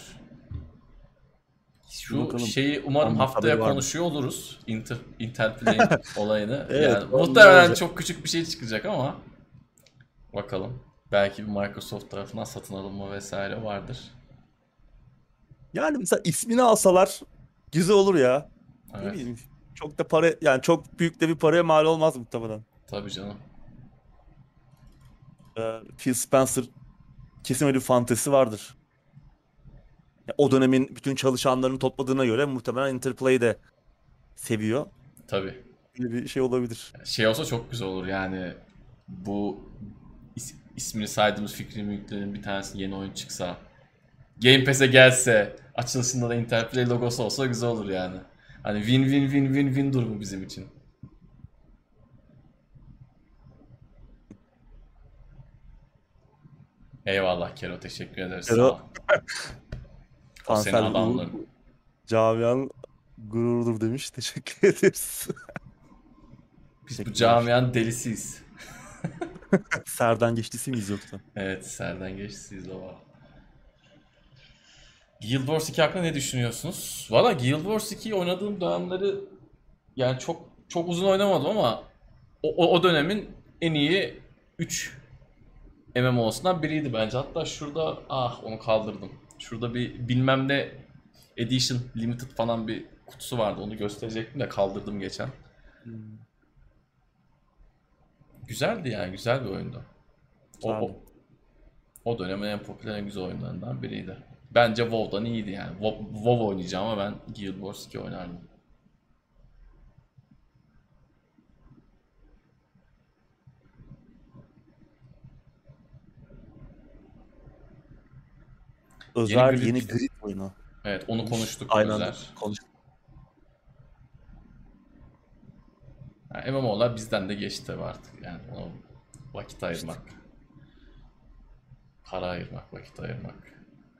Şu bakalım. şeyi umarım Onun haftaya haberi var mı? konuşuyor oluruz. Inter, Interplay'in olayını. Evet, Yani o muhtemelen olacak. çok küçük bir şey çıkacak ama bakalım. Belki bir Microsoft tarafından satın alınma vesaire vardır. Yani mesela ismini alsalar güzel olur ya. Ne Evet. bileyim. Çok da para yani çok büyük de bir paraya mal olmaz muhtemelen. Tabii canım. Ee, Phil Spencer kesin öyle bir fantezisi vardır. Ya, o dönemin bütün çalışanlarını topladığına göre muhtemelen Interplay'i de seviyor. Tabii. Böyle bir şey olabilir. Şey olsa çok güzel olur yani, bu is- ismini saydığımız Fikri Mülkler'in bir tanesi yeni oyun çıksa, Game Pass'e gelse, açılışında da Interplay logosu olsa güzel olur yani. Hani win win win win win durumu bizim için. Eyvallah Kero, teşekkür ederiz, sağ ol. Pero O senin Tansel Uğur adamların. camianın gururudur demiş. Teşekkür ederiz. Biz bu Teşekkürler. camianın delisiyiz. Serden geçtisi miyiz yoksa? Evet, serden geçtiyiz baba. Guild Wars iki hakkında ne düşünüyorsunuz? Valla Guild Wars ikiyi oynadığım dönemleri, yani çok çok uzun oynamadım ama o, o, o dönemin en iyi üç M M O'sundan biriydi bence. Hatta şurada, ah onu kaldırdım. Şurada bir bilmem ne Edition Limited falan bir kutusu vardı. Onu gösterecektim de kaldırdım geçen. Hmm, Güzeldi yani, güzel bir oyundu. O, güzeldi. o, o dönemin en popüler, en güzel oyunlarından biriydi. Bence WoW'dan iyiydi yani. WoW, WoW oynayacağım ama ben Guild Wars iki oynardım. Yeni Özel Grid, yeni grid oyunu. evet onu Demiş. konuştuk Aynı anda Özer. konuştuk. Yani M M O'lar bizden de geçti tabii artık. Yani ona vakit İşte. ayırmak, para ayırmak, vakit ayırmak.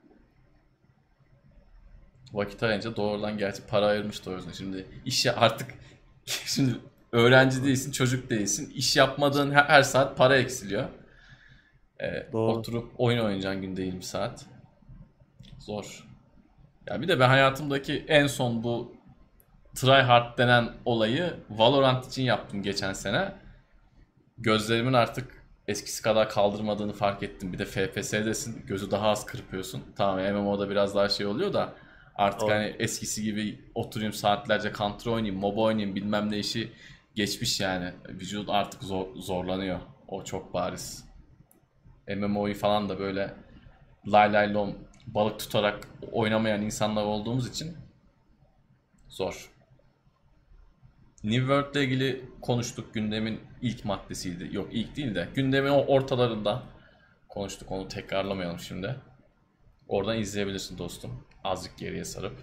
Vakit ayırınca doğrudan gerçi para ayırmış doğrusu. Şimdi işe artık şimdi öğrenci değilsin, çocuk değilsin. İş yapmadığın her, her saat para eksiliyor. Ee, Doğru. oturup oyun oynayacaksın günde yirmi saat. Zor. Ya bir de ben hayatımdaki en son bu tryhard denen olayı Valorant için yaptım geçen sene. Gözlerimin artık eskisi kadar kaldırmadığını fark ettim. Bir de F P S'desin, gözü daha az kırpıyorsun. Tamam, M M O'da biraz daha şey oluyor da artık Doğru. hani eskisi gibi oturayım saatlerce Counter oynayayım, MOBA oynayayım bilmem ne işi geçmiş yani. Vücut artık zor, zorlanıyor. O çok bariz. M M O'yu falan da böyle lay lay lom balık tutarak oynamayan insanlar olduğumuz için zor. New World ile ilgili konuştuk. Gündemin ilk maddesiydi. Yok, ilk değil de gündemin o ortalarında konuştuk. Onu tekrarlamayalım şimdi. Oradan izleyebilirsin dostum. Azıcık geriye sarıp.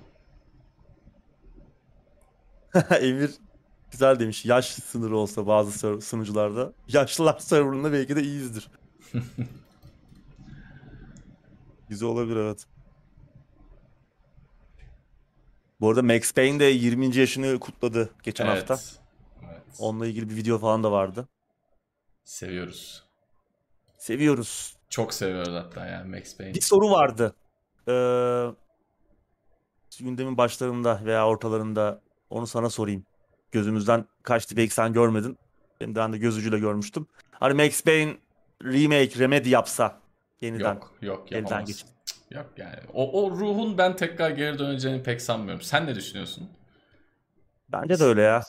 Emir güzel demiş. Yaş sınırı olsa bazı ser- sunucularda. Yaşlılar serverında belki de iyiyizdir. Güzel olabilir, evet. Bu arada Max Payne de yirminci yaşını kutladı geçen hafta. Evet. Evet. Onunla ilgili bir video falan da vardı. Seviyoruz. Seviyoruz. Çok seviyoruz hatta yani Max Bir Payne. soru vardı. Ee, gündemin başlarında veya ortalarında onu sana sorayım. Gözümüzden kaçtı, belki sen görmedin. Ben de, ben de göz ucuyla görmüştüm. Hani Max Payne remake, remedy yapsa yeniden Yok, yok elden yapamaz. geçir. Cık, yok yani. O, o ruhun ben tekrar geri döneceğini pek sanmıyorum. Sen ne düşünüyorsun? Bence de öyle ya.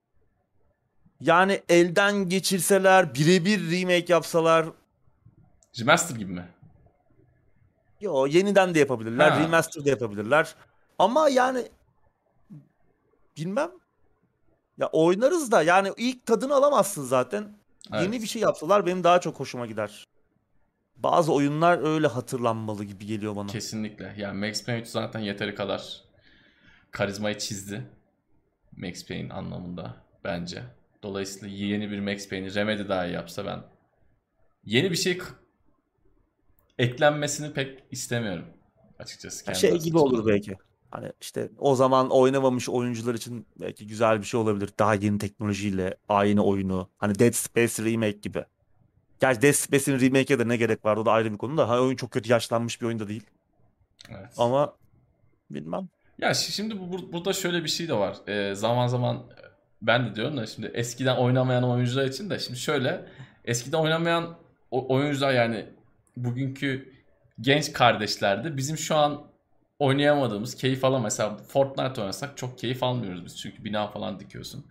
Yani elden geçirseler, birebir remake yapsalar, Remaster gibi mi? yo yeniden de yapabilirler, Ha, remaster de yapabilirler. Ama yani bilmem. Ya oynarız da yani ilk tadını alamazsın zaten. Yeni bir evet. şey yapsalar benim daha çok hoşuma gider. Bazı oyunlar öyle hatırlanmalı gibi geliyor bana. Kesinlikle. Yani Max Payne üç zaten yeteri kadar karizmayı çizdi. Max Payne anlamında bence. Dolayısıyla yeni bir Max Payne'i Remedy daha iyi yapsa ben yeni bir şey k- eklenmesini pek istemiyorum açıkçası Ya kendi şey gibi olur açımdan. belki. Hani işte o zaman oynamamış oyuncular için belki güzel bir şey olabilir. Daha yeni teknolojiyle aynı oyunu. Hani Dead Space remake gibi. Gerçi Dead Space'in remake'e de ne gerek vardı, o da ayrı bir konu da. Ha, oyun çok kötü yaşlanmış bir oyun da değil. Evet. Ama bilmem. Ya şi- şimdi bu, bur- burada şöyle bir şey de var. Ee, zaman zaman ben de diyorum da şimdi eskiden oynamayan oyuncular için de şimdi şöyle, eskiden oynamayan o- oyuncular yani bugünkü genç kardeşlerdi. Bizim şu an oynayamadığımız, keyif alamayız. Mesela Fortnite oynasak çok keyif almıyoruz biz çünkü bina falan dikiyorsun.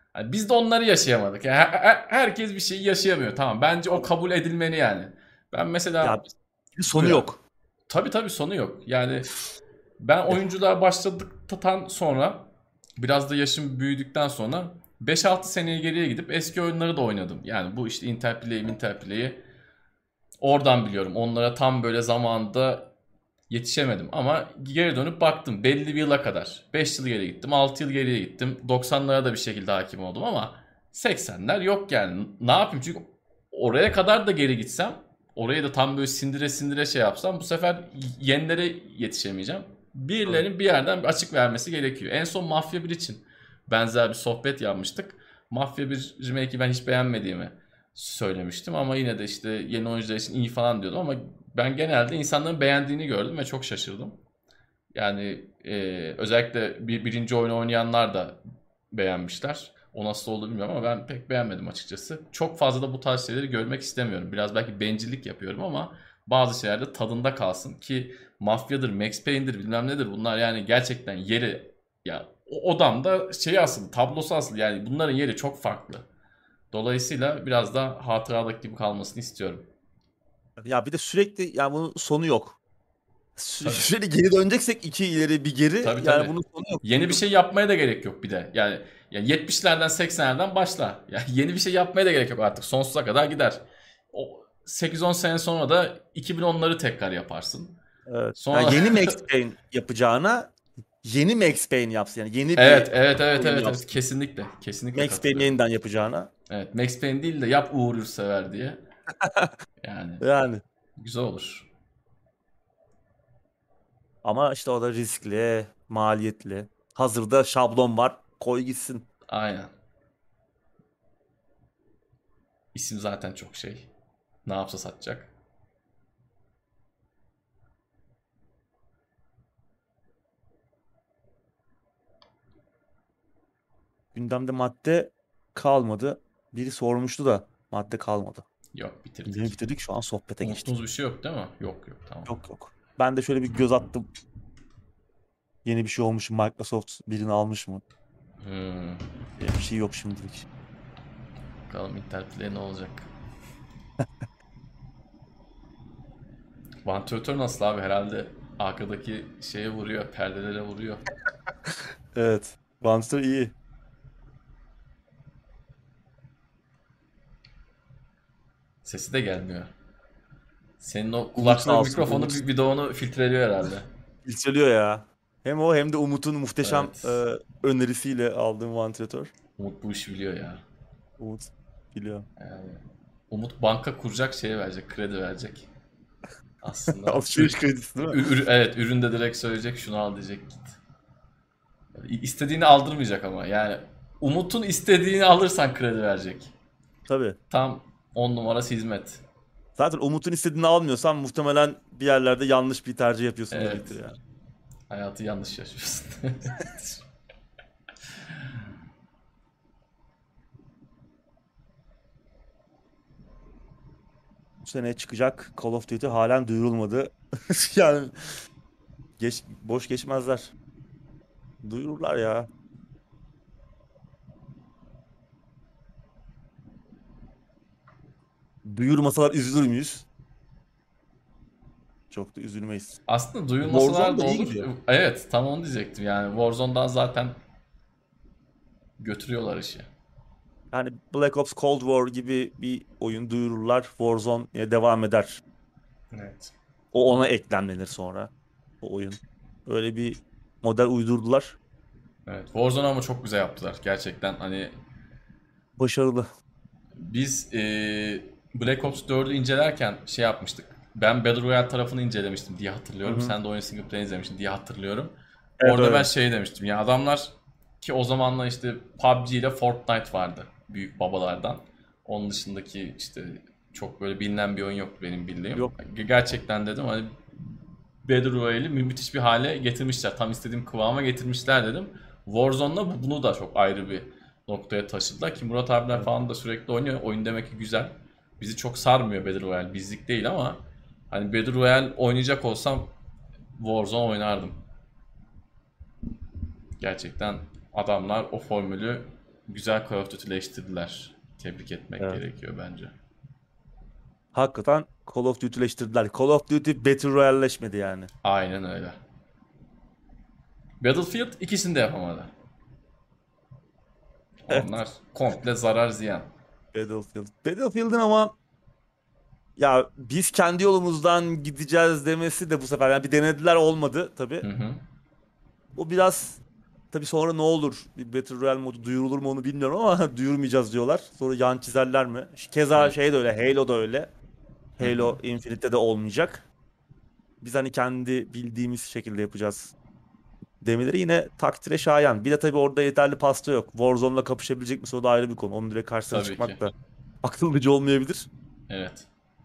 Yani biz de onları yaşayamadık. Yani her- her- herkes bir şeyi yaşayamıyor. Tamam. Bence o kabul edilmeli yani. Ben mesela Ya bir sonu buyur abi. yok. Tabii tabii sonu yok. Yani ben Ya, oyunculuğa başladıktan sonra biraz da yaşım büyüdükten sonra beş altı seneye geriye gidip eski oyunları da oynadım. Yani bu işte Interplay, Interplay'i oradan biliyorum. Onlara tam böyle zamanında yetişemedim ama geri dönüp baktım belli bir yıla kadar. beş yıl geri gittim, altı yıl geriye gittim. doksanlara da bir şekilde hakim oldum ama seksenler yok yani. Ne yapayım? Çünkü oraya kadar da geri gitsem, orayı da tam böyle sindire sindire şey yapsam bu sefer yenilere yetişemeyeceğim. tabii. Birilerinin bir yerden bir açık vermesi gerekiyor. En son Mafya bir için benzer bir sohbet yapmıştık. Mafya bir remake'i ben hiç beğenmediğimi söylemiştim ama yine de işte yeni oyuncular için iyi falan diyordum ama ben genelde insanların beğendiğini gördüm ve çok şaşırdım. Yani e, özellikle bir, birinci oyunu oynayanlar da beğenmişler. O nasıl oldu bilmiyorum ama ben pek beğenmedim açıkçası. Çok fazla da bu tarz şeyleri görmek istemiyorum. Biraz belki bencillik yapıyorum ama bazı şeyler de tadında kalsın ki Mafya'dır, Max Payne'dir bilmem nedir bunlar yani gerçekten yeri ya o odamda şeyi asılı, tablosu asılı yani bunların yeri çok farklı. Dolayısıyla biraz da hatıradaki gibi kalmasını istiyorum. Ya bir de sürekli yani bunun sonu yok. Sü- Tabii. Sürekli geri döneceksek iki ileri bir geri Tabii yani tabii. bunun sonu yok. Yeni bir Çünkü şey yapmaya da gerek yok bir de. Yani, yani yetmişlerden seksenlerden başla. Yani yeni bir şey yapmaya da gerek yok artık. Sonsuza kadar gider. O sekiz on sene sonra da iki bin onları tekrar yaparsın. evet. Sonra Yani yeni Max Payne yapacağına yeni Max Payne yapsın. Yani yeni evet bir evet evet oyun evet evet yapsın. kesinlikle kesinlikle Max Payne katılıyorum. yeniden yapacağına. Evet Max Payne değil de yap Uğur Yurtsever diye. Yani Yani. güzel olur. Ama işte o da riskli, maliyetli. Hazırda şablon var. Koy gitsin. Aynen. İsim zaten çok şey. Ne yapsa satacak. Gündemde madde kalmadı. Biri sormuştu da madde kalmadı. Yok Gündemi bitirdik. bitirdik, şu an sohbete Unuttuğunuz geçtik. bir şey yok değil mi? Yok yok tamam. Yok yok. Ben de şöyle bir göz attım. Yeni bir şey olmuş mu? Microsoft birini almış mı? Hmm. Ee, Bir şey yok şimdilik. Bakalım Interplay ne olacak? Vantilatör nasıl abi? Herhalde arkadaki şeye vuruyor, perdelere vuruyor. Evet. Monster iyi. Sesi de gelmiyor. Senin o Umut kulaklığı, sağ olsun. mikrofonu Umut bir, bir de onu filtreliyor herhalde. ilçeliyor ya. Hem o hem de Umut'un muhteşem Evet. e, önerisiyle aldığım vantilatör. Umut bu işi biliyor ya. Umut biliyor. Yani Umut banka kuracak, şeye verecek, kredi verecek. Aslında Alışveriş ür, kredisi değil mi? ür- evet üründe direkt söyleyecek şunu al diyecek git. Yani İstediğini aldırmayacak ama yani Umut'un istediğini alırsan kredi verecek. Tabii. Tam on numarası hizmet. Zaten Umut'un istediğini almıyorsan muhtemelen bir yerlerde yanlış bir tercih yapıyorsun Evet. demektir yani. Hayatı yanlış yaşıyorsun. Bu sene çıkacak Call of Duty halen duyurulmadı. Yani geç, boş geçmezler. Duyururlar ya. Duyurmasalar üzülür müyüz? Çok da üzülmeyiz. Aslında Warzone duyulmasalar da da iyi olur. gidiyor. Evet, tam onu diyecektim. Yani Warzone'dan zaten götürüyorlar işi. Yani Black Ops Cold War gibi bir oyun duyururlar. Warzone yine devam eder. Evet. O ona eklemlenir sonra. O oyun. Öyle bir model uydurdular. Evet. Warzone ama çok güzel yaptılar. Gerçekten hani Başarılı. biz eee, Black Ops dördü incelerken şey yapmıştık. Ben Battle Royale tarafını incelemiştim diye Hı hatırlıyorum. hı. Sen de oyun single player izlemiştin diye hatırlıyorum. Evet Orada ben öyle. şey demiştim. Ya adamlar ki o zamanlar işte P U B G ile Fortnite vardı. Büyük babalardan. Onun dışındaki işte çok böyle bilinen bir oyun yoktu benim bildiğim. Yok. Gerçekten dedim hani Battle Royale'i müthiş bir hale getirmişler. Tam istediğim kıvama getirmişler dedim. Warzone'la bu- bunu da çok ayrı bir noktaya taşıdılar ki Murat abiler Evet. falan da sürekli oynuyor. Oyun demek ki güzel. Bizi çok sarmıyor Battle Royale. Bizlik değil ama hani Battle Royale oynayacak olsam Warzone oynardım. Gerçekten adamlar o formülü güzel Call of Duty'leştirdiler. Tebrik etmek Evet. gerekiyor bence. Hakikaten Call of Duty'leştirdiler. Call of Duty Battle Royale'leşmedi yani. Aynen öyle. Battlefield ikisini de yapamadı. Evet. Onlar komple zarar ziyan. Battlefield. Battlefield'in ama ya biz kendi yolumuzdan gideceğiz demesi de bu sefer yani bir denediler, olmadı tabii. Hı hı. O biraz tabii sonra ne olur? Bir Battle Royale modu duyurulur mu onu bilmiyorum ama duyurmayacağız diyorlar. Sonra yan çizerler mi? Keza Evet. şey de öyle, Halo da öyle. Hı hı. Halo Infinite'de de olmayacak. Biz hani kendi bildiğimiz şekilde yapacağız demeleri yine takdire şayan. Bir de tabii orada yeterli pasta yok. Warzone'la kapışabilecek misin, o da ayrı bir konu. Onun direkt karşısına Tabii ki. çıkmak da akıllıca olmayabilir. Evet.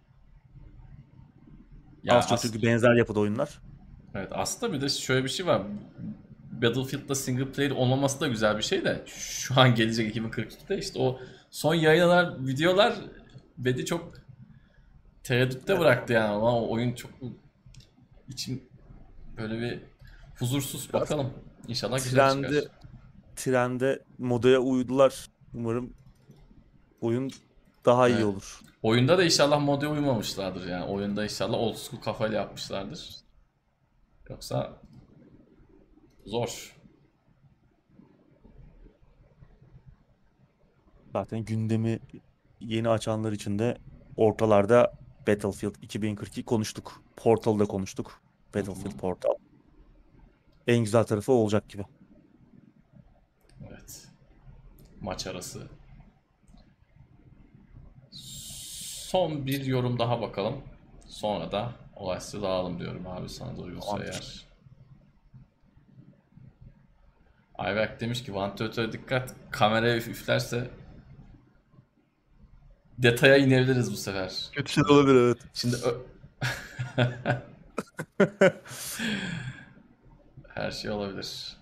Ya Az çok as çünkü benzer yapıda oyunlar. evet, aslında bir de şöyle bir şey var. Battlefield'da single player olmaması da güzel bir şey de şu an gelecek iki bin kırk ikide işte o son yayınlanan videolar beni çok tereddütte Evet. bıraktı yani. Ama o oyun çok içim böyle bir huzursuz. Biraz Bakalım. İnşallah güzel çıkar. trende trende modaya uydular. Umarım oyun daha iyi Evet. olur. Oyunda da inşallah moda uymamışlardır yani. Oyunda inşallah old school kafayla yapmışlardır. Yoksa zor. Zaten gündemi yeni açanlar için de ortalarda Battlefield iki bin kırk iki konuştuk. Portal'da konuştuk. Hı hı. Battlefield Portal. En güzel tarafı o olacak gibi. Evet. Maç arası. Son bir yorum daha bakalım. Sonra da olaysız dağılalım diyorum abi, sana da uygunsa Tamamdır. eğer. Ayberk demiş ki vantilatöre dikkat, kameraya üf- üflerse detaya inebiliriz bu sefer. Kötü şey de olabilir, evet. Şimdi ö- her şey olabilir.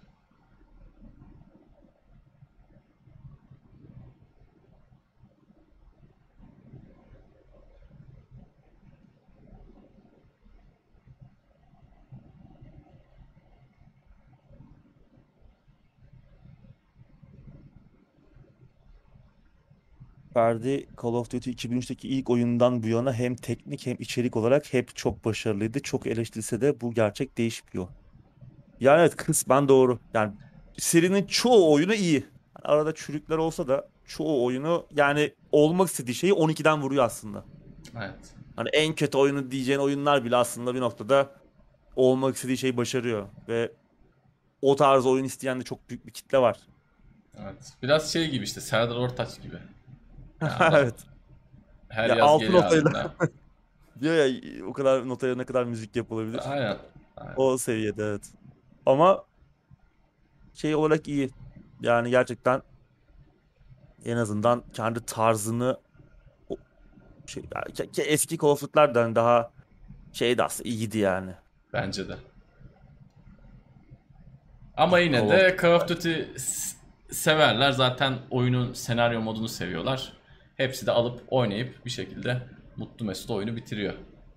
Ferdi, Call of Duty iki bin üçteki ilk oyundan bu yana hem teknik hem içerik olarak hep çok başarılıydı. Çok eleştirilse de bu gerçek değişmiyor. Yani evet, kısmen doğru. Yani serinin çoğu oyunu iyi. Yani arada çürükler olsa da çoğu oyunu, yani olmak istediği şeyi on ikiden vuruyor aslında. Evet. Hani en kötü oyunu diyeceğin oyunlar bile aslında bir noktada olmak istediği şeyi başarıyor. Ve o tarz oyun isteyen de çok büyük bir kitle var. Evet. Biraz şey gibi işte, Serdar Ortaç gibi. Ya adam Evet. her Ya yaz altı geliyor notayla albümle. diyor ya, o kadar notaya ne kadar müzik yapılabilir. Aynen. Aynen. O seviyede, evet. Ama şey olarak iyi. Yani gerçekten en azından kendi tarzını o- şey, ya ke- ke- eski Call of Duty'lerden daha şeydi aslında, iyiydi yani. Bence de. Ama İlk yine Call of de Call of Duty. Duty s- severler. Zaten oyunun senaryo modunu seviyorlar. Hepsi de alıp oynayıp bir şekilde mutlu mesut oyunu bitiriyor.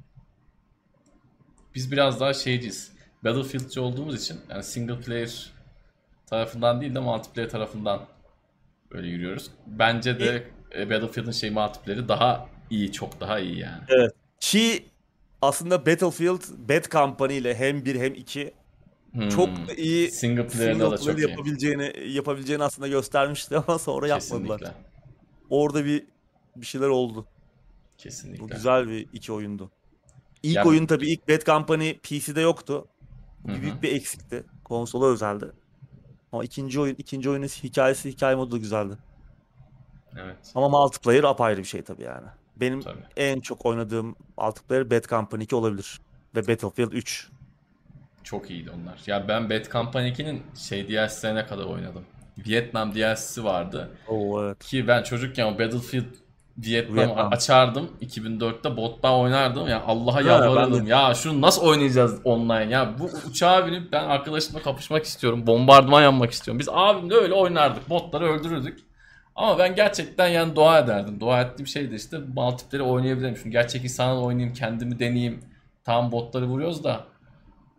Biz biraz daha şeyciyiz. Battlefield'ci olduğumuz için yani single player tarafından değil de multiplayer tarafından böyle yürüyoruz. Bence Ki, de e, Battlefield'ın şey multiplayer'i daha iyi, çok daha iyi yani. evet. Ki aslında Battlefield Bad Company ile hem bir hem iki Hmm. çok iyi Single player'da single da player çok iyi. yapabileceğini yapabileceğini aslında göstermişti ama sonra yapmadılar. Kesinlikle. Orada bir bir şeyler oldu. Bu Kesinlikle. güzel bir iki oyundu. İlk Ya oyun tabii, ilk Bad Company P C'de yoktu. hı Bu bir hı. büyük bir eksikti. Konsola özeldi. Ama ikinci oyun, ikinci oyunun hikayesi, hikaye modu da güzeldi. Evet. Ama multiplayer apayrı bir şey tabii yani. Benim Tabii. en çok oynadığım multiplayer Bad Company iki olabilir. Ve Battlefield üç. Çok iyiydi onlar. Ya ben Bad Company ikinin şey D L C'lerine kadar oynadım. Vietnam D L C'si vardı. Oo, evet. Ki ben çocukken o Battlefield Vietnam a- Vietnam. açardım. iki bin dörtte bottan oynardım. Ya Allah'a Ha, ben de. yalvarırdım. Ya şunu nasıl oynayacağız online ya? Bu uçağa binip ben arkadaşımla kapışmak istiyorum. Bombardıman yapmak istiyorum. Biz abimle öyle oynardık. Botları öldürürdük. Ama ben gerçekten yani dua ederdim. Dua ettiğim şey de işte multiplayer oynayabilirim. Çünkü gerçek insanla oynayayım, kendimi deneyeyim. Tamam botları vuruyoruz da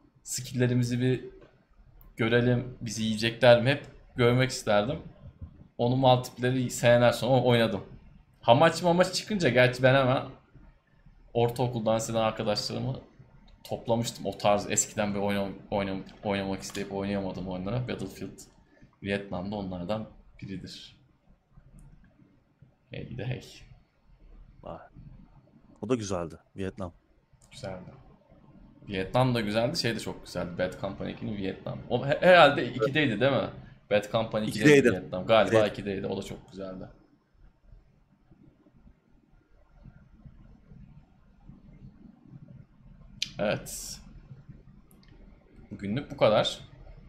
skill'lerimizi bir görelim. Bizi yiyecekler mi? Hep görmek isterdim. Onun multiplayer'i seneler sonra oynadım. Hamaç mamaç çıkınca gerçi ben hemen ortaokuldan eden arkadaşlarımı toplamıştım. O tarz eskiden bir oynam oynam oynamak isteyip oynayamadım oyunlara. Battlefield Vietnam'da onlardan biridir. Hey de hey. Vay. O da güzeldi. Vietnam. Güzeldi. Vietnam da güzeldi. Şey de çok güzeldi. Bad Company ikinin Vietnam. O he- herhalde ikideydi değil mi? Bad Company ikideydi İkideydi. Vietnam. Galiba İkideydi. ikideydi. O da çok güzeldi. Evet. Bugünlük bu kadar.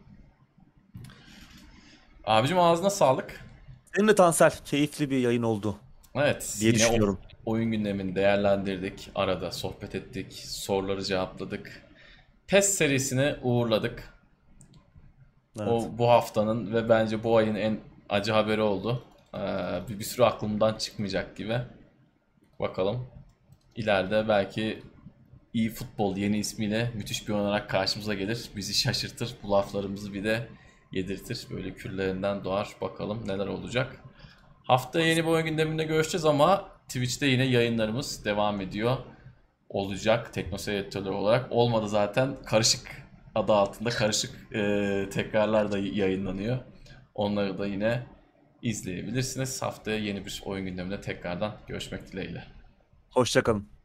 Abicim ağzına sağlık. Senin de Tansel keyifli bir yayın oldu Evet, diye yine o düşünüyorum. oyun gündemini değerlendirdik. Arada sohbet ettik. Soruları cevapladık. PES serisini uğurladık. Evet. O bu haftanın ve bence bu ayın en acı haberi oldu. Ee, bir, bir sürü aklımdan çıkmayacak gibi. Bakalım. İleride belki iyi futbol yeni ismiyle müthiş bir oyun olarak karşımıza gelir. Bizi şaşırtır. Bu laflarımızı bir de yedirtir. Böyle küllerinden doğar. Bakalım neler olacak. Haftaya yeni bir oyun gündeminde görüşeceğiz ama Twitch'te yine yayınlarımız devam ediyor. Olacak Teknoseyir editörleri olarak. Olmadı zaten karışık adı altında karışık e, tekrarlar da yayınlanıyor. Onları da yine izleyebilirsiniz. Haftaya yeni bir oyun gündeminde tekrardan görüşmek dileğiyle. Hoşça kalın.